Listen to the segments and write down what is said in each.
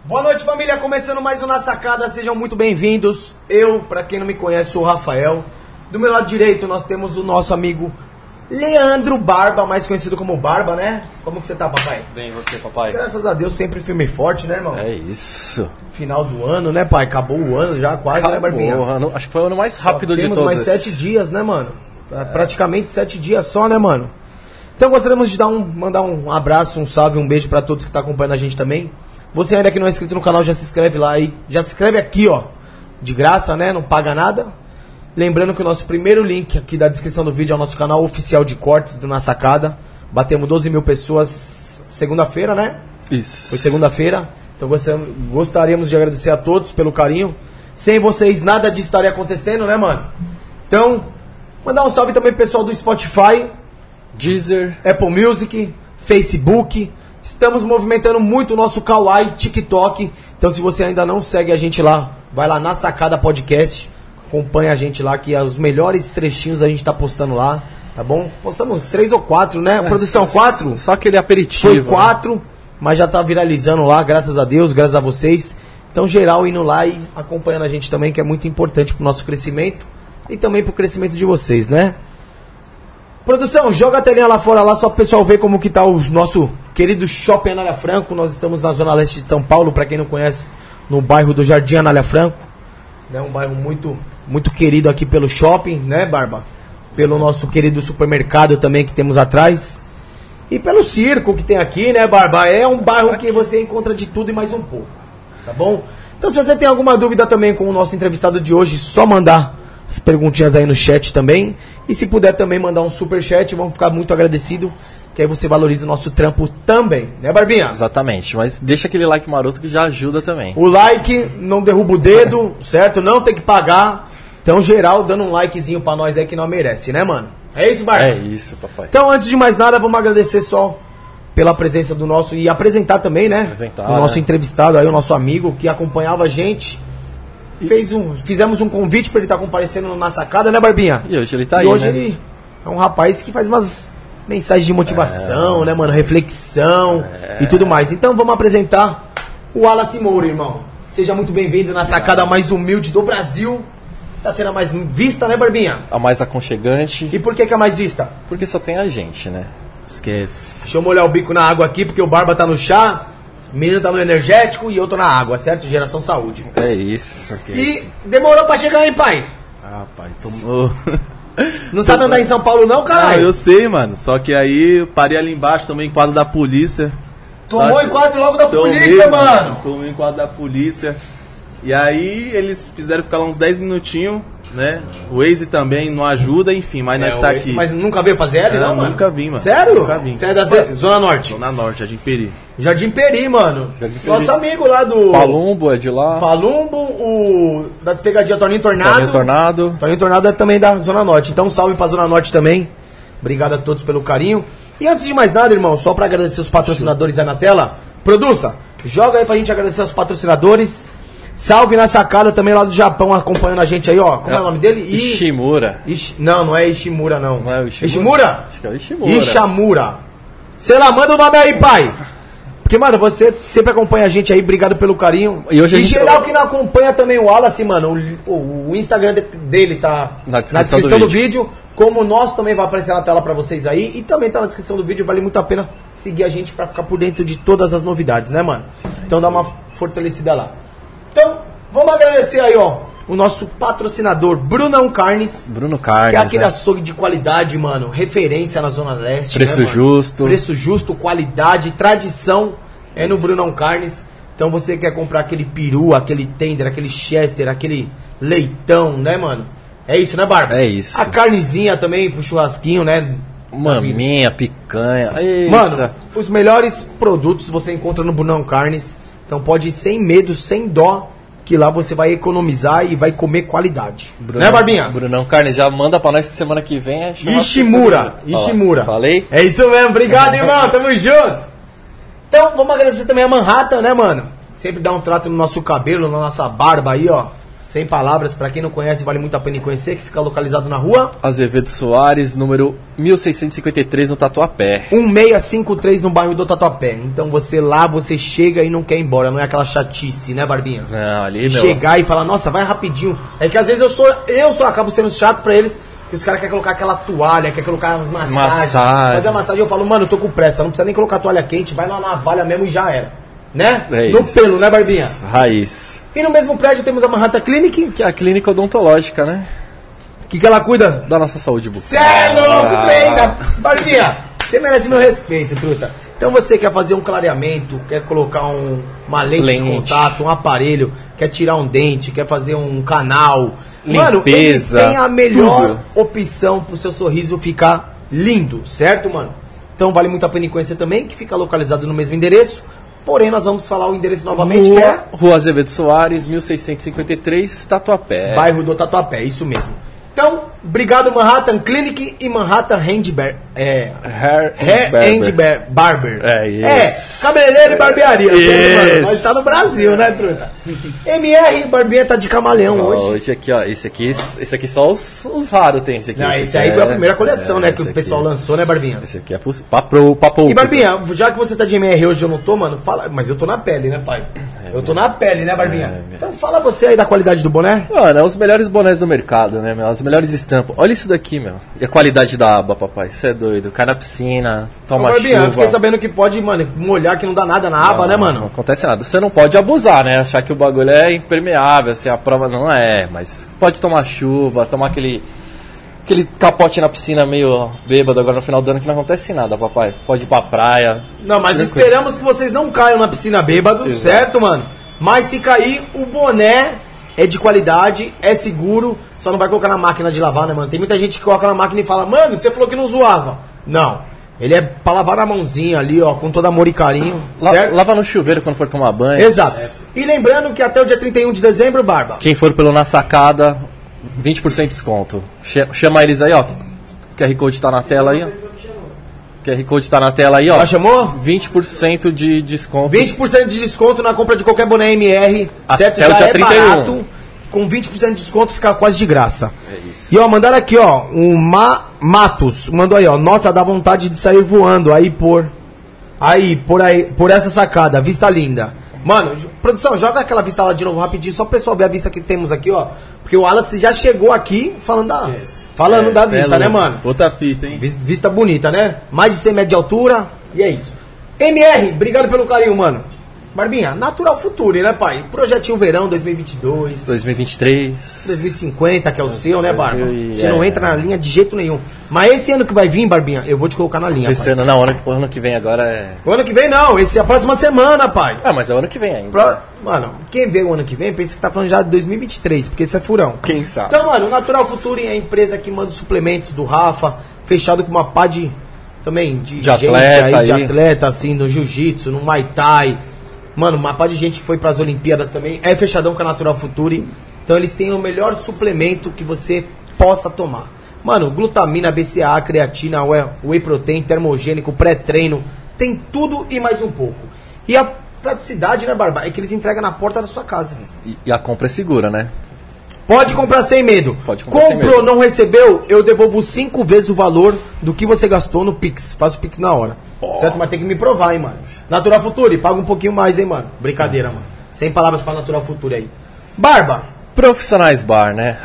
Boa noite, família, começando mais um Na Sacada, sejam muito bem-vindos. Eu, pra quem não me conhece, sou o Rafael. Do meu lado direito nós temos o nosso amigo Leandro Barba, mais conhecido como Barba, né? Como que você tá, papai? Bem, você, papai? Graças a Deus, sempre firme e forte, né, irmão? É isso. Final do ano, né, pai? Acabou o ano já, quase, Acabou, né, Barbinha? acho que foi o ano mais rápido de todos. Temos mais 7 dias, né, mano? Praticamente 7 dias só, né, mano? Então gostaríamos de mandar um abraço, um salve, um beijo pra todos que estão acompanhando a gente também. Você ainda que não é inscrito no canal, já se inscreve lá aí. Já se inscreve aqui, ó. De graça, né? Não paga nada. Lembrando que o nosso primeiro link aqui da descrição do vídeo é o nosso canal oficial de cortes do Na Sacada. Batemos 12 mil pessoas segunda-feira, né? Isso. Foi segunda-feira. Então gostaríamos de agradecer a todos pelo carinho. Sem vocês nada disso estaria acontecendo, né, mano? Então, mandar um salve também pro pessoal do Spotify, Deezer, Apple Music, Facebook. Estamos movimentando muito o nosso Kawaii, TikTok. Então se você ainda não segue a gente lá, vai lá Na Sacada Podcast. Acompanha a gente lá, que os melhores trechinhos a gente tá postando lá, tá bom? Postamos 3 ou 4, né? Produção 4? Só aquele aperitivo. Foi 4, né? Mas já tá viralizando lá, graças a Deus, graças a vocês. Então geral indo lá e acompanhando a gente também, que é muito importante pro nosso crescimento. E também pro crescimento de vocês, né? Produção, joga a telinha lá fora lá, só pro pessoal ver como que tá o nosso querido Shopping Anália Franco. Nós estamos na zona leste de São Paulo, pra quem não conhece, no bairro do Jardim Anália Franco. É um bairro muito, muito querido aqui pelo shopping, né, Barba? Pelo nosso querido supermercado também que temos atrás. E pelo circo que tem aqui, né, Barba? É um bairro que você encontra de tudo e mais um pouco, tá bom? Então se você tem alguma dúvida também com o nosso entrevistado de hoje, só mandar as perguntinhas aí no chat também. E se puder também mandar um superchat, vamos ficar muito agradecidos, que aí você valoriza o nosso trampo também, né, Barbinha? Exatamente, mas deixa aquele like maroto que já ajuda também. O like não derruba o dedo, certo? Não tem que pagar. Então, geral, dando um likezinho pra nós aí que não merece, né, mano? É isso, Barba? É isso, papai. Então, antes de mais nada, vamos agradecer só pela presença do nosso, e apresentar também, né? O nosso entrevistado aí, o nosso amigo que acompanhava a gente. Fizemos um convite pra ele estar comparecendo na Sacada, né, Barbinha? E hoje ele tá aí, hoje né? Ele é um rapaz que faz umas mensagens de motivação, né, mano? Reflexão e tudo mais. Então vamos apresentar o Wallace Moura, irmão. Seja muito bem-vindo na Sacada mais humilde do Brasil. Tá sendo a mais vista, né, Barbinha? A mais aconchegante. E por que é a mais vista? Porque só tem a gente, né? Esquece. Deixa eu molhar o bico na água aqui, porque o Barba tá no chá, o menino tá no energético e eu tô na água, certo? Geração Saúde. É isso. E demorou pra chegar, hein, pai? Ah, pai, tomou. Não sabe andar em São Paulo não, caralho? Ah, eu sei, mano. Só que aí eu parei ali embaixo, tomei enquadro da polícia. Tomou enquadro logo da polícia, mano. Tomei enquadro da polícia. E aí eles fizeram ficar lá uns 10 minutinhos, né? O Waze também não ajuda, enfim, mas nós tá aqui. Mas nunca veio pra ZL, não, mano? Nunca vim, mano. Sério? Nunca vim. Você é da Zona Norte? Zona Norte, Jardim Peri. Jardim Peri, mano. Jardim Peri. Nosso amigo lá do... Palumbo é de lá. Palumbo, o das pegadinhas Toninho Tornado. Toninho Tornado é também da Zona Norte. Então salve pra Zona Norte também. Obrigado a todos pelo carinho. E antes de mais nada, irmão, só pra agradecer os patrocinadores aí na tela. Produça, joga aí pra gente agradecer os patrocinadores. Salve Na Sacada também lá do Japão acompanhando a gente aí, ó. Como é o nome dele? Ishimura. Não é Ishimura, não. Não é o Ishimura? Ishimura? Acho que é o Ishimura. Ishamura. Sei lá, manda o nome aí, pai. Porque, mano, você sempre acompanha a gente aí, obrigado pelo carinho. E hoje a gente... geral que não acompanha também o Wallace, mano, o Instagram dele tá na descrição do vídeo. Como o nosso também vai aparecer na tela pra vocês aí. E também tá na descrição do vídeo, vale muito a pena seguir a gente pra ficar por dentro de todas as novidades, né, mano? Então dá uma fortalecida lá. Então, vamos agradecer aí, ó, o nosso patrocinador, Brunão Carnes. Bruno Carnes, que é aquele açougue de qualidade, mano, referência na Zona Leste. Preço, né, justo. Preço justo, qualidade, tradição, é no Brunão Carnes. Então você quer comprar aquele peru, aquele tender, aquele chester, aquele leitão, né, mano? É isso, né, Barba? É isso. A carnezinha também pro churrasquinho, né? Maminha, picanha. Eita. Mano, os melhores produtos você encontra no Brunão Carnes. Então pode ir sem medo, sem dó, que lá você vai economizar e vai comer qualidade. Brunão, né, Barbinha? Brunão Carnes, já manda pra nós que semana que vem é Ishimura. Falei? É isso mesmo, obrigado, irmão, tamo junto. Então, vamos agradecer também a Manhattan, né, mano? Sempre dá um trato no nosso cabelo, na nossa barba aí, ó. Sem palavras, pra quem não conhece, vale muito a pena conhecer, que fica localizado na rua Azevedo Soares, número 1653, no Tatuapé. 1653 no bairro do Tatuapé. Então você lá, você chega e não quer ir embora, não é aquela chatice, né, Barbinha? Não, ali, meu... Chegar e falar, nossa, vai rapidinho. É que às vezes eu só acabo sendo chato pra eles, que os caras querem colocar aquela toalha, querem colocar umas massagens. Fazer a massagem, eu falo, mano, eu tô com pressa, não precisa nem colocar toalha quente, vai na navalha mesmo e já era. Né? É no isso. pelo, né, Barbinha? Raiz. E no mesmo prédio temos a Manhattan Clinic. Que é a clínica odontológica, né? O que ela cuida? Da nossa saúde bucal. Cê é louco, treina! Barbinha, você merece meu respeito, truta. Então você quer fazer um clareamento, quer colocar uma lente de contato, um aparelho, quer tirar um dente, quer fazer um canal. Limpeza, mano, eles têm a melhor opção pro seu sorriso ficar lindo, certo, mano? Então vale muito a pena conhecer também, que fica localizado no mesmo endereço. Porém, nós vamos falar o endereço novamente, que é... Rua Azevedo Soares, 1653, Tatuapé. Bairro do Tatuapé, isso mesmo. Então, obrigado Manhattan Clinic e Manhattan Hair and Barber. É isso. Cabeleireiro e barbearia. Mano, nós tá no Brasil, né, truta? MR Barbinha tá de camaleão hoje. Hoje aqui, ó, esse aqui só os raros tem esse aqui. Não, esse aí foi a primeira coleção, né, que o pessoal lançou, né, Barbinha? Esse aqui é pra poucos. E Barbinha, já que você tá de MR hoje eu não tô, mano, fala, mas eu tô na pele, né, pai? Eu tô na pele, né, Barbinha? Então fala você aí da qualidade do boné. Mano, é os melhores bonés do mercado, né, meu? As melhores estampas. Olha isso daqui, meu. E a qualidade da aba, papai. Você é doido. Cai na piscina, toma Barbinha, chuva. eu fiquei sabendo que pode, mano, molhar que não dá nada na aba, né, mano? Não acontece nada. Você não pode abusar, né? Achar que o bagulho é impermeável, assim, a prova não é. Mas pode tomar chuva, tomar aquele capote na piscina meio bêbado agora no final do ano que não acontece nada, papai. Pode ir pra praia. Não, mas esperamos que vocês não caiam na piscina bêbado, exato, certo, mano? Mas se cair, o boné é de qualidade, é seguro, só não vai colocar na máquina de lavar, né, mano? Tem muita gente que coloca na máquina e fala, mano, você falou que não zoava. Não, ele é pra lavar na mãozinha ali, ó, com todo amor e carinho, certo? Lava no chuveiro quando for tomar banho. Exato. E lembrando que até o dia 31 de dezembro, Barba, quem for pelo Na Sacada, 20% de desconto. Chama eles aí, ó. O QR Code tá na tela aí, ó. QR Code tá na tela aí, ó. Já chamou? 20% de desconto. 20% de desconto na compra de qualquer boné MR, certo? Até já o dia é 31. Barato. Com 20% de desconto fica quase de graça. É isso. E ó, mandaram aqui, ó, um Matos, mandou aí, ó. Nossa, dá vontade de sair voando por essa sacada, vista linda. Mano, produção, joga aquela vista lá de novo rapidinho, só pro pessoal ver a vista que temos aqui, ó. Porque o Wallace já chegou aqui falando da vista, né, mano? Outra fita, hein? Vista bonita, né? Mais de 100 metros de altura, e é isso. MR, obrigado pelo carinho, mano. Barbinha, Natural Future, né, pai? Projetinho Verão 2022. 2023. 2050, que é o seu, né, Barba? Você não entra na linha de jeito nenhum. Mas esse ano que vai vir, Barbinha, eu vou te colocar na linha, esse pai. ano não, o ano que vem agora é... O ano que vem não, esse é a próxima semana, pai. Ah, mas é o ano que vem ainda. Mano, quem vê o ano que vem pensa que tá falando já de 2023, porque isso é furão. Quem sabe? Então, mano, o Natural Future é a empresa que manda os suplementos do Rafa, fechado com uma pá de gente atleta aí, de atleta, assim, no jiu-jitsu, no Muay Thai. Mano, uma pá de gente que foi pras Olimpíadas também. É fechadão com a Natural Future. Então eles têm o melhor suplemento que você possa tomar. Mano, glutamina, BCAA, creatina, whey protein, termogênico, pré-treino. Tem tudo e mais um pouco. E a praticidade, né, Barba? É que eles entregam na porta da sua casa. E a compra é segura, né? Pode comprar sem medo. Comprou, não recebeu, eu devolvo 5 vezes o valor do que você gastou no Pix. Faço o Pix na hora. Certo? Mas tem que me provar, hein, mano. Natural Future, paga um pouquinho mais, hein, mano. Brincadeira, mano. Sem palavras pra Natural Future aí. Barba. Profissionais Bar, né?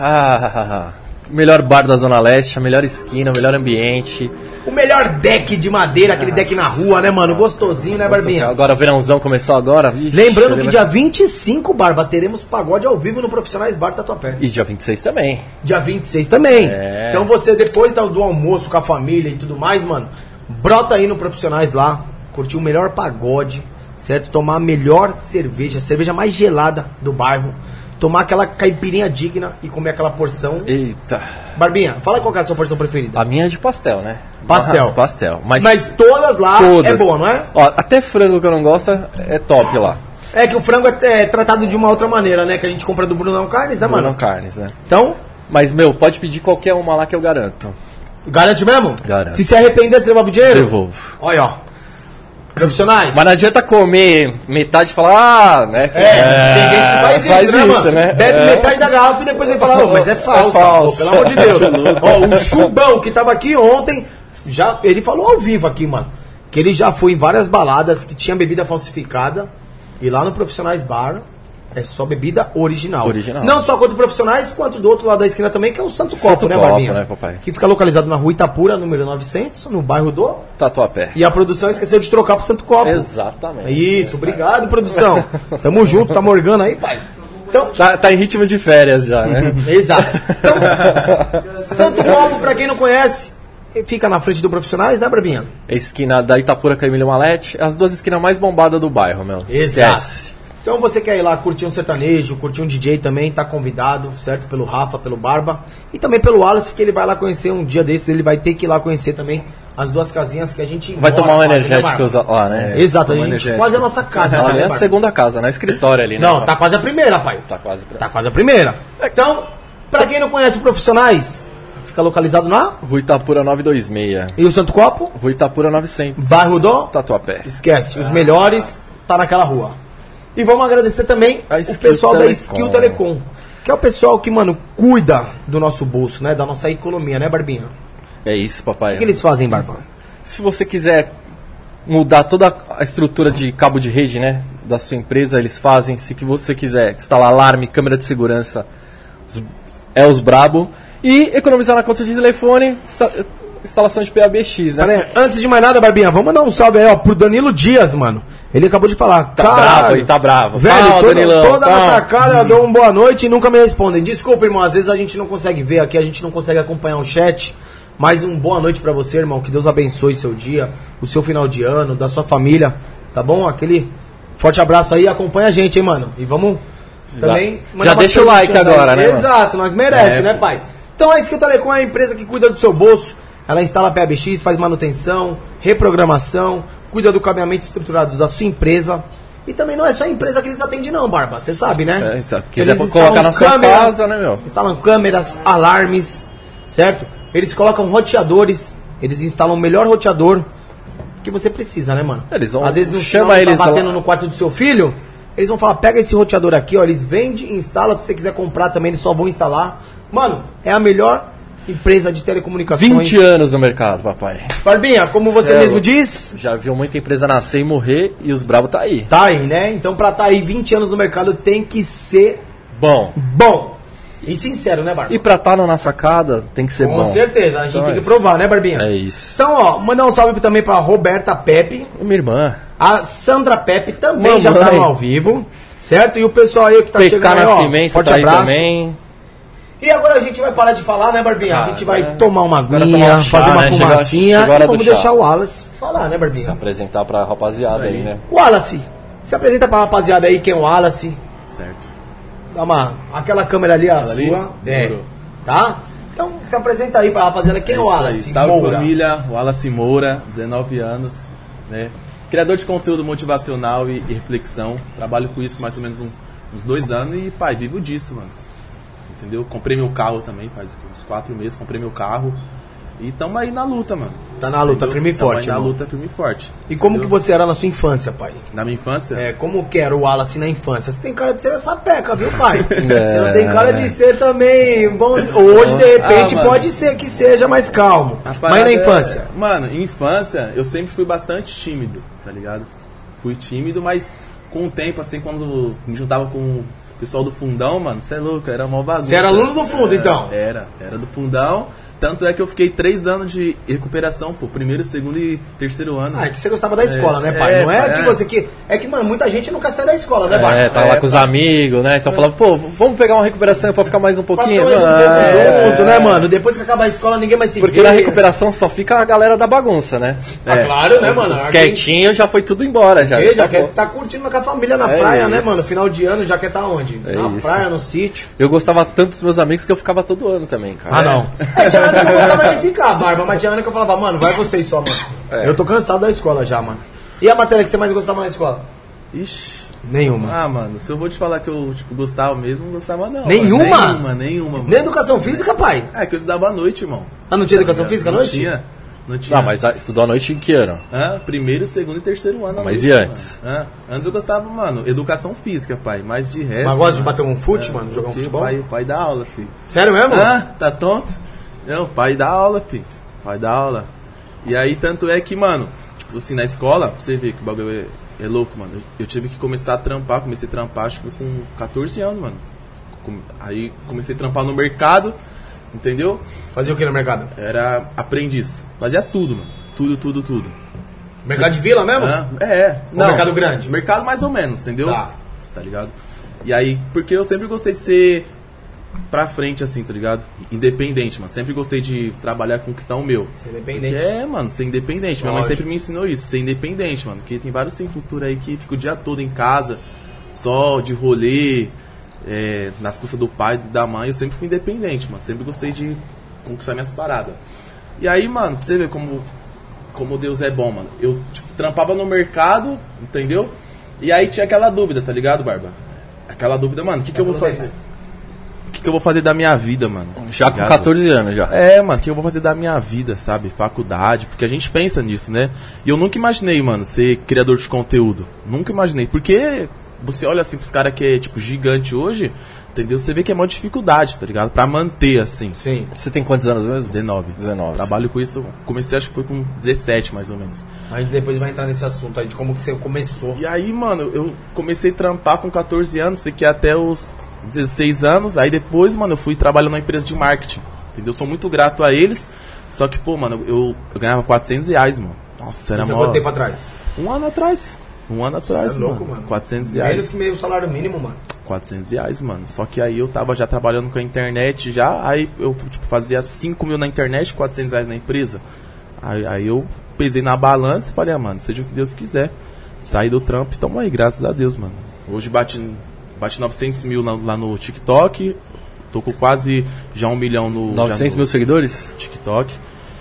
Melhor bar da Zona Leste, a melhor esquina, o melhor ambiente. O melhor deck de madeira, aquele deck na rua, né, mano? Gostosinho, né, Barbinha? Agora o verãozão começou agora. Ixi, lembrando que dia 25, Barba, teremos pagode ao vivo no Profissionais Bar Tatuapé. E dia 26 também. Dia 26 também. Então você, depois do almoço com a família e tudo mais, mano, brota aí no Profissionais lá, curtir o melhor pagode, certo? Tomar a melhor cerveja, a cerveja mais gelada do bairro. Tomar aquela caipirinha digna e comer aquela porção. Eita. Barbinha, fala qual que é a sua porção preferida. A minha é de pastel, né? Pastel. Pastel. Mas todas lá é boa, não é? Ó, até frango que eu não gosto é top lá. É que o frango é tratado de uma outra maneira, né? Que a gente compra do Brunão Carnes, né, mano? Brunão Carnes, né? Então... Mas, meu, pode pedir qualquer uma lá que eu garanto. Garante mesmo? Garanto. Se arrepender, você devolve o dinheiro? Devolvo. Olha, ó. Profissionais. Mas não adianta comer metade e falar, né? Tem gente que faz isso, né, mano? né? Bebe metade da garrafa e depois vem falar, mas é falso. falso. Pelo amor de Deus. Ó, o Chubão, que tava aqui ontem, ele falou ao vivo aqui, mano, que ele já foi em várias baladas que tinha bebida falsificada. E lá no Profissionais Bar é só bebida original. Não só quanto profissionais, quanto do outro lado da esquina também, que é o Santo Copo, né, Barbinha? Né, papai? Que fica localizado na Rua Itapura, número 900, no bairro do Tatuapé. E a produção esqueceu de trocar pro Santo Copo. Exatamente. Isso, obrigado, produção. Tamo junto, tá morgando aí, pai. Então, tá em ritmo de férias já, né? Exato. Então, Santo Copo, pra quem não conhece, fica na frente do Profissionais, né, Barbinha? É a esquina da Itapura com a Emílio Malete, as duas esquinas mais bombadas do bairro, meu. Exato. Esquece. Então você quer ir lá curtir um sertanejo, curtir um DJ também, tá convidado, certo? Pelo Rafa, pelo Barba e também pelo Wallace, que ele vai lá conhecer um dia desses, ele vai ter que ir lá conhecer também as duas casinhas que a gente vai tomar um energético lá, né? Exato, a gente quase a nossa casa. Ela é a segunda casa, né? Escritório ali, né? Não, tá quase a primeira, pai. Tá quase a primeira. Então, pra quem não conhece o Profissionais, fica localizado na Rua Itapura 926. E o Santo Copo? Rua Itapura 900. Bairro do Tatuapé. Esquece, os melhores tá naquela rua. E vamos agradecer também o pessoal da Skill Telecom, que é o pessoal que, mano, cuida do nosso bolso, né? Da nossa economia, né, Barbinha? É isso, papai. O que eles fazem, Barba? Se você quiser mudar toda a estrutura de cabo de rede, né, da sua empresa, eles fazem. Se que você quiser instalar alarme, câmera de segurança, é os brabo. E economizar na conta de telefone, instalação de PABX, né? Pera aí, antes de mais nada, Barbinha, vamos mandar um salve aí, ó, pro Danilo Dias, mano. Ele acabou de falar. Tá bravo, ele tá bravo. Velho, toda a nossa cara eu dou uma boa noite e nunca me respondem. Desculpa, irmão, às vezes a gente não consegue ver aqui, a gente não consegue acompanhar o chat. Mas uma boa noite pra você, irmão. Que Deus abençoe seu dia, o seu final de ano, da sua família, tá bom? Aquele forte abraço aí, acompanha a gente, hein, mano. E vamos também... Já deixa o like agora, né? Exato, nós merece, né, pai? Então a Skill Telecom é a empresa que cuida do seu bolso. Ela instala PABX, faz manutenção, reprogramação, cuida do cabeamento estruturado da sua empresa. E também não é só a empresa que eles atendem não, Barba. Você sabe, né? Se quiser colocar na sua casa, né, meu? Instalam câmeras, alarmes, certo? Eles colocam roteadores, eles instalam o melhor roteador que você precisa, né, mano? Eles vão, às vezes no chama final, eles tá batendo no quarto do seu filho, eles vão falar, pega esse roteador aqui, ó, eles vendem, instala, se você quiser comprar também, eles só vão instalar. Mano, é a melhor empresa de telecomunicações. 20 anos no mercado, papai. Barbinha, como você mesmo diz... Já viu muita empresa nascer e morrer e os bravos tá aí. Tá aí, né? Então pra tá aí 20 anos no mercado tem que ser... Bom. E sincero, né, Barba? E pra estar na sacada tem que ser bom. Com certeza, a gente tem que provar, né, Barbinha? É isso. Então, ó, mandar um salve também pra Roberta Pepe. Minha irmã. A Sandra Pepe também já tá no ao vivo, certo? E o pessoal aí que tá PK chegando aí, Nascimento, forte tá abraço. Aí também. E agora a gente vai parar de falar, né, Barbinha? A gente vai tomar uma aguinha, chá, fazer uma né? fumacinha chegou e vamos deixar o Wallace falar, né, Barbinha? Se apresentar pra rapaziada aí, né? Wallace, se apresenta pra rapaziada aí quem é o Wallace. Certo. Dá aquela câmera ali, a ali? sua. Tá? Então se apresenta aí pra rapaziada quem é o Wallace. Salve família, Wallace Moura, 19 anos, né? Criador de conteúdo motivacional e reflexão. Trabalho com isso mais ou menos uns 2 anos e, pai, vivo disso, mano. Entendeu? Comprei meu carro também, faz uns 4 meses, comprei meu carro. E tamo aí na luta, mano. Tá na luta, firme e forte, na irmão. luta, firme e forte. E como entendeu? que você era na sua infância, pai? Na minha infância? Como que era o Wallace na infância? Você tem cara de ser essa peca, viu, pai? Você não tem cara de ser também bom. Hoje, de repente, pode ser que seja mais calmo. Mas na infância? Mano, em infância, eu sempre fui bastante tímido, tá ligado? Fui tímido, mas com o tempo, assim, quando me juntava com o pessoal do fundão, mano, você é louco, era mó bagunça. Você era aluno do fundo, então? Era do fundão. Tanto é que eu fiquei 3 anos de recuperação, pô. 1º, 2º e 3º ano. É que você gostava da escola, né, pai? Não é que você que... É que, mano, muita gente nunca sai da escola, né, pai? Tá lá com os amigos, né? Então falava, pô, vamos pegar uma recuperação pra ficar mais um pouquinho? Pra ficar mais um pouco junto, né, mano? Depois que acabar a escola, ninguém mais se Porque na recuperação só fica a galera da bagunça, né? Claro, né, mano? Os quietinhos já foi tudo embora, já. Já quer tá curtindo com a família na praia, né, mano? Final de ano já quer tá onde? Na praia, no sítio. Eu gostava tanto dos meus amigos que eu ficava todo ano também, cara. Ah, não. Tinha hora que eu gostava de ficar, Barba, mas tinha hora que eu falava, mano, vai vocês só, mano. Eu tô cansado da escola já, mano. E a matéria que você mais gostava na escola? Ixi. Nenhuma. Ah, mano, se eu vou te falar que eu, tipo, gostava mesmo, não gostava não. Nenhuma? Nenhuma, mano. Nem educação física, pai? É que eu estudava à noite, irmão. Ah, não tinha educação física à noite? Tinha. Não tinha. Não, mas estudou à noite em que ano? Primeiro, segundo e terceiro ano. Mas noite, e antes? Mano. Antes eu gostava, mano, educação física, pai. Mas de resto. Mas gosta de bater um fute, mano? Jogar um futebol? Pai dá aula, filho. Sério mesmo? Tá tonto? Não, pai dá aula, filho. Pai dá aula. E aí, tanto é que, mano, tipo assim, na escola, pra você ver que o bagulho é louco, mano. Eu tive que começar a trampar, comecei a trampar, acho que foi com 14 anos, mano. Aí comecei a trampar no mercado, entendeu? Fazia o que no mercado? Era aprendiz. Fazia tudo, mano. Tudo. Mercado de vila mesmo? Não, mercado grande? Mercado mais ou menos, entendeu? Tá ligado? E aí, porque eu sempre gostei de ser pra frente, assim, tá ligado? Independente, mano. Sempre gostei de trabalhar, conquistar o meu. Ser independente. Mano, ser independente. Minha mãe sempre me ensinou isso, ser independente, mano. Porque tem vários sem futuro aí que ficam o dia todo em casa, só de rolê, nas custas do pai, da mãe. Eu sempre fui independente, mano. Sempre gostei de conquistar minhas paradas. E aí, mano, pra você ver como Deus é bom, mano. Eu, tipo, trampava no mercado, entendeu? E aí tinha aquela dúvida, tá ligado, Barba? Aquela dúvida, mano, o que eu vou fazer? O que eu vou fazer da minha vida, mano? Já com 14 anos, já. Mano, o que eu vou fazer da minha vida, sabe? Faculdade, porque a gente pensa nisso, né? E eu nunca imaginei, mano, ser criador de conteúdo. Nunca imaginei. Porque você olha assim pros caras que é, tipo, gigante hoje, entendeu? Você vê que é uma dificuldade, tá ligado? Pra manter, assim. Sim. Você tem quantos anos mesmo? 19. Trabalho com isso, comecei, acho que foi com 17, mais ou menos. Aí depois vai entrar nesse assunto aí, de como que você começou. E aí, mano, eu comecei a trampar com 14 anos, fiquei até os 16 anos, aí depois, mano, eu fui trabalhar numa empresa de marketing, entendeu? Sou muito grato a eles, só que, pô, mano, eu ganhava R$400, mano. Nossa, era Isso mó... quanto tempo atrás? Um ano atrás, é louco, mano. R$400. Menos meio salário mínimo, mano. R$400, mano. Só que aí eu tava já trabalhando com a internet já, aí eu, tipo, fazia 5 mil na internet, R$400 na empresa. Aí eu pesei na balança e falei, mano, seja o que Deus quiser. Saí do trampo e tamo aí, graças a Deus, mano. Hoje bate 900 mil lá no TikTok. Tô com quase já 1 milhão no... 900 mil seguidores? TikTok.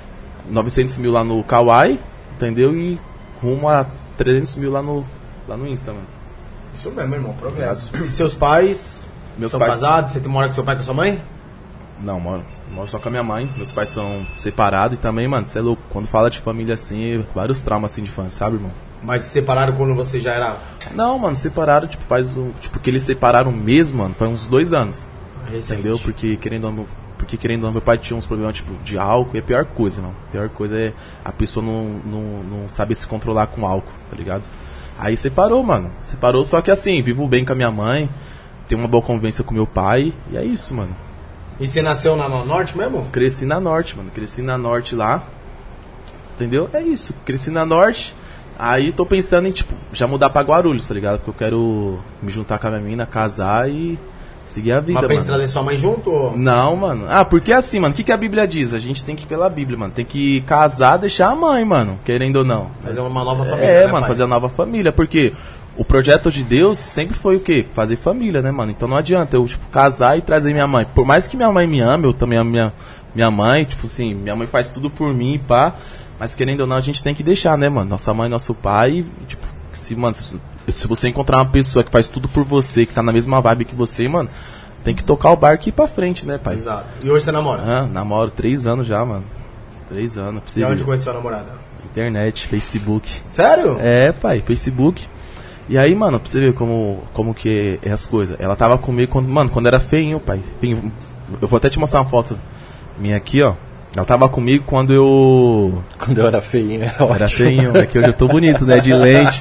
900 mil lá no Kawaii, entendeu? E rumo a 300 mil lá no Insta, mano. Isso mesmo, irmão, progresso. E seus pais são casados? Você mora com seu pai e com sua mãe? Não, moro só com a minha mãe. Meus pais são separados e também, mano, você é louco. Quando fala de família assim, vários traumas assim de infância, sabe, irmão? Mas se separaram quando você já era... Não, mano, separaram, tipo, que eles separaram mesmo, mano, faz uns 2 anos. Recente. Entendeu? Porque querendo ou não, meu pai tinha uns problemas, tipo, de álcool, e a pior coisa, não. A pior coisa é a pessoa não saber se controlar com álcool, tá ligado? Aí separou, mano. Separou, só que assim, vivo bem com a minha mãe, tenho uma boa convivência com meu pai, e é isso, mano. E você nasceu na Norte mesmo? Cresci na Norte, mano. Cresci na Norte lá. Entendeu? É isso. Cresci na Norte. Aí tô pensando em, tipo, já mudar pra Guarulhos, tá ligado? Porque eu quero me juntar com a minha mina, casar e seguir a vida, mas pensa em mano. trazer sua mãe junto? Ou... Não, mano. Porque assim, mano, o que a Bíblia diz? A gente tem que ir pela Bíblia, mano. Tem que casar, deixar a mãe, mano. Querendo ou não. Fazer uma nova família, né, mano, pai? fazer uma nova família. Porque o projeto de Deus sempre foi o quê? Fazer família, né, mano? Então não adianta eu, tipo, casar e trazer minha mãe. Por mais que minha mãe me ame, eu também amo minha mãe. Tipo assim, minha mãe faz tudo por mim, pá. Mas querendo ou não, a gente tem que deixar, né, mano? Nossa mãe, nosso pai. Tipo, se você encontrar uma pessoa que faz tudo por você, que tá na mesma vibe que você, mano, tem que tocar o barco e ir pra frente, né, pai? Exato. E hoje você namora? Namoro 3 anos já, mano. 3 anos. E onde conheceu a namorada? Internet, Facebook. Sério? Pai, Facebook. E aí, mano, pra você ver como que é as coisas. Ela tava comigo quando era feinho, pai. Feinho. Eu vou até te mostrar uma foto minha aqui, ó. Ela tava comigo quando eu era feinho, era feinho, é que hoje eu tô bonito, né? De lente.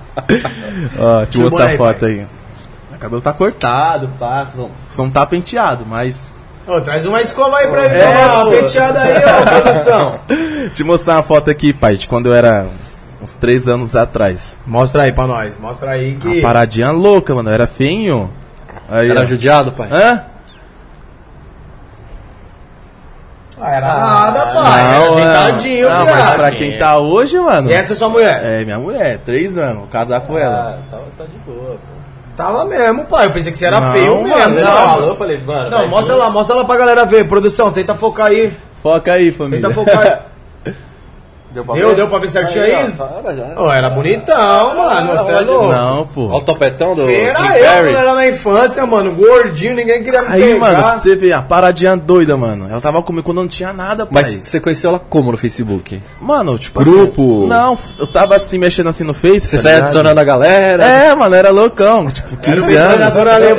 Ó, deixa eu mostrar a foto aí. O cabelo tá cortado, pá. Só não tá penteado, mas... Ô, traz uma escova aí pra ele dar uma penteada aí, ó, produção. Deixa eu mostrar uma foto aqui, pai, de quando eu era uns 3 anos atrás. Mostra aí pra nós, mostra aí que... Uma paradinha louca, mano, eu era feinho. Aí, era judiado, pai? Era nada, pai. Era ajeitadinho, não, mas pra quem tá hoje, mano... E essa é sua mulher? É, minha mulher, 3 anos, vou casar com ela. Tá de boa, pô. Tava mesmo, pai. Eu pensei que você era Não, feio mano, mesmo. Não, eu falei, mano... Não, mostra lá pra galera ver. Produção, tenta focar aí. Foca aí, família. Tenta focar aí. Deu pra ver certinho aí? Oh, era bonitão, mano. Você é louco. Não, pô. Olha o topetão do Jim Era eu Carrey. quando era na infância, mano. Gordinho, ninguém queria me Aí, pegar. mano, pra você ver, a paradinha doida, mano. Ela tava comigo quando não tinha nada, pai. Mas você conheceu ela como no Facebook? Mano, tipo Grupo? assim... Não, eu tava assim, mexendo assim no Face, Você tá saia ligado? adicionando a galera? É, mano, era loucão. Tipo, 15 anos.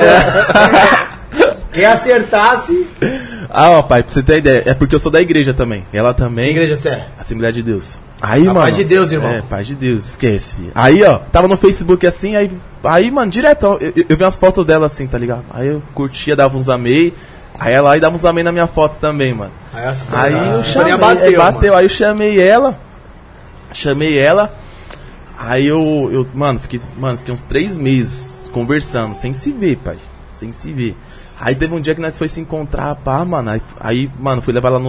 Quem acertasse... Ah, ó, pai, pra você ter ideia, é porque eu sou da igreja também. Ela também... Que igreja você é? Assembleia de Deus. Aí, mano... Paz de Deus, irmão. É, paz de Deus, esquece, filho. Aí, ó, tava no Facebook assim, aí mano, direto, ó, eu vi umas fotos dela assim, tá ligado? Aí eu curtia, dava uns amei. Aí ela aí dava uns amei na minha foto também, mano. Aí eu chamei, bateu. Aí eu chamei ela. Aí eu fiquei uns 3 meses conversando, sem se ver, pai. Sem se ver. Aí teve um dia que nós foi se encontrar, pá, mano. Aí mano, fui levar lá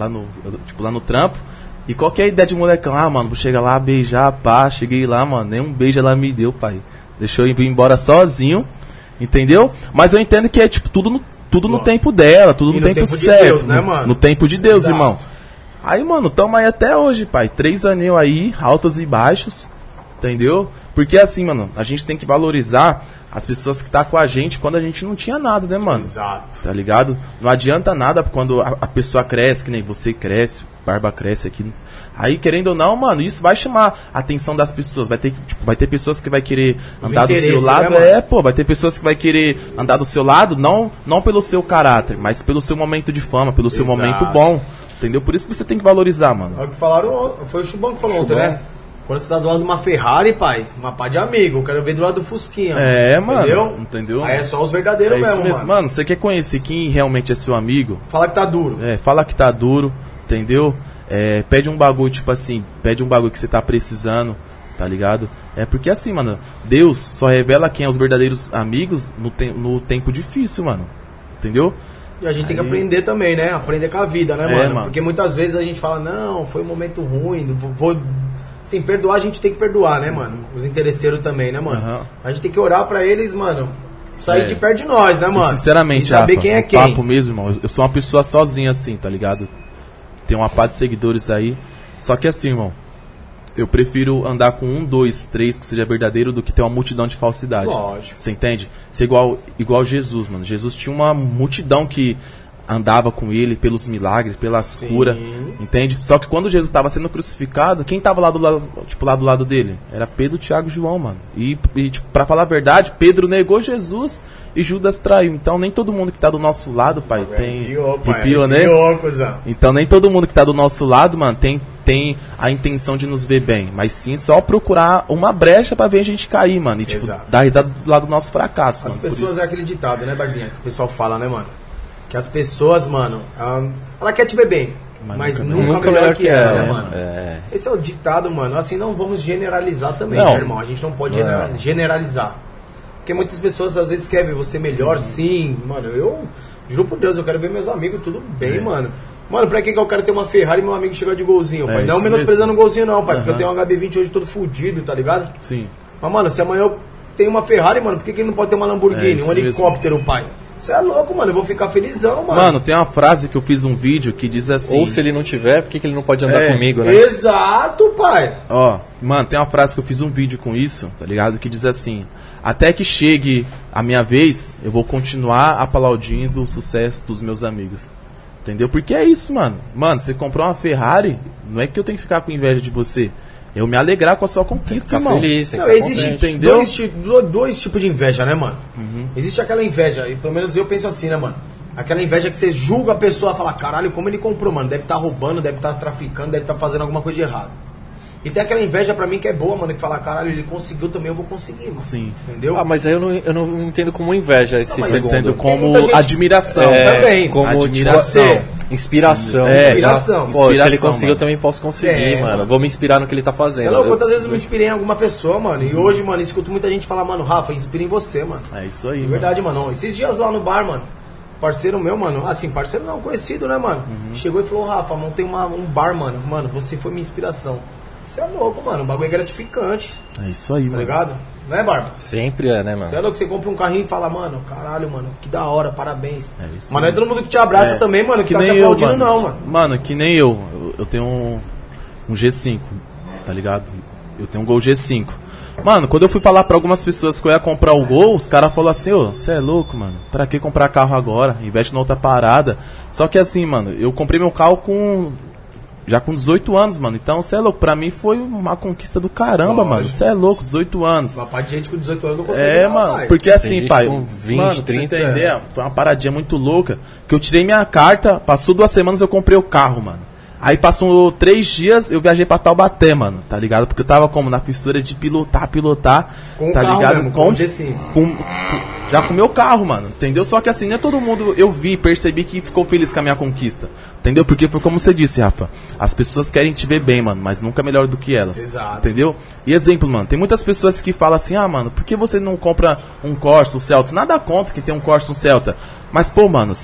no trampo. E qual que é a ideia de molecão? Ah, mano, vou chegar lá, beijar, pá. Cheguei lá, mano, nem um beijo ela me deu, pai. Deixou eu ir embora sozinho, entendeu? Mas eu entendo que é, tipo, tudo no tempo dela, tudo no tempo certo. De Deus, né, mano? No tempo de Deus, Exato. irmão. Aí, mano, tamo aí até hoje, pai. 3 aninhos aí, altos e baixos, entendeu? Porque assim, mano, a gente tem que valorizar as pessoas que tá com a gente quando a gente não tinha nada, né, mano? Exato. Tá ligado? Não adianta nada quando a pessoa cresce, que nem você cresce, barba cresce aqui. Aí, querendo ou não, mano, isso vai chamar a atenção das pessoas. Vai ter pessoas que vai querer andar do seu lado. Né, vai ter pessoas que vai querer andar do seu lado, não pelo seu caráter, mas pelo seu momento de fama, pelo seu momento bom. Entendeu? Por isso que você tem que valorizar, mano. É o que falaram, foi o Chubão que falou ontem, né? Quando você tá do lado de uma Ferrari, pai, uma pá de amigo, eu quero ver do lado do Fusquinha. É, mano. Entendeu? Aí é só os verdadeiros mesmo, mano. Mano, você quer conhecer quem realmente é seu amigo? Fala que tá duro. Fala que tá duro, entendeu? Pede um bagulho, tipo assim, pede um bagulho que você tá precisando, tá ligado? Porque assim, mano, Deus só revela quem é os verdadeiros amigos no tempo difícil, mano. Entendeu? E a gente tem que aprender também, né? Aprender com a vida, né, mano? Porque muitas vezes a gente fala, não, foi um momento ruim, vou... Sim, perdoar a gente tem que perdoar, né, mano? Os interesseiros também, né, mano? Uhum. A gente tem que orar pra eles, mano, sair de perto de nós, né, mano? E, sinceramente, e saber quem é quem. Papo mesmo, irmão. Eu sou uma pessoa sozinha assim, tá ligado? Tem uma pá de seguidores aí. Só que assim, irmão, eu prefiro andar com 1, 2, 3 que seja verdadeiro do que ter uma multidão de falsidade. Lógico. Você entende? Ser igual Jesus, mano. Jesus tinha uma multidão que andava com ele pelos milagres, pelas curas, entende? Só que quando Jesus estava sendo crucificado, quem estava lá do lado dele? Era Pedro, Tiago e João, mano. E tipo, pra falar a verdade, Pedro negou Jesus e Judas traiu. Então nem todo mundo que tá do nosso lado, pai, tem... Arrepiou, né? Então nem todo mundo que tá do nosso lado, mano, tem a intenção de nos ver bem, mas sim só procurar uma brecha pra ver a gente cair, mano. E tipo, dar risada do lado do nosso fracasso, As mano. pessoas é aquele ditado, né, Barbinha? Que o pessoal fala, né, mano? Que as pessoas, mano, ela quer te ver bem, mas nunca melhor que ela, né, mano? Esse é o ditado, mano. Assim, não vamos generalizar também, né, irmão? A gente não pode generalizar. Porque muitas pessoas às vezes querem ver você melhor, sim. Mano, eu juro por Deus, eu quero ver meus amigos tudo bem, mano. Mano, pra que eu quero ter uma Ferrari e meu amigo chegar de golzinho, pai? Não menosprezando o golzinho, não, pai. Porque eu tenho um HB20 hoje todo fudido, tá ligado? Sim. Mas, mano, se amanhã eu tenho uma Ferrari, mano, por que ele não pode ter uma Lamborghini, um helicóptero, pai? Você é louco, mano. Eu vou ficar felizão, mano. Mano, tem uma frase que eu fiz um vídeo que diz assim... Ou se ele não tiver, por que ele não pode andar comigo, né? Exato, pai. Ó, mano, tem uma frase que eu fiz um vídeo com isso, tá ligado? Que diz assim... Até que chegue a minha vez, eu vou continuar aplaudindo o sucesso dos meus amigos. Entendeu? Porque é isso, mano. Mano, você comprou uma Ferrari, não é que eu tenho que ficar com inveja de você. Eu me alegrar com a sua conquista, irmão. Feliz, não, existe dois tipos de inveja, né, mano? Existe aquela inveja, e pelo menos eu penso assim, né, mano? Aquela inveja que você julga a pessoa e fala, caralho, como ele comprou, mano? Deve estar roubando, deve estar traficando, deve estar fazendo alguma coisa de errado. E tem aquela inveja pra mim que é boa, mano, que fala, caralho, ele conseguiu também, eu vou conseguir, mano. Sim. Entendeu? Ah, mas aí eu não entendo como inveja esse segundo. Eu entendo como admiração. Também. Como admiração. Tipo, inspiração. Inspiração. Pô, se ele conseguiu, eu também posso conseguir, mano. Vou me inspirar no que ele tá fazendo. Sei lá, quantas vezes eu me inspirei em alguma pessoa, mano. E hoje, mano, escuto muita gente falar, mano, Rafa, inspira em você, mano. É isso aí, de verdade, mano. Esses dias lá no bar, mano, parceiro meu, mano, assim, parceiro não, conhecido, né, mano? Chegou e falou, Rafa, montei um bar, mano. Mano, você foi minha inspiração. Você é louco, mano. O bagulho é gratificante. É isso aí, tá mano. Ligado? Não é, Barba? Sempre é, né, mano? Você é louco, você compra um carrinho e fala, mano, caralho, mano, que da hora, parabéns. É isso. Mas não é todo mundo que te abraça também, mano, que tá te nem aplaudindo, eu, mano. não, mano. Mano, que nem eu. Eu tenho um G5, tá ligado? Eu tenho um Gol G5. Mano, quando eu fui falar pra algumas pessoas que eu ia comprar o Gol, os caras falaram assim, ô, você é louco, mano, pra que comprar carro agora? Investe na outra parada. Só que assim, mano, eu comprei meu carro já com 18 anos, mano. Então, você é louco, pra mim foi uma conquista do caramba, mano. Você é louco, 18 anos. Uma parte de gente com 18 anos não consegue. Mano, pai. Porque assim, pai, com 20, mano, 30, pra você entender, foi uma paradinha muito louca, que eu tirei minha carta, passou 2 semanas eu comprei o carro, mano. Aí passou 3 dias, eu viajei pra Taubaté, mano, tá ligado? Porque eu tava como? Na fissura de pilotar, com tá o carro ligado? Mesmo, com o G5. Já com o meu carro, mano, entendeu? Só que assim, nem todo mundo, eu percebi que ficou feliz com a minha conquista, entendeu? Porque foi como você disse, Rafa, as pessoas querem te ver bem, mano, mas nunca melhor do que elas. Exato. Entendeu? E exemplo, mano, tem muitas pessoas que falam assim, mano, por que você não compra um Corsa, um Celta? Nada contra que tem um Corsa, um Celta, mas pô, mano,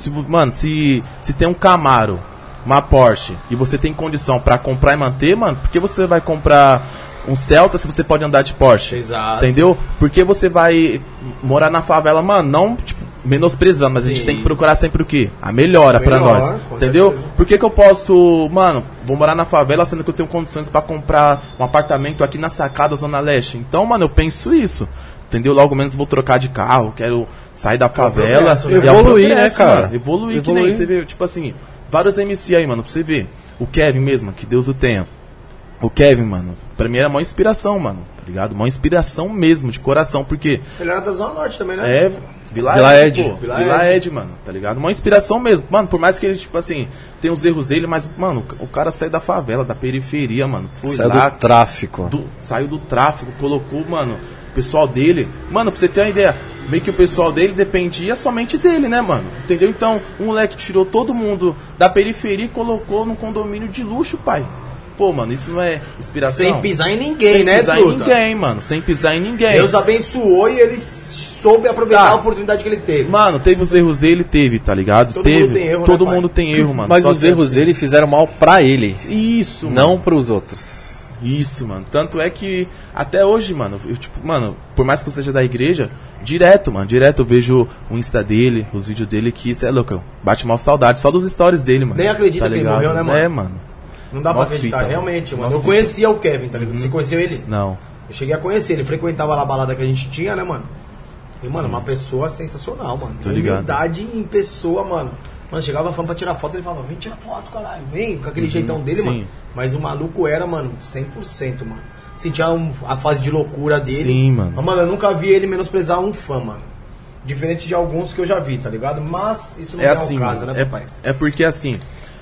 se tem um Camaro, uma Porsche, e você tem condição pra comprar e manter, mano, por que você vai comprar um Celta se você pode andar de Porsche? Exato. Entendeu? Porque você vai morar na favela, mano, não, tipo, menosprezando, mas Sim. a gente tem que procurar sempre o quê? A melhora pra nós. Entendeu? Certeza. Por que eu posso, mano, vou morar na favela sendo que eu tenho condições pra comprar um apartamento aqui na Sacada, Zona Leste? Então, mano, eu penso isso. Entendeu? Logo menos vou trocar de carro, quero sair da favela. progresso, E é o evoluir, progresso, né, cara? Mano, evoluir que nem você vê, tipo assim, vários MC aí, mano, pra você ver. O Kevin mesmo, que Deus o tenha. O Kevin, mano, pra mim era uma inspiração, mano, tá ligado? Uma inspiração mesmo, de coração, porque... Ele era da Zona Norte também, né? É, Vila Ed. pô, Vila Ed, mano, tá ligado? Uma inspiração mesmo. Mano, por mais que ele, tipo assim, tem os erros dele, mas, mano, o cara saiu da favela, da periferia, mano. Foi Saiu lá, do tráfico. saiu do tráfico, colocou, mano, o pessoal dele. Mano, pra você ter uma ideia, meio que o pessoal dele dependia somente dele, né, mano? Entendeu? Então, um moleque tirou todo mundo da periferia e colocou num condomínio de luxo, pai. Pô, mano, isso não é inspiração? Sem pisar em ninguém, Sem né, pisar em truta? ninguém, mano. Sem pisar em ninguém. Deus abençoou e ele soube aproveitar Tá. a oportunidade que ele teve. Mano, teve os erros dele, tá ligado? Todo teve. mundo tem erro, Todo né, pai? mundo tem erro, mano. Mas Só os que erros assim- dele fizeram mal pra ele, Isso, não mano. pros outros. Isso, mano. Tanto é que até hoje, mano, eu, tipo, mano, por mais que eu seja da igreja, direto eu vejo o Insta dele, os vídeos dele que, isso é louco, bate mal saudade só dos stories dele, mano. Nem acredita tá que ele ligado? morreu, né, mano? É, mano. Não dá pra Mó acreditar, fita, realmente, mano. mano. Eu Mó conhecia o Kevin, tá ligado? Você conheceu ele? Não. Eu cheguei a conhecer, ele frequentava lá a balada que a gente tinha, né, mano? E, mano, uma pessoa sensacional, mano. Tô ligado. Humildade em pessoa, mano. Mano, chegava fã pra tirar foto, ele falava, vem tirar foto, caralho, vem, com aquele jeitão dele, sim. mano. Mas o maluco era, mano, 100%, mano. Sentia a fase de loucura dele. Sim, mano. Mas, mano, eu nunca vi ele menosprezar um fã, mano. Diferente de alguns que eu já vi, tá ligado? Mas isso não É é assim, o caso, mano. né, papai? É porque assim.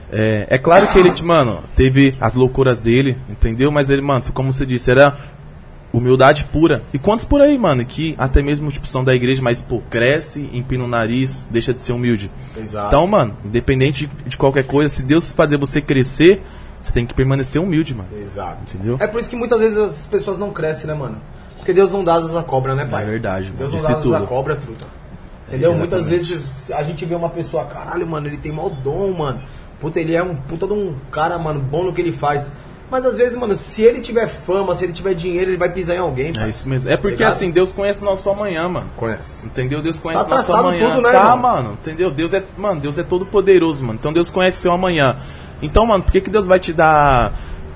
É claro que ele, mano, teve as loucuras dele, entendeu? Mas ele, mano, como você disse, era humildade pura. E quantos por aí, mano, que até mesmo, tipo, são da igreja, mas, pô, cresce, empina o nariz, deixa de ser humilde. Exato. Então, mano, independente de qualquer coisa, se Deus fazer você crescer, você tem que permanecer humilde, mano. Exato. Entendeu? É por isso que muitas vezes as pessoas não crescem, né, mano? Porque Deus não dá asas à cobra, né, pai? É verdade, mano. Deus não Disse dá asas à tudo. cobra, truta. Entendeu? Muitas Exatamente. vezes a gente vê uma pessoa, caralho, mano, ele tem mau dom, mano. Puta, ele é um puta de um cara, mano, bom no que ele faz. Mas às vezes, mano, se ele tiver fama, se ele tiver dinheiro, ele vai pisar em alguém, pai. É isso mesmo. É porque, Ligado? assim, Deus conhece nosso amanhã, mano. Conhece. Entendeu? Deus conhece Tá nosso traçado amanhã. tudo, né, tá, irmão? mano. Entendeu? Deus é todo poderoso, mano. Então Deus conhece seu amanhã. Então, mano, por que Deus vai te dar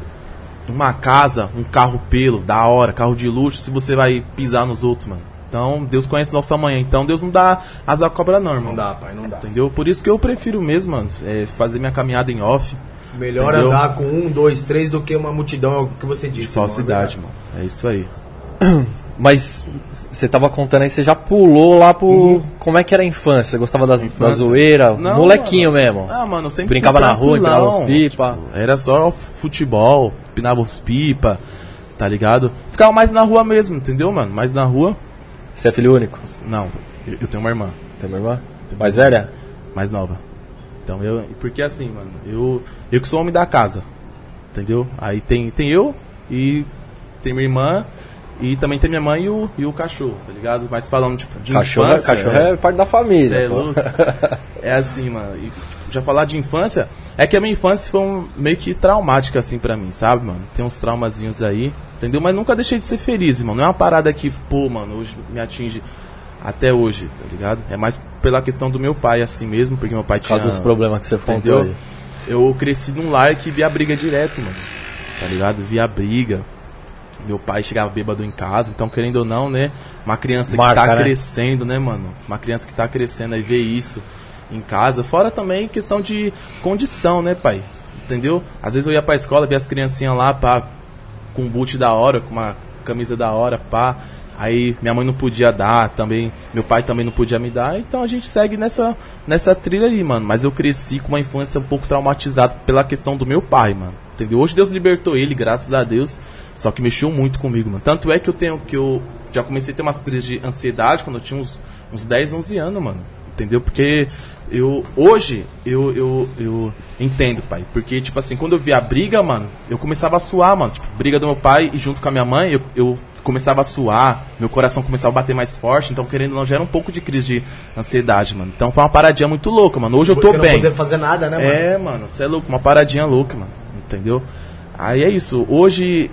uma casa, um carro pelo, da hora, carro de luxo, se você vai pisar nos outros, mano? Então, Deus conhece nosso amanhã. Então, Deus não dá asa à cobra, não, irmão. Não dá, pai, não dá. Entendeu? Por isso que eu prefiro mesmo, mano, fazer minha caminhada em off. Melhor Entendeu? andar com 1, 2, 3 do que uma multidão, é o que você disse. De falsidade, irmão, mano. É isso aí. Mas você tava contando aí, você já pulou lá pro... Como é que era a infância? Você gostava da zoeira? Não, molequinho mano. mesmo? Ah, mano, eu sempre Brincava fui na rua, tranquilão, empinava os pipa. tipo, era só futebol, empinava os pipa, tá ligado? Ficava mais na rua mesmo, entendeu, mano? Mais na rua. Você é filho único? Não, eu tenho uma irmã, Tem uma irmã? Mais velha? mais nova. Então, porque assim, mano, eu que sou homem da casa, entendeu? Aí tem eu e tem minha irmã e também tem minha mãe e o cachorro, tá ligado? Mas falando, tipo, de Cachorro infância... é parte da família. Cê é pô. louco. É assim, mano. E já falar de infância, é que a minha infância foi meio que traumática, assim, pra mim, sabe, mano? Tem uns traumazinhos aí, entendeu? Mas nunca deixei de ser feliz, irmão. Não é uma parada que, pô, mano, hoje me atinge até hoje, tá ligado? É mais pela questão do meu pai, assim mesmo, porque meu pai Por tinha... causa dos problemas que você contou Entendeu? aí. Eu cresci num lar que via briga direto, mano. tá ligado? Via briga. Meu pai chegava bêbado em casa, então querendo ou não, né? Uma criança Marca, que tá né? crescendo, né, mano? Uma criança que tá crescendo aí vê isso em casa. Fora também questão de condição, né, pai? Entendeu? Às vezes eu ia pra escola, via as criancinhas lá, pá, com um boot da hora, com uma camisa da hora, pá. Aí minha mãe não podia dar também, meu pai também não podia me dar, então a gente segue nessa trilha ali, mano. Mas eu cresci com uma infância um pouco traumatizada pela questão do meu pai, mano. Entendeu? Hoje Deus libertou ele, graças a Deus, só que mexeu muito comigo, mano. Tanto é que eu já comecei a ter umas crises de ansiedade quando eu tinha uns 10, 11 anos, mano. Entendeu? Porque hoje eu entendo, pai. Porque, tipo assim, quando eu via a briga, mano, eu começava a suar, mano. Tipo, briga do meu pai e junto com a minha mãe, eu começava a suar, meu coração começava a bater mais forte, então querendo ou não, já era um pouco de crise de ansiedade, mano. Então foi uma paradinha muito louca, mano. Hoje eu tô Você bem. não poder fazer nada, né, mano? É, mano, você é louco, uma paradinha louca, mano. Entendeu? Aí é isso. Hoje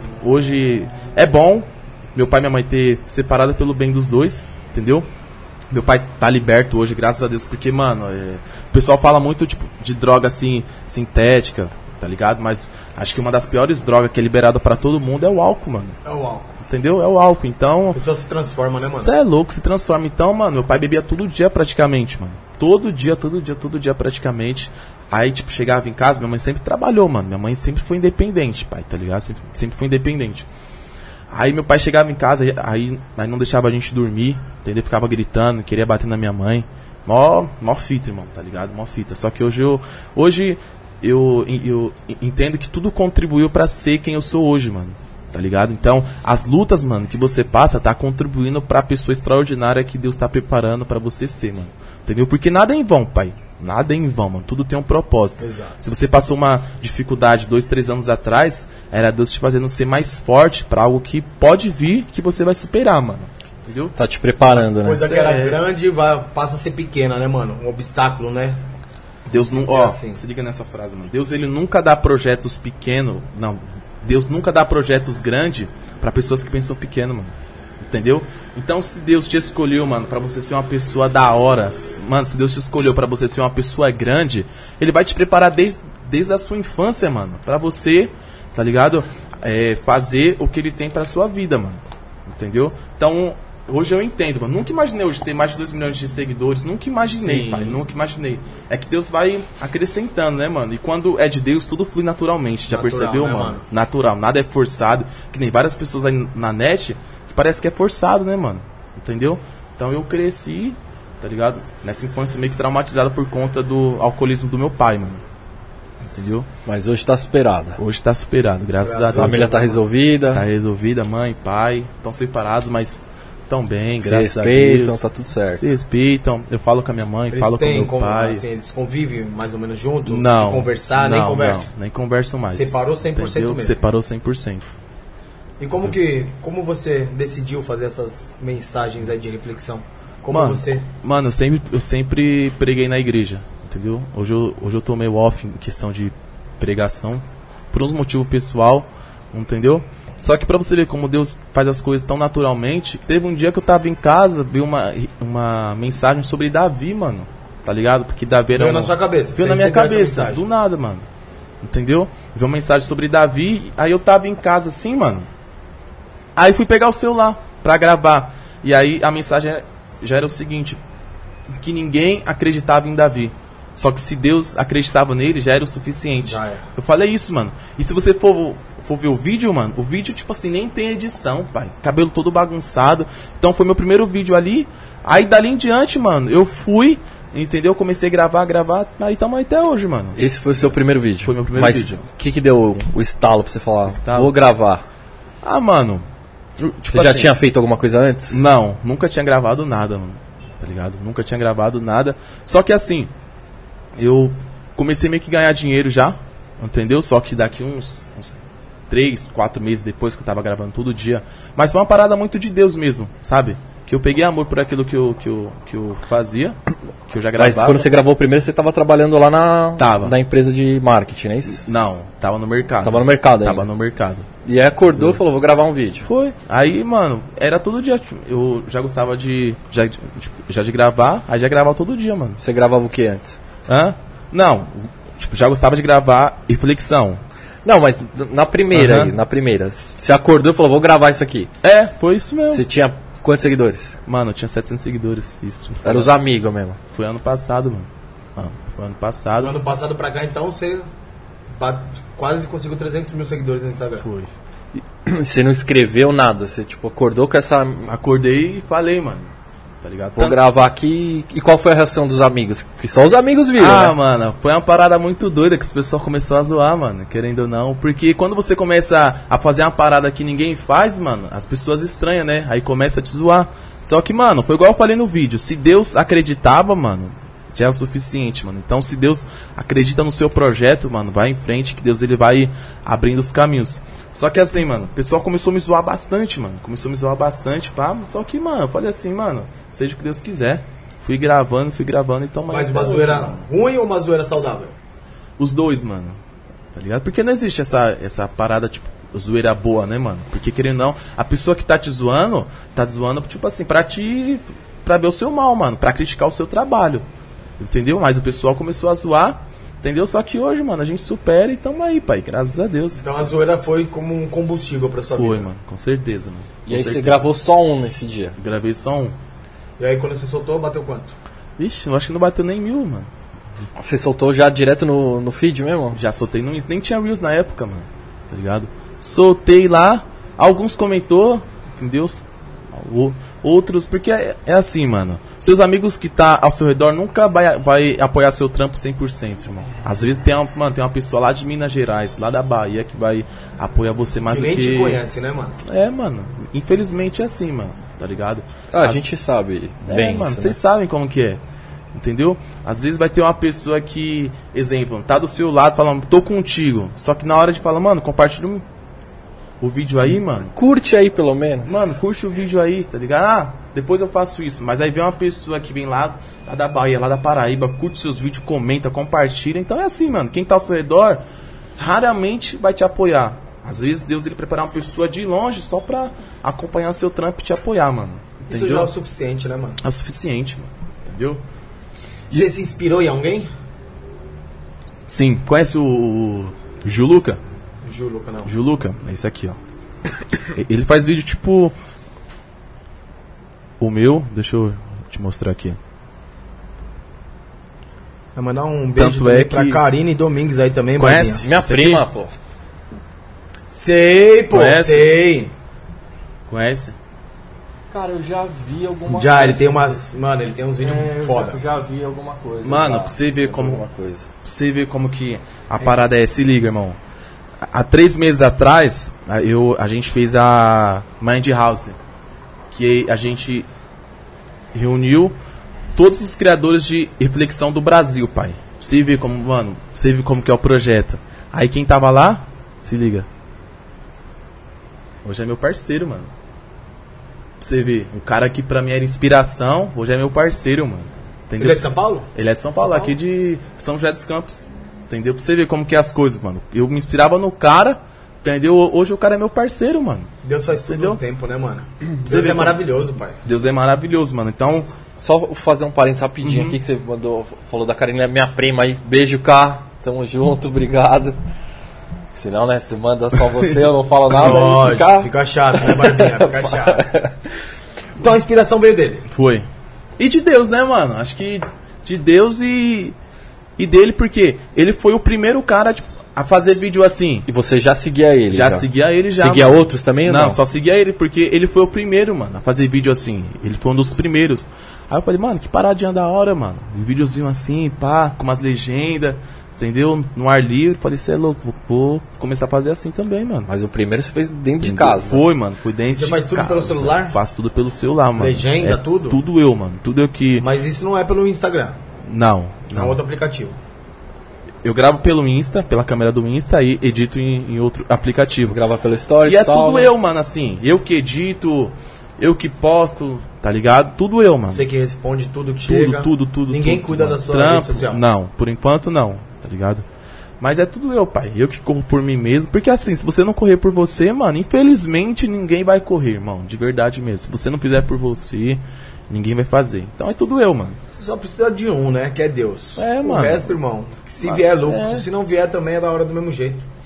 é bom meu pai e minha mãe ter separado pelo bem dos dois, entendeu? Meu pai tá liberto hoje, graças a Deus, porque, mano, o pessoal fala muito, tipo, de droga, assim, sintética, tá ligado? Mas acho que uma das piores drogas que é liberada pra todo mundo é o álcool, mano. É o álcool. Entendeu? É o álcool, então... A pessoa se transforma, né, mano? Você é louco, se transforma. Então, mano, meu pai bebia todo dia praticamente, mano. Todo dia praticamente. Aí, tipo, chegava em casa, minha mãe sempre trabalhou, mano. Minha mãe sempre foi independente, pai, tá ligado? Sempre foi independente. Aí meu pai chegava em casa, aí não deixava a gente dormir, entendeu? Ficava gritando, queria bater na minha mãe. Mó fita, irmão, tá ligado? Mó fita. Só que hoje eu entendo que tudo contribuiu pra ser quem eu sou hoje, mano. Tá ligado? Então, as lutas, mano, que você passa, tá contribuindo pra pessoa extraordinária que Deus tá preparando pra você ser, mano. Entendeu? Porque nada é em vão, pai. Nada é em vão, mano. Tudo tem um propósito. Exato. Se você passou uma dificuldade 2, 3 anos atrás, era Deus te fazendo ser mais forte pra algo que pode vir, que você vai superar, mano. Entendeu? Tá te preparando, né? Coisa que era grande passa a ser pequena, né, mano? Um obstáculo, né? Deus não, se liga nessa frase, mano. Deus, ele nunca dá projetos pequenos, não. Deus nunca dá projetos grandes pra pessoas que pensam pequeno, mano. Entendeu? Então, se Deus te escolheu, mano, pra você ser uma pessoa da hora, mano, se Deus te escolheu pra você ser uma pessoa grande, ele vai te preparar desde a sua infância, mano, pra você, tá ligado? Fazer o que ele tem pra sua vida, mano. Entendeu? Então, hoje eu entendo, mano. Nunca imaginei hoje ter mais de 2 milhões de seguidores. Nunca imaginei, Sim. pai. Nunca imaginei. É que Deus vai acrescentando, né, mano? E quando é de Deus, tudo flui naturalmente. Já Natural, percebeu, né, mano? mano? Natural. Nada é forçado. Que nem várias pessoas aí na net que parece que é forçado, né, mano? Entendeu? Então eu cresci, tá ligado? Nessa infância meio que traumatizada por conta do alcoolismo do meu pai, mano. Entendeu? Mas hoje tá superada. Hoje tá superado, graças a A Deus. família tá resolvida. Tá resolvida, mãe, pai, estão separados, mas estão bem, Se graças a respeitam, Deus. tá tudo certo. Se respeitam, eu falo com a minha mãe, Eles falo com o têm meu pai. assim, eles convivem mais ou menos junto? Não. De conversar, não, nem conversam? Não, nem conversam mais. Separou 100% Entendeu? mesmo? Separou 100%. E como você decidiu fazer essas mensagens aí de reflexão? Como Mano, você... Mano, eu sempre preguei na igreja, entendeu? Hoje eu tô meio off em questão de pregação, por uns motivos pessoal, entendeu? Só que pra você ver como Deus faz as coisas tão naturalmente, que teve um dia que eu tava em casa, vi uma mensagem sobre Davi, mano, tá ligado? Porque Davi era Veio na sua cabeça? Veio Você na minha recebeu essa cabeça, mensagem? do nada, mano. Entendeu? Vi uma mensagem sobre Davi, aí eu tava em casa assim, mano. Aí fui pegar o celular pra gravar. E aí a mensagem já era o seguinte: que ninguém acreditava em Davi. Só que se Deus acreditava nele, já era o suficiente. Já é. Eu falei isso, mano. E se você for ver o vídeo, mano, o vídeo, tipo assim, nem tem edição, pai. Cabelo todo bagunçado. Então foi meu primeiro vídeo ali. Aí dali em diante, mano, eu fui, entendeu? Comecei a gravar. Aí tamo aí até hoje, mano. Esse foi o seu primeiro vídeo? Foi meu primeiro vídeo. Mas o que deu o estalo pra você falar? Estalo? Vou gravar. Ah, mano. Tipo Você já tinha feito alguma coisa antes? Não, nunca tinha gravado nada, mano. Tá ligado? Nunca tinha gravado nada. Só que assim, eu comecei meio que ganhar dinheiro já, entendeu? Só que daqui uns 3, 4 meses depois que eu tava gravando todo dia. Mas foi uma parada muito de Deus mesmo, sabe? Que eu peguei amor por aquilo que eu fazia, que eu já gravava. Mas quando você gravou o primeiro, você tava trabalhando lá Tava. na empresa de marketing, não é isso? Não, tava no mercado. Tava no mercado ainda. Tava no mercado. E aí acordou e falou, vou gravar um vídeo. Foi. Aí, mano, era todo dia. Eu já gostava de gravar, aí já gravava todo dia, mano. Você gravava o que antes? Hã? Não, tipo, já gostava de gravar reflexão. Não, mas na primeira aí, na primeira. Você acordou e falou, vou gravar isso aqui. É, foi isso mesmo. Você tinha quantos seguidores? Mano, eu tinha 700 seguidores, isso. Eram os amigos mesmo. Foi ano passado, mano. Foi ano passado. Do ano passado pra cá, então, você quase conseguiu 300 mil seguidores no Instagram. Foi. Você não escreveu nada, você tipo acordou com essa... Acordei e falei, mano. Tá ligado? Vou gravar aqui. E qual foi a reação dos amigos? Porque só os amigos viram, né? Mano, foi uma parada muito doida que os pessoal começou a zoar, mano, querendo ou não. Porque quando você começa a fazer uma parada que ninguém faz, mano, as pessoas estranham, né? Aí começa a te zoar. Só que, mano, foi igual eu falei no vídeo. Se Deus acreditava, mano, já é o suficiente, mano. Então, se Deus acredita no seu projeto, mano, vai em frente, que Deus ele vai abrindo os caminhos. Só que assim, mano, o pessoal começou a me zoar bastante, mano. Pá. Só que, mano, eu falei assim, mano, seja o que Deus quiser. Fui gravando, então... Mas uma zoeira ruim ou uma zoeira saudável? Os dois, mano. Tá ligado? Porque não existe essa parada, tipo, zoeira boa, né, mano? Porque, querendo ou não, a pessoa que tá te zoando, tipo assim, pra ver o seu mal, mano. Pra criticar o seu trabalho. Entendeu? Mas o pessoal começou a zoar, entendeu? Só que hoje, mano, a gente supera e tamo aí, pai. Graças a Deus. Então a zoeira foi como um combustível pra sua vida. Foi, mano. Com certeza, mano. E aí você gravou só um nesse dia? Gravei só um. E aí quando você soltou, bateu quanto? Vixe, eu acho que não bateu nem 1000, mano. Você soltou já direto no feed mesmo? Já soltei no Insta. Nem tinha Reels na época, mano. Tá ligado? Soltei lá. Alguns comentou, entendeu? Outros, porque é assim, mano. Seus amigos que tá ao seu redor nunca vai apoiar seu trampo 100%, irmão. Às vezes tem uma pessoa lá de Minas Gerais, lá da Bahia, que vai apoiar você mais do que... nem te conhece, né, mano? É, mano. Infelizmente é assim, mano. Tá ligado? A gente sabe bem mano, isso, vocês né? sabem como que é. Entendeu? Às vezes vai ter uma pessoa que, exemplo, tá do seu lado falando, tô contigo. Só que na hora de falar, mano, compartilha o vídeo aí, mano. Curte aí, pelo menos. Mano, curte o vídeo aí, tá ligado? Depois eu faço isso. Mas aí vem uma pessoa que vem lá da Bahia, lá da Paraíba, curte seus vídeos, comenta, compartilha. Então é assim, mano. Quem tá ao seu redor raramente vai te apoiar. Às vezes Deus ele preparar uma pessoa de longe só pra acompanhar o seu trampo e te apoiar, mano. Entendeu? Isso já é o suficiente, né, mano? É o suficiente, mano. Entendeu? Você se inspirou em alguém? Sim. Conhece o Juluca? Juluca, não. Juluca, é esse aqui, ó. Ele faz vídeo tipo o meu, deixa eu te mostrar aqui. Vai mandar um beijo Tanto é pra que- Karine Domingues aí também, Conhece? Barzinha. Minha Esse prima, aqui? pô. Sei, pô, Conhece? sei. Conhece? Cara, eu já vi alguma Já, coisa. ele tem umas... Mano, ele tem uns vídeos foda. Já vi alguma coisa. Mano, já. pra você ver como- Alguma coisa. Pra você ver como que a parada é, se liga, irmão. Há 3 meses atrás, a gente fez a Mind House, que a gente reuniu todos os criadores de reflexão do Brasil, pai. Pra você ver como, mano, pra você ver como que é o projeto. Aí quem tava lá, se liga. Hoje é meu parceiro, mano. Pra você ver, um cara que pra mim era inspiração, hoje é meu parceiro, mano. Entendeu? Ele é de São Paulo? Ele é de São Paulo, São Paulo? aqui de São José dos Campos. Entendeu? Pra você ver como que é as coisas, mano. Eu me inspirava no cara, entendeu? Hoje o cara é meu parceiro, mano. Deus faz tudo Entendeu? no tempo, né, mano? Você Deus vê é como- maravilhoso, pai. Deus é maravilhoso, mano. Então, Só fazer um parênteses rapidinho aqui que você falou da Karine, minha prima aí. Beijo, Cá. Tamo junto, obrigado. Senão, né, se manda só você, eu não falo nada. aí Lógico, fica chato, né, Barbinha? Fica chato. Então a inspiração veio dele. foi. E de Deus, né, mano? Acho que de Deus e dele, porque ele foi o primeiro cara, tipo, a fazer vídeo assim. E você já seguia ele? Já seguia ele já. Seguia mano. outros também ou Não, não? só seguia ele, porque ele foi o primeiro, mano, a fazer vídeo assim. Ele foi um dos primeiros. Aí eu falei, mano, que paradinha da hora, mano. Um videozinho assim, pá, com umas legendas, entendeu? No ar livre. Falei, cê é louco, vou começar a fazer assim também, mano. Mas o primeiro você fez dentro de Entendeu? casa. Foi, mano, foi dentro Você de faz tudo casa. pelo celular? Faço tudo pelo celular, mano. Legenda, tudo? Tudo eu, mano. Tudo eu que... Mas isso não é pelo Instagram, Não, é não. outro aplicativo. Eu gravo pelo Insta, pela câmera do Insta e edito em outro aplicativo. Gravar pelo Stories, E é salva. tudo eu, mano, assim. Eu que edito, eu que posto, tá ligado? Tudo eu, mano. Você que responde tudo que chega. Tudo. Ninguém tudo, cuida mano. da sua Trampo, rede social. Não, por enquanto não, tá ligado? Mas é tudo eu, pai. Eu que corro por mim mesmo. Porque assim, se você não correr por você, mano, infelizmente ninguém vai correr, irmão. De verdade mesmo. Se você não fizer por você, ninguém vai fazer. Então é tudo eu, mano. Você só precisa de um, né? Que é Deus. É, o mano. resto, irmão, que se vier lucro, É. se não vier também é da hora do mesmo jeito.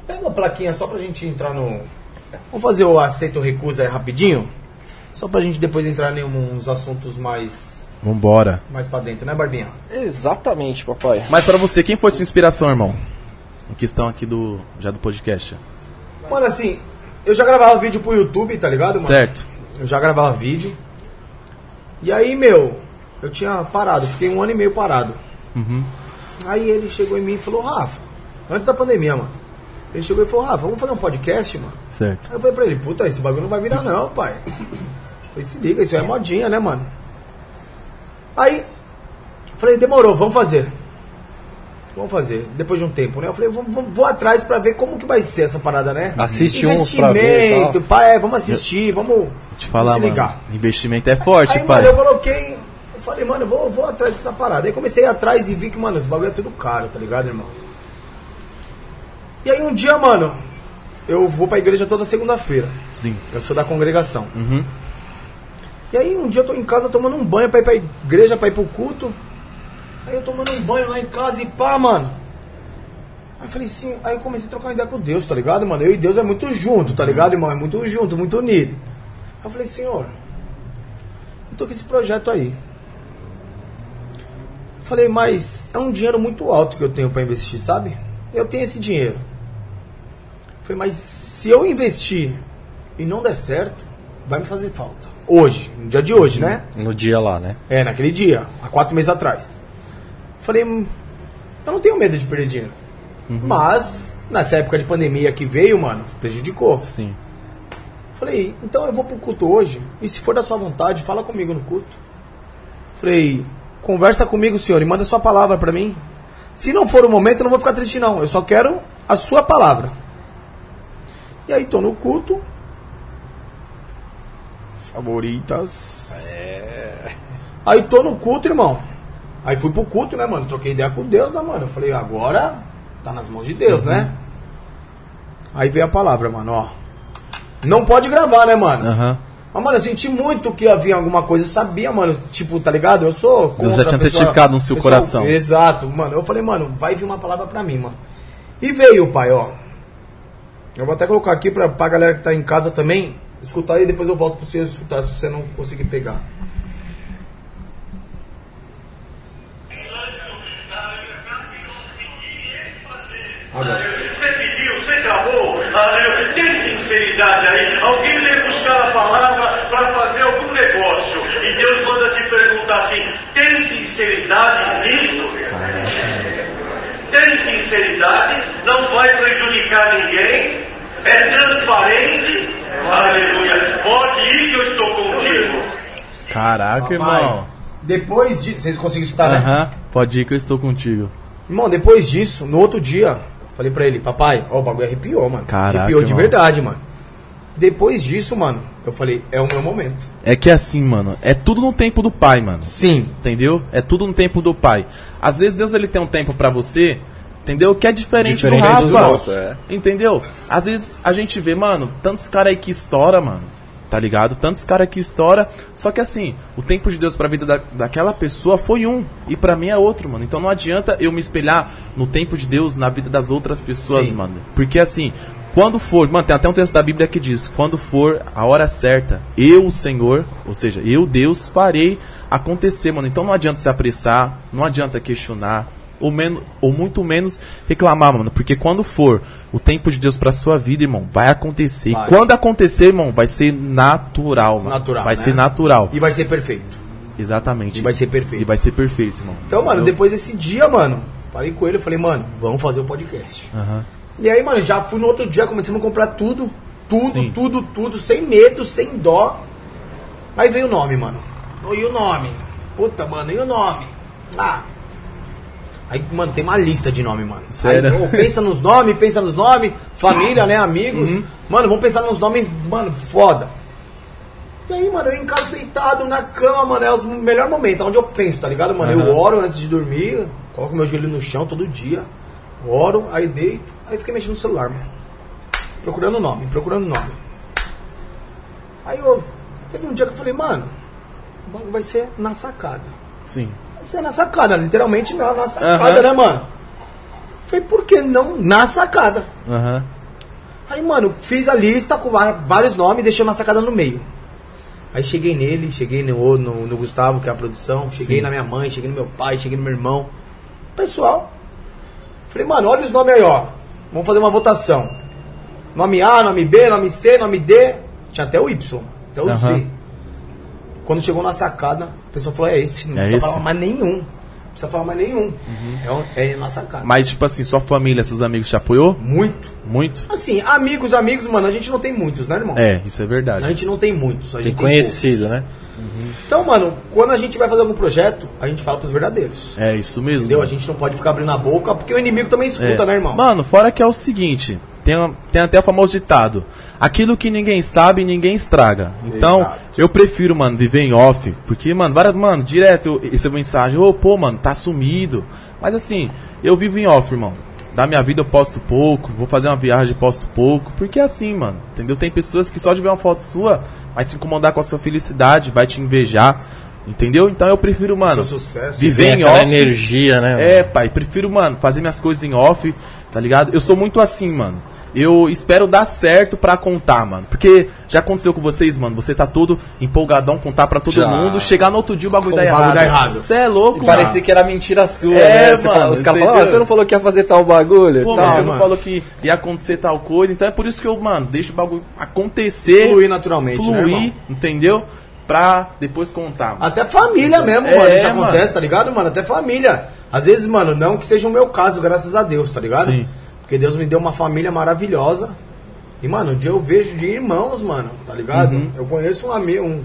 Pega uma plaquinha só pra gente entrar no... Vamos fazer o aceito ou recusa aí rapidinho? Só pra gente depois entrar em uns assuntos mais... Vambora. Mais pra dentro, né, Barbinha? Exatamente, papai. Mas pra você, quem foi sua inspiração, irmão? Em questão aqui do podcast. Mano, assim, eu já gravava vídeo pro YouTube, tá ligado, mano? Certo. Eu já gravava vídeo. E aí, meu, eu tinha parado, fiquei 1 ano e meio parado. Uhum. Aí ele chegou em mim e falou, Rafa, antes da pandemia, mano. Ele chegou e falou, Rafa, vamos fazer um podcast, mano? Certo. Aí eu falei pra ele, puta, esse bagulho não vai virar não, pai. Eu falei, se liga, isso é modinha, né, mano? Aí, falei, demorou, vamos fazer. Vamos fazer, depois de um tempo, né? Eu falei, vou atrás pra ver como que vai ser essa parada, né? Assiste uns pra ver e tal. Pai, vamos assistir, vamos te falar, se ligar. Mano, investimento é forte, aí, pai. Mano, eu falei, mano, eu vou atrás dessa parada. Aí comecei a ir atrás e vi que, mano, esse bagulho é tudo caro, tá ligado, irmão? E aí um dia, mano, eu vou pra igreja toda segunda-feira. Sim. Eu sou da congregação. Uhum. E aí um dia eu tô em casa tomando um banho pra ir pra igreja, pra ir pro culto. Aí eu tomando um banho lá em casa e pá, mano. Aí eu falei assim, aí eu comecei a trocar uma ideia com Deus, tá ligado, mano? Eu e Deus é muito junto, tá ligado, irmão? É muito junto, muito unido. Aí eu falei, Senhor, eu tô com esse projeto aí. Falei, mas é um dinheiro muito alto que eu tenho pra investir, sabe? Eu tenho esse dinheiro. Falei, mas se eu investir e não der certo, vai me fazer falta. Hoje, no dia de hoje, né? No dia lá, né? É, naquele dia, há 4 meses atrás. Falei, eu não tenho medo de perder dinheiro. Mas, nessa época de pandemia que veio, mano, prejudicou. Sim. Falei, então eu vou pro culto hoje, e se for da sua vontade, fala comigo no culto. Falei, conversa comigo, senhor, e manda sua palavra pra mim. Se não for o momento, eu não vou ficar triste, não. Eu só quero a sua palavra. E aí, tô no culto. Favoritas. Aí tô no culto, irmão. Aí fui pro culto, né, mano? Troquei ideia com Deus, né, mano? Eu falei, agora tá nas mãos de Deus, né? Aí veio a palavra, mano, ó. Não pode gravar, né, mano? Aham. Mas, mano, eu senti muito que havia alguma coisa. Eu sabia, mano, tipo, tá ligado? Eu sou contra Deus já tinha a pessoa, testificado no seu coração. Exato, mano. Eu falei, mano, vai vir uma palavra pra mim, mano. E veio, pai, ó. Eu vou até colocar aqui pra galera que tá em casa também escutar aí, depois eu volto pra você escutar se você não conseguir pegar. Agora. Você pediu, você acabou, tem sinceridade aí. Alguém veio buscar a palavra para fazer algum negócio e Deus manda te perguntar assim: tem sinceridade nisso? Tem sinceridade? Não vai prejudicar ninguém? É transparente? Aleluia. Pode ir que eu estou contigo. Caraca, Papai, irmão. depois disso, vocês conseguiram escutar, né? Aham. Pode ir que eu estou contigo. Irmão, depois disso, no outro dia, falei pra ele, papai, ó, o bagulho arrepiou, mano. Caraca, arrepiou de irmão. verdade, mano. Depois disso, mano, eu falei, é o meu momento. É que assim, mano, é tudo no tempo do pai, mano. Sim. Entendeu? É tudo no tempo do pai. Às vezes Deus ele tem um tempo pra você, entendeu? Que é diferente do Rafa. do outro, é. Entendeu? Às vezes a gente vê, mano, tantos caras aí que estoura, mano. Tá ligado? Tantos caras que estoura. Só que assim, o tempo de Deus pra vida daquela pessoa foi um. E pra mim é outro, mano. Então não adianta eu me espelhar no tempo de Deus na vida das outras pessoas, Sim. mano. Porque assim, quando for... Mano, tem até um texto da Bíblia que diz: quando for a hora certa, eu, o Senhor, ou seja, eu, Deus, farei acontecer, mano. Então não adianta se apressar, não adianta questionar, ou muito menos reclamar, mano. Porque quando for o tempo de Deus pra sua vida, irmão, vai acontecer. Vai. E quando acontecer, irmão, vai ser natural, mano. Natural, vai né? ser natural. E vai ser perfeito. Exatamente. E vai ser perfeito. E vai ser perfeito, irmão. Então, mano, Entendeu? depois desse dia, mano, falei com ele, eu falei, mano, vamos fazer o podcast. Aham. E aí, mano, já fui no outro dia, começando a comprar tudo, Sim. tudo, sem medo, sem dó. Aí veio o nome, mano. E o nome? Puta, mano, e o nome? Ah. Aí, mano, tem uma lista de nome, mano. Sério? Aí, pensa nos nomes, família, né, amigos. Mano, vamos pensar nos nomes, mano, foda. E aí, mano, eu em casa deitado na cama, mano, é o melhor momento, onde eu penso, tá ligado, mano? Eu oro antes de dormir, coloco meu joelho no chão todo dia, oro, aí deito, aí fiquei mexendo no celular, mano. Procurando nome. Aí teve um dia que eu falei, mano, o bagulho vai ser na sacada. Sim. Vai ser na sacada, literalmente na sacada, né, mano? Falei, por que não na sacada? Aham. Aí, mano, fiz a lista com vários nomes e deixei uma sacada no meio. Aí cheguei nele, cheguei no Gustavo, que é a produção, cheguei na minha mãe, cheguei no meu pai, cheguei no meu irmão. Pessoal, falei, mano, olha os nomes aí, ó. Vamos fazer uma votação. Nome A, nome B, nome C, nome D. Tinha até o Y, até o Z. Quando chegou na sacada, a pessoa falou, é esse, não precisa falar mais nenhum. Não precisa falar mais nenhum. É na sacada. Mas, tipo assim, sua família, seus amigos te apoiou? Muito. Muito? Assim, amigos, mano, a gente não tem muitos, né, irmão? É, isso é verdade. A gente não tem muitos. A gente tem conhecido, poucos. né? Então, mano, quando a gente vai fazer algum projeto, a gente fala pros verdadeiros. É, isso mesmo. Entendeu? Mano. A gente não pode ficar abrindo a boca, porque o inimigo também escuta, né, irmão? Mano, fora que é o seguinte, tem até o famoso ditado, aquilo que ninguém sabe, ninguém estraga. Então, Exato. eu prefiro, mano, viver em off, porque, mano, direto eu recebo mensagem, pô, mano, tá sumido. Mas assim, eu vivo em off, irmão. Da minha vida eu posto pouco, vou fazer uma viagem e posto pouco, porque é assim, mano, entendeu? Tem pessoas que só de ver uma foto sua vai se incomodar com a sua felicidade, vai te invejar, entendeu? Então eu prefiro, mano, seu sucesso, viver em aquela off. energia, né? É, pai, prefiro, mano, fazer minhas coisas em off, tá ligado? Eu sou muito assim, mano. Eu espero dar certo pra contar, mano. Porque já aconteceu com vocês, mano. Você tá todo empolgadão, contar pra todo mundo. Chegar no outro dia o bagulho dá errado. Você é louco, mano. Parecia que era mentira sua, É, né? Você mano, fala, os caras entendeu? falam, você não falou que ia fazer tal bagulho? Pô, tal, mas você mano. não falou que ia acontecer tal coisa. Então é por isso que eu, mano, deixo o bagulho acontecer. Fluir naturalmente, né, irmão? Entendeu? Pra depois contar, mano. Até família mesmo, É, mano. Isso mano. acontece, tá ligado, mano? Até família. Às vezes, mano, não que seja o meu caso, graças a Deus, tá ligado? Sim. Porque Deus me deu uma família maravilhosa. E, mano, um dia eu vejo de irmãos, mano, tá ligado? Eu conheço um amigo,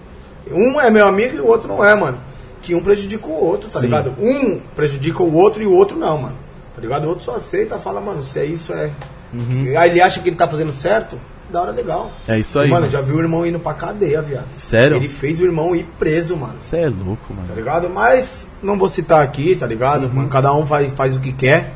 um é meu amigo e o outro não é, mano. Que um prejudica o outro, tá Sim. ligado? Um prejudica o outro e o outro não, mano. Tá ligado? O outro só aceita, fala, mano, se é isso, é... Aí ele acha que ele tá fazendo certo, da hora legal. É isso aí, E, mano, mano. já vi o irmão indo pra cadeia, viado. Sério? Ele fez o irmão ir preso, mano. Você é louco, mano. Tá ligado? Mas não vou citar aqui, tá ligado? Mano, cada um faz o que quer.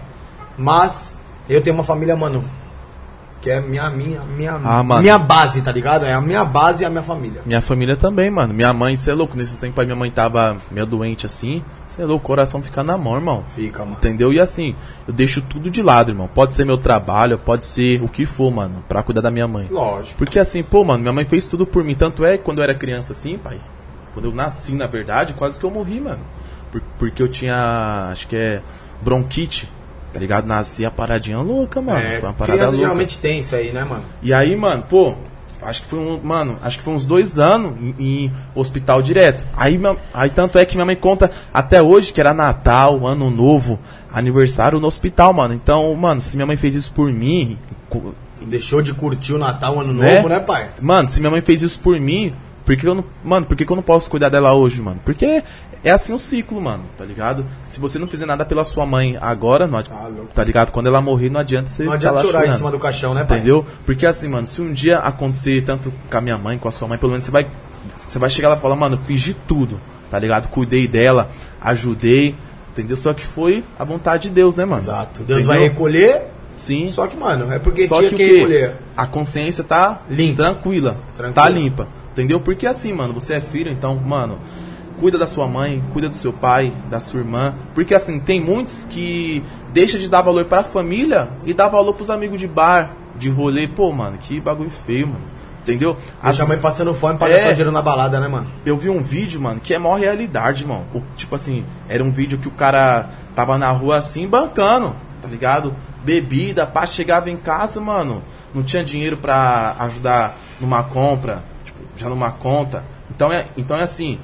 Mas eu tenho uma família, mano, que é mano. minha base, tá ligado? É a minha base e a minha família. Minha família também, mano. Minha mãe, você é louco. Nesses tempos aí minha mãe tava meio doente assim. Você é louco, o coração fica na mão, irmão. Fica, mano. Entendeu? E assim, eu deixo tudo de lado, irmão. Pode ser meu trabalho, pode ser o que for, mano, pra cuidar da minha mãe. Lógico. Porque assim, pô, mano, minha mãe fez tudo por mim. Tanto é que quando eu era criança assim, pai, quando eu nasci, na verdade, quase que eu morri, mano. Porque eu tinha, acho que é bronquite, tá ligado? Nasci a paradinha louca, mano. Foi uma parada criança louca. geralmente tem isso aí, né, mano? E aí, mano, pô, acho que foi uns 2 anos em hospital direto. Aí tanto é que minha mãe conta até hoje que era Natal, Ano Novo, aniversário no hospital, mano. Então, mano, se minha mãe fez isso por mim... Deixou de curtir o Natal, o Ano Né? Novo, né, pai? Mano, se minha mãe fez isso por mim, por que eu não posso cuidar dela hoje, mano? Porque é assim o ciclo, mano, tá ligado? Se você não fizer nada pela sua mãe agora, não, tá ligado? Quando ela morrer, não adianta você Não adianta tá lá chorar chorando, em cima do caixão, né, pai? entendeu? Porque assim, mano, se um dia acontecer tanto com a minha mãe, com a sua mãe, pelo menos você vai chegar lá e falar, mano, eu fiz de tudo, tá ligado? Cuidei dela, ajudei, entendeu? Só que foi a vontade de Deus, né, mano? Exato. Deus Entendeu? vai recolher, Sim. só que, mano, é porque Só tinha que que o quê? recolher. A consciência tá Limpa. tranquila, tá limpa, entendeu? Porque assim, mano, você é filho, então, mano, cuida da sua mãe, cuida do seu pai, da sua irmã, porque assim, tem muitos que deixam de dar valor pra família e dá valor pros amigos de bar, de rolê, pô, mano, que bagulho feio, mano, entendeu? Deixa a mãe passando fome pra gastar dinheiro na balada, né, mano? Eu vi um vídeo, mano, que é a maior realidade, irmão. Tipo assim, era um vídeo que o cara tava na rua assim, bancando, tá ligado? Bebida, pá, chegava em casa, mano, não tinha dinheiro pra ajudar numa compra, tipo, já numa conta. Então é assim,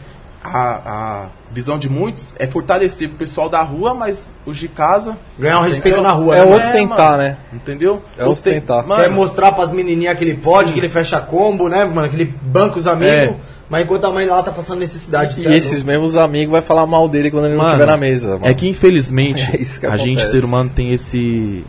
a visão de muitos é fortalecer o pessoal da rua, mas os de casa... Ganhar um respeito entendeu? na rua, É né? ostentar, mano, né? Entendeu? É ostentar. Mano, Quer mostrar pras menininhas que ele pode, Sim. que ele fecha combo, né, mano? Que ele banca os amigos, É. mas enquanto a mãe dela tá passando necessidade, E esses mesmos amigos vai falar mal dele quando ele não estiver na mesa, mano. É que infelizmente É isso que a gente, acontece. ser humano, tem esse